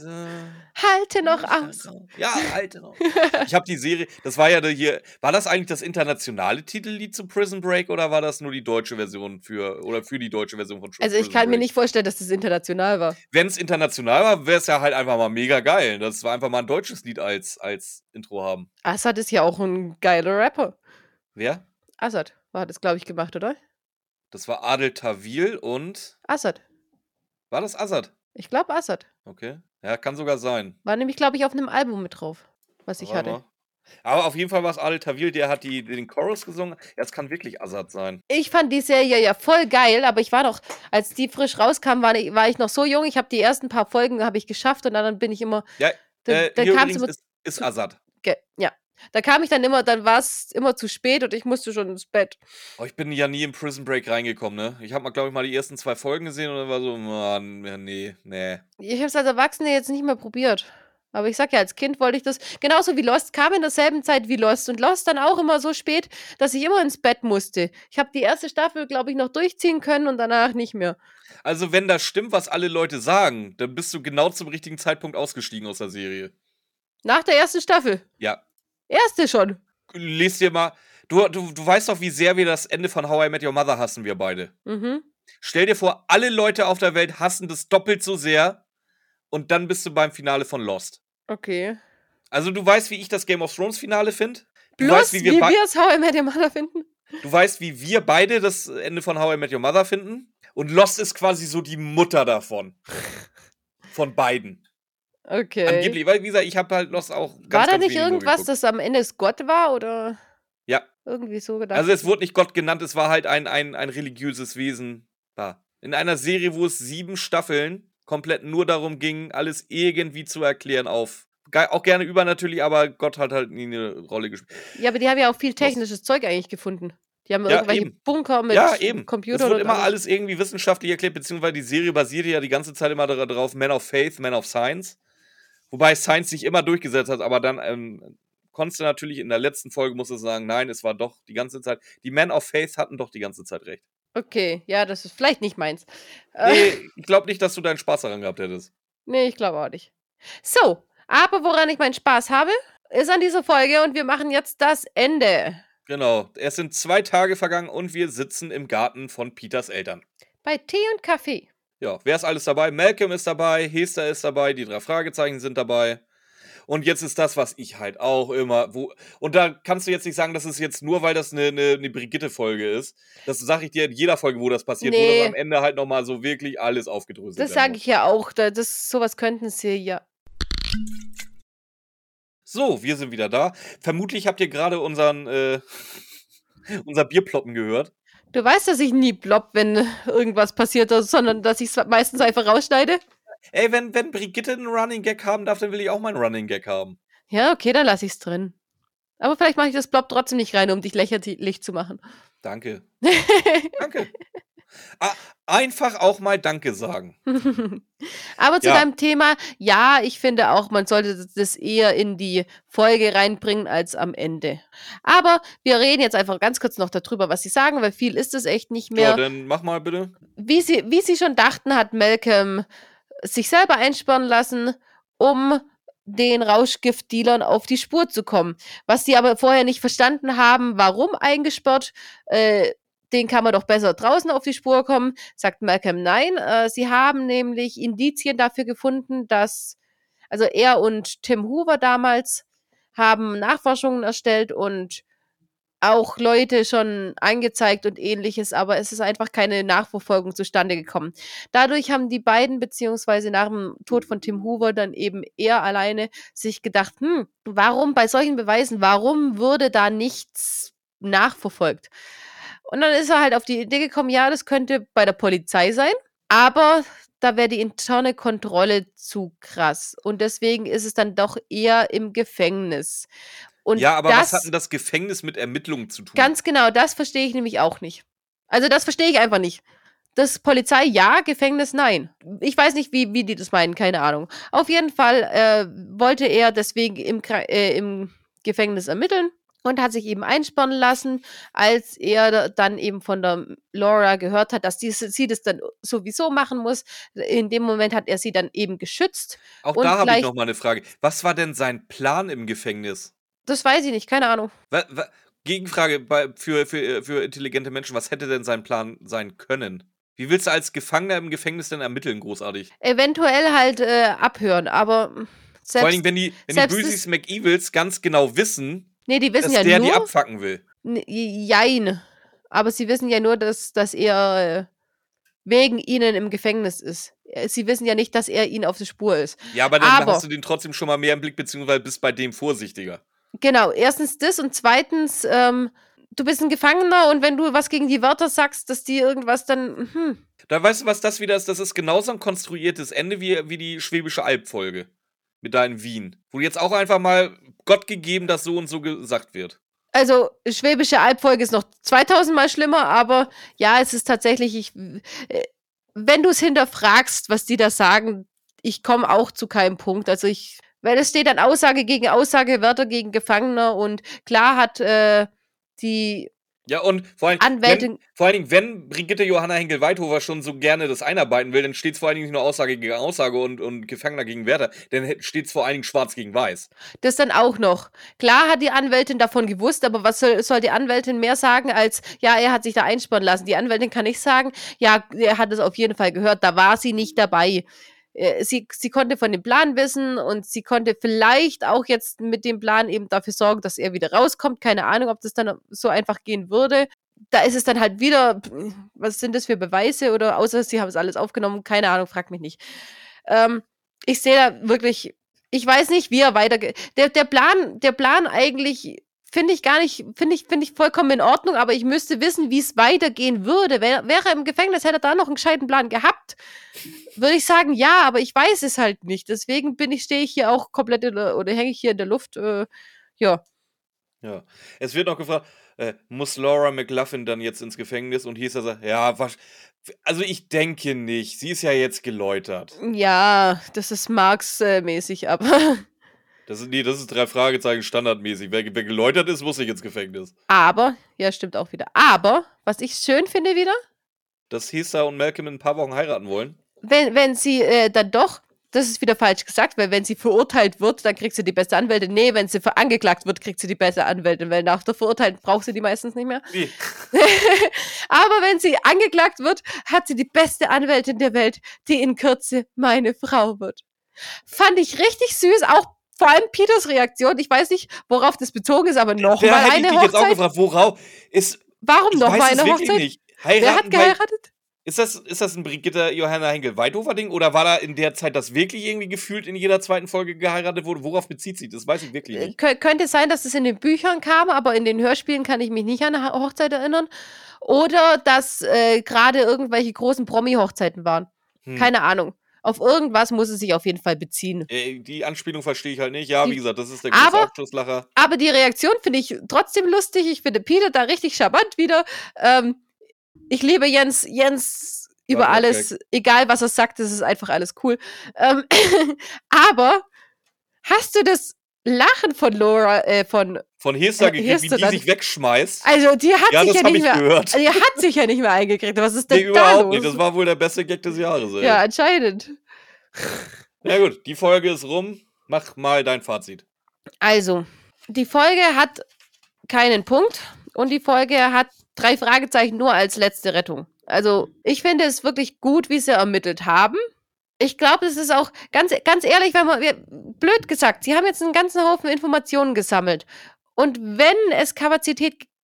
S1: Halte noch aus.
S2: Ja, halte noch. Ich habe die Serie, das war ja hier, war das eigentlich das internationale Titellied zu Prison Break oder war das nur die deutsche Version für die deutsche Version von Prison Break?
S1: Also ich kann mir nicht vorstellen, dass das international war.
S2: Wenn es international war, wäre es ja halt einfach mal mega geil. Das war einfach mal ein deutsches Lied als Intro haben.
S1: Assad ist ja auch ein geiler Rapper.
S2: Wer?
S1: Assad hat das, glaube ich, gemacht, oder?
S2: Das war Adel Tawil und...
S1: Assad.
S2: War das Assad?
S1: Ich glaube Assad.
S2: Okay. Ja, kann sogar sein.
S1: War nämlich, glaube ich, auf einem Album mit drauf, was ich hatte.
S2: Aber auf jeden Fall war es Adel Tawil, der hat den Chorus gesungen. Ja, es kann wirklich Assad sein.
S1: Ich fand die Serie ja voll geil, aber ich war noch, als die frisch rauskam, war ich noch so jung. Ich habe die ersten paar Folgen habe ich geschafft und dann bin ich immer...
S2: Ja,
S1: dann
S2: hier
S1: kam's
S2: übrigens ist Assad.
S1: Ja. Da kam ich dann immer, dann war es immer zu spät und ich musste schon ins Bett.
S2: Oh, ich bin ja nie in Prison Break reingekommen, ne? Ich habe mal, glaube ich, mal die ersten 2 Folgen gesehen und dann war so, Mann, ja, nee.
S1: Ich habe es als Erwachsene jetzt nicht mehr probiert. Aber ich sag ja, als Kind wollte ich das, genauso wie Lost, kam in derselben Zeit wie Lost. Und Lost dann auch immer so spät, dass ich immer ins Bett musste. Ich habe die erste Staffel, glaube ich, noch durchziehen können und danach nicht mehr.
S2: Also, wenn das stimmt, was alle Leute sagen, dann bist du genau zum richtigen Zeitpunkt ausgestiegen aus der Serie.
S1: Nach der ersten Staffel?
S2: Ja.
S1: Erste schon.
S2: Lies dir mal. Du weißt doch, wie sehr wir das Ende von How I Met Your Mother hassen, wir beide.
S1: Mhm.
S2: Stell dir vor, alle Leute auf der Welt hassen das doppelt so sehr und dann bist du beim Finale von Lost.
S1: Okay.
S2: Also du weißt, wie ich das Game of Thrones Finale finde.
S1: Bloß, wie wir es How I Met Your Mother finden.
S2: Du weißt, wie wir beide das Ende von How I Met Your Mother finden. Und Lost ist quasi so die Mutter davon. Von beiden.
S1: Okay.
S2: Angeblich, weil, wie gesagt, ich habe halt Lost auch ganz,
S1: war da
S2: ganz
S1: nicht irgendwas, das am Ende Gott war, oder?
S2: Ja.
S1: Irgendwie so gedacht.
S2: Also es wurde nicht Gott genannt, es war halt ein religiöses Wesen. In einer Serie, wo es 7 Staffeln komplett nur darum ging, alles irgendwie zu erklären auf. Auch gerne übernatürlich, aber Gott hat halt nie eine Rolle gespielt.
S1: Ja, aber die haben ja auch viel technisches Zeug eigentlich gefunden. Die haben irgendwelche Bunker mit Computern.
S2: Es wird immer alles irgendwie wissenschaftlich erklärt, beziehungsweise die Serie basierte ja die ganze Zeit immer darauf, Man of Faith, Man of Science. Wobei Science sich immer durchgesetzt hat, aber dann konntest du natürlich in der letzten Folge, musst du sagen, nein, es war doch die ganze Zeit, die Men of Faith hatten doch die ganze Zeit recht.
S1: Okay, ja, das ist vielleicht nicht meins.
S2: Nee, ich glaube nicht, dass du deinen Spaß daran gehabt hättest.
S1: Nee, ich glaube auch nicht. So, aber woran ich meinen Spaß habe, ist an dieser Folge und wir machen jetzt das Ende.
S2: Genau, es sind 2 Tage vergangen und wir sitzen im Garten von Peters Eltern.
S1: Bei Tee und Kaffee.
S2: Ja, wer ist alles dabei? Malcolm ist dabei, Hester ist dabei, die 3 Fragezeichen sind dabei. Und jetzt ist das, was ich halt auch immer, und da kannst du jetzt nicht sagen, das ist jetzt nur, weil das eine Brigitte-Folge ist. Das sage ich dir in jeder Folge, wo das passiert, wo das am Ende halt nochmal so wirklich alles aufgedröselt wird.
S1: Das sage ich ja auch, sowas könnten sie ja.
S2: So, wir sind wieder da. Vermutlich habt ihr gerade unser Bierploppen gehört.
S1: Du weißt, dass ich nie plopp, wenn irgendwas passiert, sondern dass ich es meistens einfach rausschneide?
S2: Ey, wenn Brigitte einen Running Gag haben darf, dann will ich auch meinen Running Gag haben.
S1: Ja, okay, dann lasse ich es drin. Aber vielleicht mache ich das Plop trotzdem nicht rein, um dich lächerlich zu machen.
S2: Danke. Danke. Einfach auch mal Danke sagen.
S1: Aber zu deinem Thema, ja, ich finde auch, man sollte das eher in die Folge reinbringen als am Ende. Aber wir reden jetzt einfach ganz kurz noch darüber, was sie sagen, weil viel ist es echt nicht mehr.
S2: Ja, dann mach mal bitte.
S1: Wie sie schon dachten, hat Malcolm sich selber einsperren lassen, um den Rauschgiftdealern auf die Spur zu kommen. Was sie aber vorher nicht verstanden haben, warum eingesperrt, den kann man doch besser draußen auf die Spur kommen, sagt Malcolm nein. Sie haben nämlich Indizien dafür gefunden, dass, also er und Tim Hoover damals haben Nachforschungen erstellt und auch Leute schon angezeigt und Ähnliches, aber es ist einfach keine Nachverfolgung zustande gekommen. Dadurch haben die beiden, beziehungsweise nach dem Tod von Tim Hoover, dann eben er alleine sich gedacht, warum bei solchen Beweisen, warum wurde da nichts nachverfolgt? Und dann ist er halt auf die Idee gekommen, ja, das könnte bei der Polizei sein, aber da wäre die interne Kontrolle zu krass. Und deswegen ist es dann doch eher im Gefängnis. Und
S2: Ja, aber was hat denn
S1: das,
S2: das Gefängnis mit Ermittlungen zu tun?
S1: ganz genau, das verstehe ich nämlich auch nicht. Also das verstehe ich einfach nicht. Das Polizei ja, Gefängnis nein. Ich weiß nicht, wie die das meinen, keine Ahnung. Auf jeden Fall wollte er deswegen im Gefängnis ermitteln und hat sich eben einsperren lassen, als er dann eben von der Laura gehört hat, dass sie das dann sowieso machen muss. In dem Moment hat er sie dann eben geschützt.
S2: Auch
S1: Und
S2: da habe ich
S1: gleich,
S2: noch mal eine Frage. Was war denn sein Plan im Gefängnis?
S1: das weiß ich nicht, keine Ahnung.
S2: Gegenfrage für intelligente Menschen. Was hätte denn sein Plan sein können? Wie willst du als Gefangener im Gefängnis denn ermitteln, großartig?
S1: Eventuell halt abhören, aber
S2: Vor allen Dingen,
S1: selbst,
S2: wenn die
S1: selbst
S2: Bösis McEvils ganz genau wissen,
S1: nee, die wissen
S2: dass
S1: ja
S2: der die
S1: nur,
S2: abfacken will.
S1: jein, aber sie wissen ja nur, dass er wegen ihnen im Gefängnis ist. Sie wissen ja nicht, dass er ihnen auf der Spur ist.
S2: Ja, aber dann hast
S1: Aber,
S2: du den trotzdem schon mal mehr im Blick, beziehungsweise bist bei dem vorsichtiger.
S1: genau, erstens das und zweitens, du bist ein Gefangener und wenn du was gegen die Wörter sagst, dass die irgendwas dann,
S2: Da weißt du, was das wieder ist? Das ist genauso ein konstruiertes Ende wie die Schwäbische Alb-Folge. Mit da in Wien. Wo jetzt auch einfach mal Gott gegeben, dass so und so gesagt wird.
S1: Also, Schwäbische Albfolge ist noch 2000 Mal schlimmer, aber ja, es ist tatsächlich, wenn du es hinterfragst, was die da sagen, ich komme auch zu keinem Punkt. Also weil es steht dann Aussage gegen Aussage, Wörter gegen Gefangener und klar hat die
S2: Ja, und vor allen
S1: Anwältin,
S2: Dingen, wenn Brigitte Johanna Henkel-Weithofer schon so gerne das einarbeiten will, dann steht es vor allen Dingen nicht nur Aussage gegen Aussage und Gefangener gegen Wärter, dann steht es vor allen Dingen schwarz gegen weiß.
S1: das dann auch noch. Klar hat die Anwältin davon gewusst, aber was soll die Anwältin mehr sagen als, ja, er hat sich da einsperren lassen. Die Anwältin kann nicht sagen, ja, er hat es auf jeden Fall gehört, da war sie nicht dabei. Sie konnte von dem Plan wissen und sie konnte vielleicht auch jetzt mit dem Plan eben dafür sorgen, dass er wieder rauskommt. Keine Ahnung, ob das dann so einfach gehen würde. Da ist es dann halt wieder, was sind das für Beweise oder außer sie haben es alles aufgenommen, keine Ahnung, frag mich nicht. Ich sehe da wirklich, ich weiß nicht, wie er weitergeht. Der Plan eigentlich finde ich gar nicht, finde ich vollkommen in Ordnung, aber ich müsste wissen, wie es weitergehen würde. Wäre er im Gefängnis, hätte er da noch einen gescheiten Plan gehabt, würde ich sagen, ja, aber ich weiß es halt nicht. Deswegen stehe ich hier auch komplett oder hänge ich hier in der Luft. Ja.
S2: Ja. Es wird noch gefragt, muss Laura McLaughlin dann jetzt ins Gefängnis? Und hier ist er so, ja, also ich denke nicht. Sie ist ja jetzt geläutert.
S1: Ja, das ist Marx-mäßig, aber.
S2: Das ist 3 Fragezeichen standardmäßig. Wer geläutert ist, muss nicht ins Gefängnis.
S1: Aber, ja, stimmt auch wieder. Aber, was ich schön finde wieder,
S2: Dass Hesa und Malcolm in ein paar Wochen heiraten wollen.
S1: wenn sie dann doch, das ist wieder falsch gesagt, weil wenn sie verurteilt wird, dann kriegt sie die beste Anwältin. Nee, wenn sie angeklagt wird, kriegt sie die beste Anwältin, weil nach der Verurteilung braucht sie die meistens nicht mehr.
S2: Wie?
S1: Aber wenn sie angeklagt wird, hat sie die beste Anwältin der Welt, die in Kürze meine Frau wird. Fand ich richtig süß, auch vor allem Peters Reaktion. Ich weiß nicht, worauf das bezogen ist, aber nochmal eine
S2: hätte ich dich jetzt auch
S1: Hochzeit.
S2: gefragt, worauf ist.
S1: Warum
S2: Ich
S1: nochmal
S2: weiß es
S1: eine
S2: wirklich
S1: Hochzeit?
S2: nicht.
S1: Wer hat geheiratet?
S2: Ist das ein Brigitte Johanna Henkel-Weithofer-Ding oder war da in der Zeit das wirklich irgendwie gefühlt in jeder zweiten Folge geheiratet wurde? Worauf bezieht sich das? Weiß ich wirklich nicht.
S1: Könnte sein, dass es in den Büchern kam, aber in den Hörspielen kann ich mich nicht an eine Hochzeit erinnern. Oder dass gerade irgendwelche großen Promi-Hochzeiten waren. Keine Ahnung. Auf irgendwas muss es sich auf jeden Fall beziehen.
S2: Die Anspielung verstehe ich halt nicht. Ja, wie gesagt, das ist der große Abschlusslacher.
S1: Aber die Reaktion finde ich trotzdem lustig. Ich finde Peter da richtig charmant wieder. Ich liebe Jens über alles. Egal, was er sagt, das ist einfach alles cool. Aber hast du das Lachen von Laura, von
S2: Hesa gekriegt, wie die sich wegschmeißt?
S1: Also, die hat sich ja nicht mehr
S2: gehört.
S1: Die hat sich ja nicht mehr eingekriegt. Was ist denn da
S2: überhaupt
S1: los?
S2: nicht. Das war wohl der beste Gag des Jahres, ey.
S1: Ja, anscheinend.
S2: Na gut, die Folge ist rum. Mach mal dein Fazit.
S1: Also, die Folge hat keinen Punkt und die Folge hat 3 Fragezeichen nur als letzte Rettung. Also, ich finde es wirklich gut, wie sie ermittelt haben. Ich glaube, es ist auch, ganz ehrlich, blöd gesagt, sie haben jetzt einen ganzen Haufen Informationen gesammelt. Und wenn es Kapazität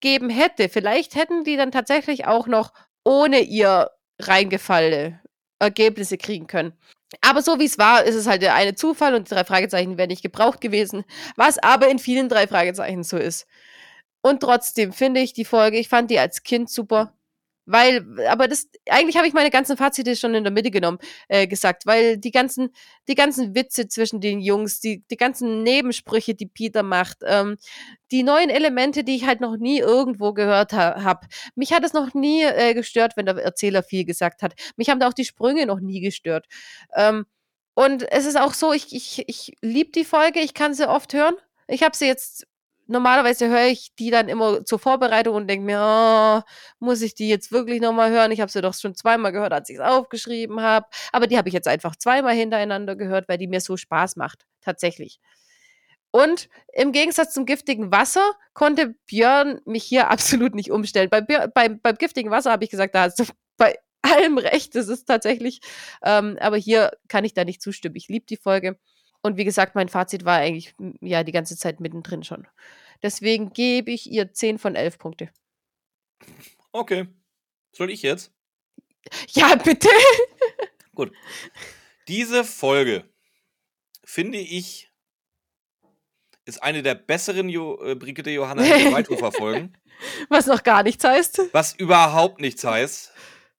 S1: gegeben hätte, vielleicht hätten die dann tatsächlich auch noch ohne ihr reingefallene Ergebnisse kriegen können. Aber so wie es war, ist es halt der eine Zufall und die 3 Fragezeichen wären nicht gebraucht gewesen, was aber in vielen 3 Fragezeichen so ist. Und trotzdem finde ich die Folge, ich fand die als Kind super, aber eigentlich habe ich meine ganzen Fazite schon in der Mitte gesagt, weil die ganzen Witze zwischen den Jungs, die ganzen Nebensprüche, die Peter macht, die neuen Elemente, die ich halt noch nie irgendwo gehört habe. Mich hat es noch nie gestört, wenn der Erzähler viel gesagt hat. Mich haben da auch die Sprünge noch nie gestört. Und es ist auch so, ich liebe die Folge, ich kann sie oft hören. Ich habe sie jetzt normalerweise höre ich die dann immer zur Vorbereitung und denke mir: „Oh, muss ich die jetzt wirklich noch mal hören? Ich habe sie doch schon zweimal gehört, als ich's aufgeschrieben habe.“ Aber die habe ich jetzt einfach zweimal hintereinander gehört, weil die mir so Spaß macht, tatsächlich. Und im Gegensatz zum giftigen Wasser konnte Björn mich hier absolut nicht umstellen. Beim giftigen Wasser habe ich gesagt, da hast du bei allem recht. Das ist tatsächlich aber hier kann ich da nicht zustimmen. Ich liebe die Folge. Und wie gesagt, mein Fazit war eigentlich, ja, die ganze Zeit mittendrin schon. Deswegen gebe ich ihr 10 von 11 Punkte.
S2: Okay. Soll ich jetzt?
S1: Ja, bitte.
S2: Gut. Diese Folge, finde ich, ist eine der besseren Brigitte Johanna Weithofer-Folgen.
S1: Was noch gar nichts heißt.
S2: Was überhaupt nichts heißt.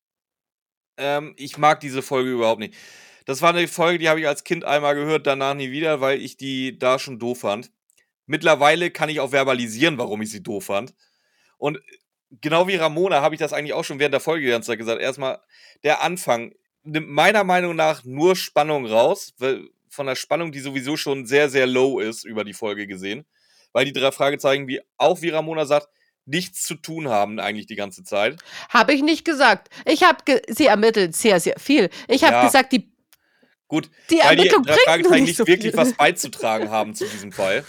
S2: Ich mag diese Folge überhaupt nicht. Das war eine Folge, die habe ich als Kind einmal gehört, danach nie wieder, weil ich die da schon doof fand. Mittlerweile kann ich auch verbalisieren, warum ich sie doof fand. Und genau wie Ramona habe ich das eigentlich auch schon während der Folge die ganze Zeit gesagt. Erstmal, der Anfang nimmt meiner Meinung nach nur Spannung raus, von der Spannung, die sowieso schon sehr, sehr low ist, über die Folge gesehen. Weil die 3 Fragezeichen, wie Ramona sagt, nichts zu tun haben eigentlich die ganze Zeit.
S1: Habe ich nicht gesagt. Ich habe sie ermittelt sehr, sehr viel. Ich habe gesagt, die Ermittlung
S2: weil die 3 Fragezeichen
S1: nicht so
S2: wirklich
S1: viel.
S2: was beizutragen haben zu diesem Fall.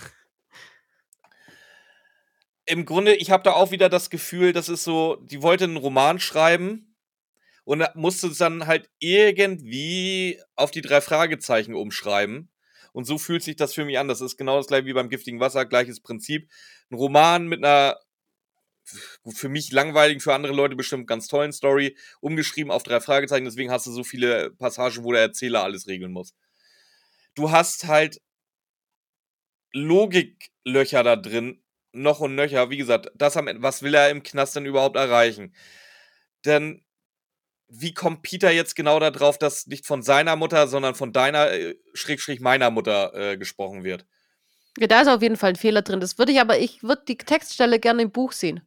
S2: Im Grunde, ich habe da auch wieder das Gefühl, das ist so, die wollte einen Roman schreiben und musste es dann halt irgendwie auf die 3 Fragezeichen umschreiben. Und so fühlt sich das für mich an. Das ist genau das gleiche wie beim giftigen Wasser, gleiches Prinzip. Ein Roman mit einer für mich langweiligen, für andere Leute bestimmt ganz tollen Story, umgeschrieben auf 3 Fragezeichen. Deswegen hast du so viele Passagen, wo der Erzähler alles regeln muss. Du hast halt Logiklöcher da drin, noch und nöcher. Wie gesagt, was will er im Knast denn überhaupt erreichen? Denn wie kommt Peter jetzt genau da drauf, dass nicht von seiner Mutter, sondern von deiner, meiner Mutter gesprochen wird?
S1: Ja, da ist auf jeden Fall ein Fehler drin. Ich würde die Textstelle gerne im Buch sehen.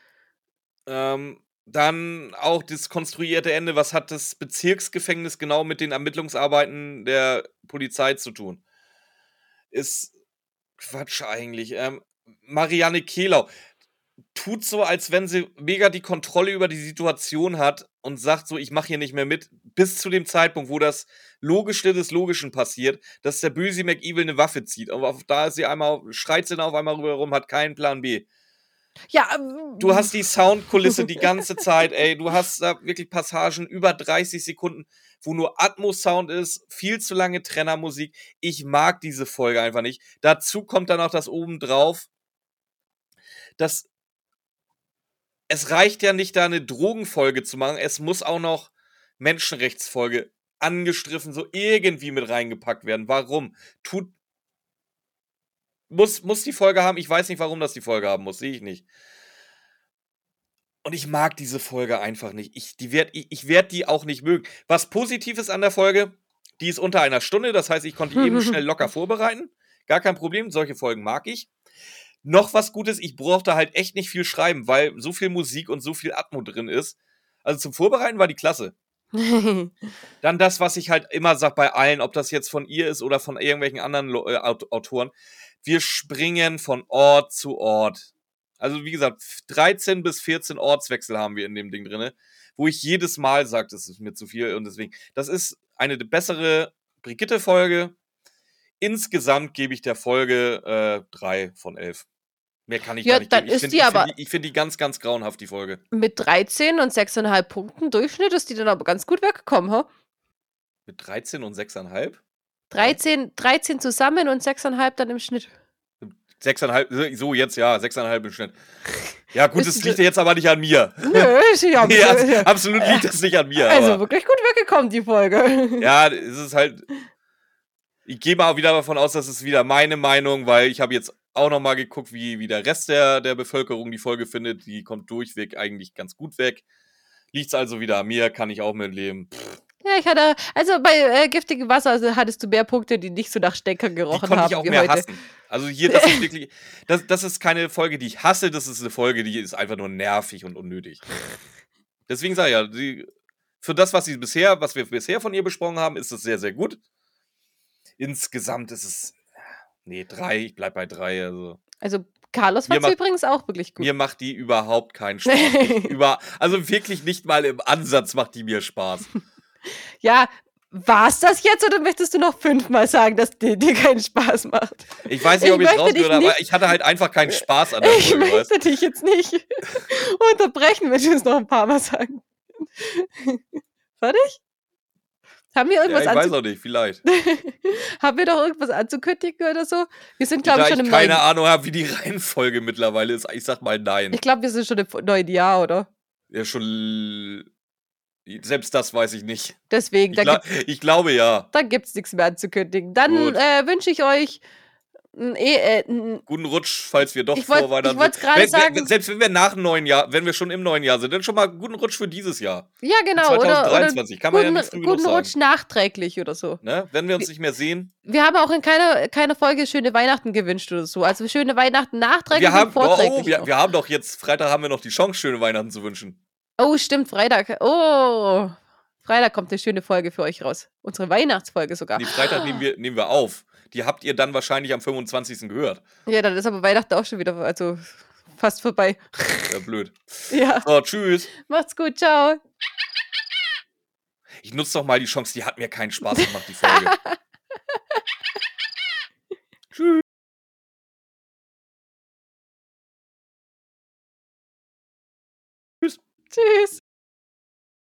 S2: Dann auch das konstruierte Ende. Was hat das Bezirksgefängnis genau mit den Ermittlungsarbeiten der Polizei zu tun? Ist Quatsch eigentlich. Marianne Kehlau tut so, als wenn sie mega die Kontrolle über die Situation hat und sagt so, ich mache hier nicht mehr mit, bis zu dem Zeitpunkt, wo das Logischste des Logischen passiert, dass der böse McEvil eine Waffe zieht. Aber da ist schreit sie dann auf einmal rüber rum, hat keinen Plan B.
S1: Ja,
S2: Du hast die Soundkulisse die ganze Zeit, ey. Du hast da wirklich Passagen über 30 Sekunden, wo nur Atmos-Sound ist, viel zu lange Trennermusik. Ich mag diese Folge einfach nicht. Dazu kommt dann auch das obendrauf, dass es reicht ja nicht, da eine Drogenfolge zu machen. Es muss auch noch Menschenrechtsfolge angestriffen, so irgendwie mit reingepackt werden. Warum? Muss die Folge haben? Ich weiß nicht, warum das die Folge haben muss. Sehe ich nicht. Und ich mag diese Folge einfach nicht. Ich werd die auch nicht mögen. Was positiv ist an der Folge, die ist unter einer Stunde. Das heißt, ich konnte die eben schnell locker vorbereiten. Gar kein Problem. Solche Folgen mag ich. Noch was Gutes, ich brauchte halt echt nicht viel schreiben, weil so viel Musik und so viel Atmo drin ist. Also zum Vorbereiten war die klasse. Dann das, was ich halt immer sag bei allen, ob das jetzt von ihr ist oder von irgendwelchen anderen Autoren. Wir springen von Ort zu Ort. Also wie gesagt, 13 bis 14 Ortswechsel haben wir in dem Ding drin, wo ich jedes Mal sage, das ist mir zu viel. Und deswegen, das ist eine bessere Brigitte-Folge. Insgesamt gebe ich der Folge 3 von 11. Mehr kann ich
S1: Ja,
S2: gar nicht
S1: dann
S2: geben. Ich finde die ganz, ganz grauenhaft, die Folge.
S1: Mit 13 und 6,5 Punkten Durchschnitt ist die dann aber ganz gut weggekommen, ha?
S2: Mit 13 und 6,5?
S1: 13 zusammen und 6,5 dann im Schnitt.
S2: 6,5, so jetzt ja, 6,5 im Schnitt. Ja gut,
S1: Ist
S2: das liegt ja jetzt aber nicht an mir.
S1: Nö, ist ja
S2: Nee, absolut liegt das nicht an mir.
S1: also
S2: Aber
S1: wirklich gut weggekommen, die Folge.
S2: ja, es ist halt. Ich gehe mal wieder davon aus, das ist wieder meine Meinung, weil ich habe jetzt auch nochmal geguckt, wie der Rest der Bevölkerung die Folge findet. Die kommt durchweg eigentlich ganz gut weg. Liegt's also wieder an mir, kann ich auch mitleben.
S1: Ja, ich hatte, also bei giftigem Wasser hattest du mehr Punkte, die nicht so nach Stecker
S2: Die
S1: gerochen
S2: konnte
S1: haben
S2: ich auch
S1: wie
S2: mehr
S1: heute.
S2: hassen. Also hier, das ist wirklich, das ist keine Folge, die ich hasse, das ist eine Folge, die ist einfach nur nervig und unnötig. Deswegen sage ich ja, für das, was wir bisher von ihr besprochen haben, ist es sehr, sehr gut. Insgesamt ist es, 3, ich bleib bei 3,
S1: Also Carlos fand sie übrigens auch wirklich gut.
S2: Mir macht die überhaupt keinen Spaß. Also wirklich nicht mal im Ansatz macht die mir Spaß.
S1: Ja, war's das jetzt oder möchtest du noch 5-mal sagen, dass die dir keinen Spaß macht?
S2: Ich weiß nicht, ob ich es rausgehört habe, aber ich hatte halt einfach keinen Spaß an der Folge.
S1: Ich möchte dich jetzt nicht unterbrechen, wenn du es noch ein paar Mal sagen. Fertig? Haben wir irgendwas
S2: ich weiß auch nicht, vielleicht.
S1: Haben wir doch irgendwas anzukündigen oder so? Wir sind, glaube ich, schon im
S2: neuen... keine Ahnung habe, wie die Reihenfolge mittlerweile ist, ich sag mal nein.
S1: Ich glaube, wir sind schon im neuen Jahr, oder?
S2: Ja, schon... Selbst das weiß ich nicht.
S1: Deswegen,
S2: ich glaube ja.
S1: Dann gibt's nichts mehr anzukündigen. Dann wünsche ich euch
S2: guten Rutsch, falls wir doch vor Weihnachten
S1: Ich wollte gerade sagen...
S2: Selbst wenn wir nach dem neuen Jahr, wenn wir schon im neuen Jahr sind, dann schon mal guten Rutsch für dieses Jahr.
S1: Ja, genau.
S2: 2023, kann man ja nicht früh genug
S1: guten Rutsch nachträglich oder so.
S2: Ne? Wenn wir uns nicht mehr sehen.
S1: Wir haben auch in keiner Folge schöne Weihnachten gewünscht oder so. Also schöne Weihnachten nachträglich und vorträglich.
S2: Wir haben doch jetzt, Freitag haben wir noch die Chance, schöne Weihnachten zu wünschen.
S1: Oh, stimmt, Freitag. Oh, Freitag kommt eine schöne Folge für euch raus. Unsere Weihnachtsfolge sogar.
S2: Nee, Freitag nehmen wir auf. Die habt ihr dann wahrscheinlich am 25. gehört.
S1: Ja, dann ist aber Weihnachten auch schon wieder, also fast vorbei.
S2: Ja, blöd.
S1: Ja.
S2: So, tschüss.
S1: Macht's gut, ciao.
S2: Ich nutze doch mal die Chance, die hat mir keinen Spaß gemacht, die Folge. Tschüss.
S1: Tschüss.